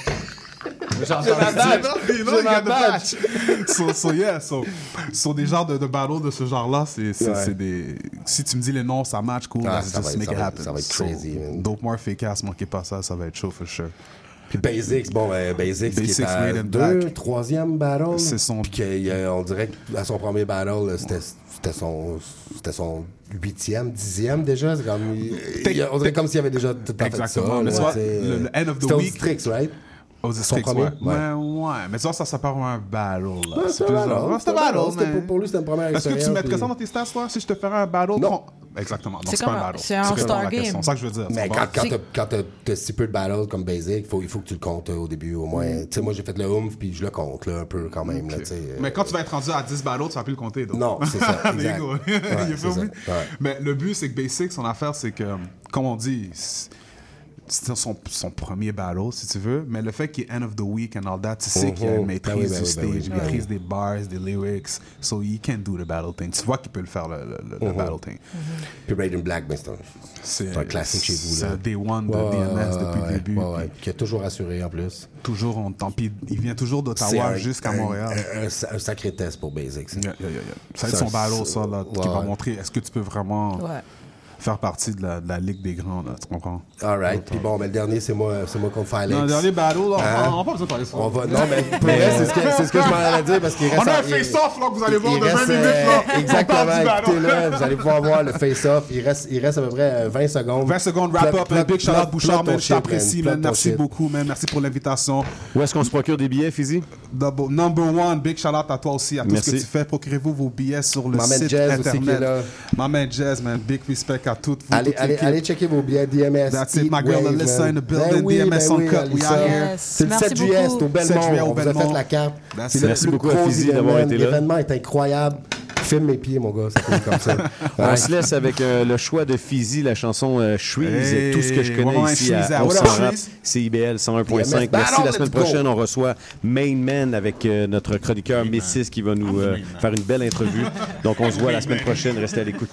J'ai ma badge. J'ai ma badge. So, so yeah, so, so des genres de, de battles de ce genre-là, c'est, c'est, Ouais. c'est des... Si tu me dis les noms, ça match, cool. Ah, let's ça va just être- make ça it va happen. être- ça va être So, crazy, man. Dope More Fake-Ass, manquez pas ça, ça va être chaud, for sure. Puis Basics, bon, ben, Basics, qui Basics est à Made in deux, Black. troisième battle. C'est son- Puis qu'on dirait qu'à son premier battle, là, c'était, c'était, son, c'était son huitième, dixième déjà. C'est comme, il- il- on dirait comme s'il avait déjà tout à fait ça. Exactement. Mais là, tu vois, tu sais. le, le end of the C'était aux week... Strix, right? Aux Son Strix, premier, ouais. ouais. Ouais, ouais. Mais tu vois, ça, ça part un battle, là. Ouais, c'est un plus battle. genre- Ouais, C'est un battle. C'était mais- pour- pour lui, c'était une première Est-ce que expérience. tu mettrais puis- ça dans tes stats, toi, si je te ferais un battle? Non. con- Exactement. Donc, C'est c'est comme pas un un- battle. c'est un Tu réponds à All-Star la question. game. C'est ça que je veux dire. Mais tu quand, comprends? quand, t'as, quand t'as, t'as si peu de battle comme Basic, il faut, il faut que tu le comptes euh, au début au moins. Tu sais, moi j'ai fait le oomph puis je le compte là, un peu quand même. Là, tu sais, euh, Mais quand tu vas être rendu à dix battles, tu vas plus le compter. Donc. Non, c'est ça, There exact. you go. Ouais, You c'est feel ça, me? ouais. Mais le but, c'est que Basic, son affaire, c'est que, comme on dit, c'est- c'était son, son premier battle, si tu veux. Mais le fait qu'il est end of the week and all that, tu sais Mhm. qu'il y a une Ben maîtrise oui, ben du oui, ben stage, oui, une ben oui. maîtrise des bars, des lyrics. So he can do the battle thing. Tu vois qu'il peut le faire, le, le, le- le Mhm. battle thing. Puis Raiden Black, ben, c'est, un, C'est, c'est un classique chez vous. C'est Là. un day one de Ouais, D M S ouais, depuis ouais, le début. ouais, ouais. puis Qui a toujours assuré en plus. Toujours, on, tant pis, il vient toujours C'est d'Ottawa un- jusqu'à un- Montréal. Un, un- un sacré test pour Basic. Ça, Yeah, yeah, yeah, yeah. Ça va être Ça, son battle, c'est- ça, là, qui ouais, va ouais. montrer est-ce que tu peux vraiment Ouais. faire partie de la, de la Ligue des Grands, là, tu comprends? All right. Puis bon, mais le dernier, c'est moi, c'est moi contre Filex. Non, le dernier battle, là, Hein? on n'a pas besoin de parler de ça. On va, non, mais pour vrai, c'est ce que, c'est ce que je m'en allais dire parce qu'il reste. On a un il- face-off, là, que vous allez voir il de reste, vingt minutes, euh, là. On parle Exactement, du battle. écoutez-le, vous allez pouvoir voir le face-off. Il reste, il reste à peu près euh, vingt secondes. vingt secondes, wrap Plug- up, un plug- big shout-out plug- Bouchard, plug ton man, je shit, t'apprécie, man. man, Plug ton merci shit. beaucoup, man, merci pour l'invitation. Où est-ce qu'on se procure des billets, Fizzy? Double- number one, big shout-out à toi aussi, à tout Merci. ce que tu fais. Procurez-vous vos billets sur le Ma man site Jazz aussi qui est internet. là. Ma man Jazz, man, big respect à toutes vous. Allez, toute allez, l'équipe. allez checker vos billets D M S. That's it, my Heat girl Wave, Alyssa man. in the building, Ben oui, D M S ben on oui, cut, we Alyssa. out here. Yes. C'est le Merci sept juillet, beaucoup. c'est au sept juillet Belmont. au On vous a fait Belmont. la carte. That's C'est it. le Merci plus beaucoup à gros Fizzy d'avoir événement. été là. L'événement est incroyable. Filme mes pieds, mon gars. Ça fait comme ça. On Ouais. se laisse avec euh, le choix de Fizzy, la chanson euh, Shreeze, Hey, tout ce que je connais ouais, ici Shreeze, à what On up, s'en rap, Shreeze? C I B L cent un point cinq. D M S Merci. Battle, La semaine let's go. prochaine, on reçoit Main Man avec euh, notre chroniqueur Messis qui va nous euh, faire une belle entrevue. Donc, on se voit la semaine prochaine. Restez à l'écoute.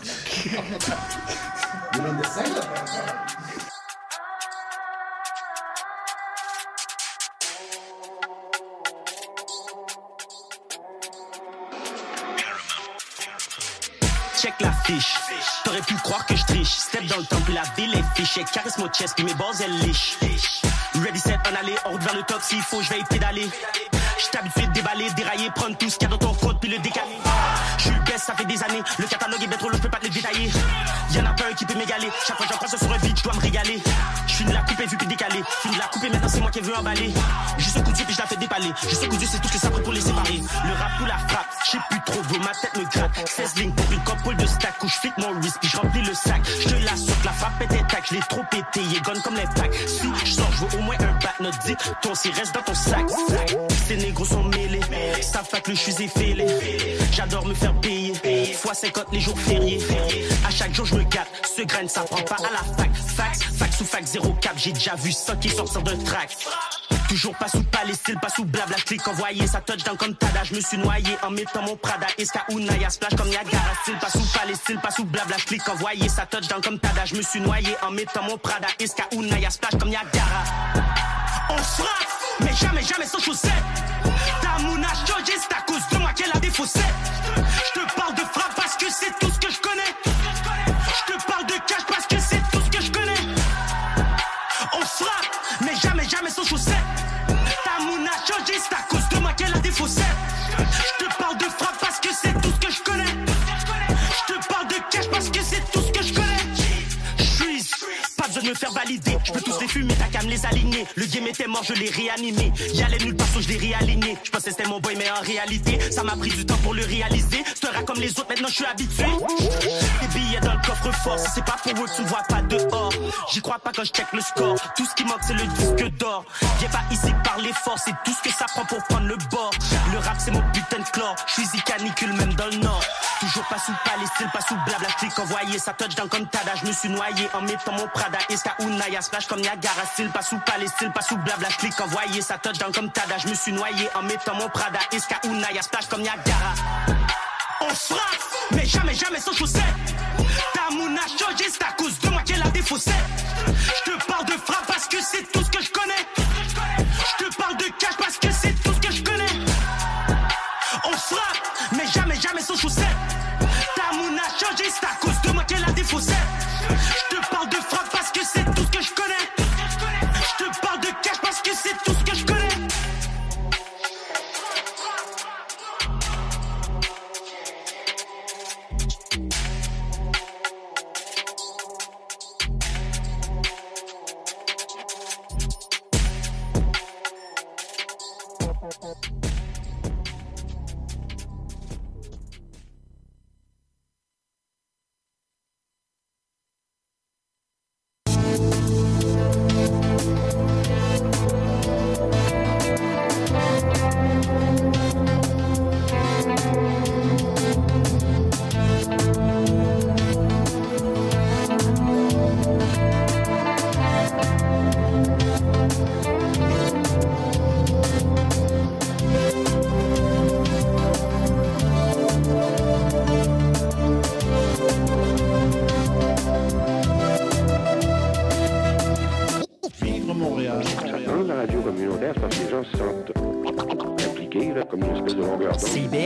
Check la fiche. T'aurais pu croire que je triche. Step dans le temps, puis la ville est fichée. Caresse mon chest, puis mes balls, elles liche. Ready, set, en aller. On route vers le top. S'il faut, je vais y pédaler. J'suis habitué de déballer, dérailler, prendre tout ce qu'il y a dans ton compte, puis le décaler. J'suis best reste, ça fait des années. Le catalogue est bien trop long, je peux pas te le détailler. Y'en a pas un qui peut m'égaler. Chaque fois que j'en passe sur un beat, je dois me régaler. Je finis la coupe et vu plus décalé. Finis la coupe et maintenant c'est moi qui veux emballer. Juste un coup de Dieu puis je la fais dépaler. Juste un coup de Dieu, c'est tout ce que ça prend pour les séparer. Le rap ou la frappe, je sais plus trop, bro, ma tête me gratte. seize lignes pour une couple de stack où je flic mon wrist puis je remplis le sac. Je te la saute, la frappe est intact, je l'ai trop pété, il est gone comme les packs. Si je sors, je veux au moins un bat, notre dit, ton si reste dans ton sac. Ces négros sont mêlés, savent pas que le je suis effilé. J'adore me faire payer, fois cinquante les jours fériés. À chaque jour je me gâte, ce grain ça prend pas à la fac. Fax, fax ou fax, zéro cap, j'ai déjà vu ça qui sortir d'un track. Toujours pas sous Palestine, pas sous blabla, clic envoyé, ça touchdown comme Tada, je me suis noyé en mettant mon Prada, Iska ou Naya, splash comme Niagara, style pas sous Palestine, pas sous blabla, clic envoyé, ça touchdown comme Tada, je me suis noyé en mettant mon Prada, Iska ou Naya, splash comme Niagara. On frappe, mais jamais, jamais sans chaussettes. Ta mouna changé, c'est à cause de moi qu'elle a des faussettes. Je te parle de frappe parce que c'est tout ce que je connais. Je te parle de cash parce que c'est tout ce que je connais. On frappe, mais jamais, jamais sans chaussettes. Ta mouna changé, c'est à cause de moi qu'elle a des faussettes. Je te parle de frappe parce que c'est tout ce que je connais. Je te parle de cash parce que c'est tout ce que je connais. Freeze, pas besoin de me faire valider. Je peux tous les fumer, t'as qu'à me les aligner. Le game était mort, je l'ai réanimé. Y'allait nulle part, so je l'ai réaligné. Je pensais que c'était mon boy, mais en réalité, ça m'a pris du temps pour le réaliser. C'est un rat comme les autres, maintenant je suis habitué. Les billets dans le coffre fort, si c'est pas pour eux que tu me vois pas dehors. J'y crois pas quand je check le score. Tout ce qui manque, c'est le disque d'or. Viens pas ici parler fort, c'est tout ce que ça prend pour prendre le bord. Le rap, c'est mon putain de chlore. Je suis y canicule, même dans le nord. Toujours pas sous Palestine, pas sous blabla, clic envoyé. Ça touchdown comme Tada, je me suis noyé en mettant mon Prada, Iska ou Naya, splash comme Niagara, style pas sous Palestine, pas sous blabla, clic envoyé. Ça touchdown comme Tada, je me suis noyé en mettant mon Prada, Iska ou Naya, splash comme Niagara. On frappe, mais jamais, jamais sans chaussettes. Ta mouna changé, c'est à cause de moi qu'elle a des faussettes. Je te parle de frappe parce que c'est tout ce que je connais. Je te parle de cash parce que c'est tout ce que je connais. On frappe, mais jamais, jamais sans chaussettes. Ta mouna changé, c'est à cause de moi qu'elle a des faussettes. Je te parle de frappe parce que c'est tout ce que je connais. Je te parle de cash parce que c'est tout ce que je connais. La radio communautaire, c'est parce que les gens se sentent impliqués, là, comme une espèce de longueur d'onde. C I B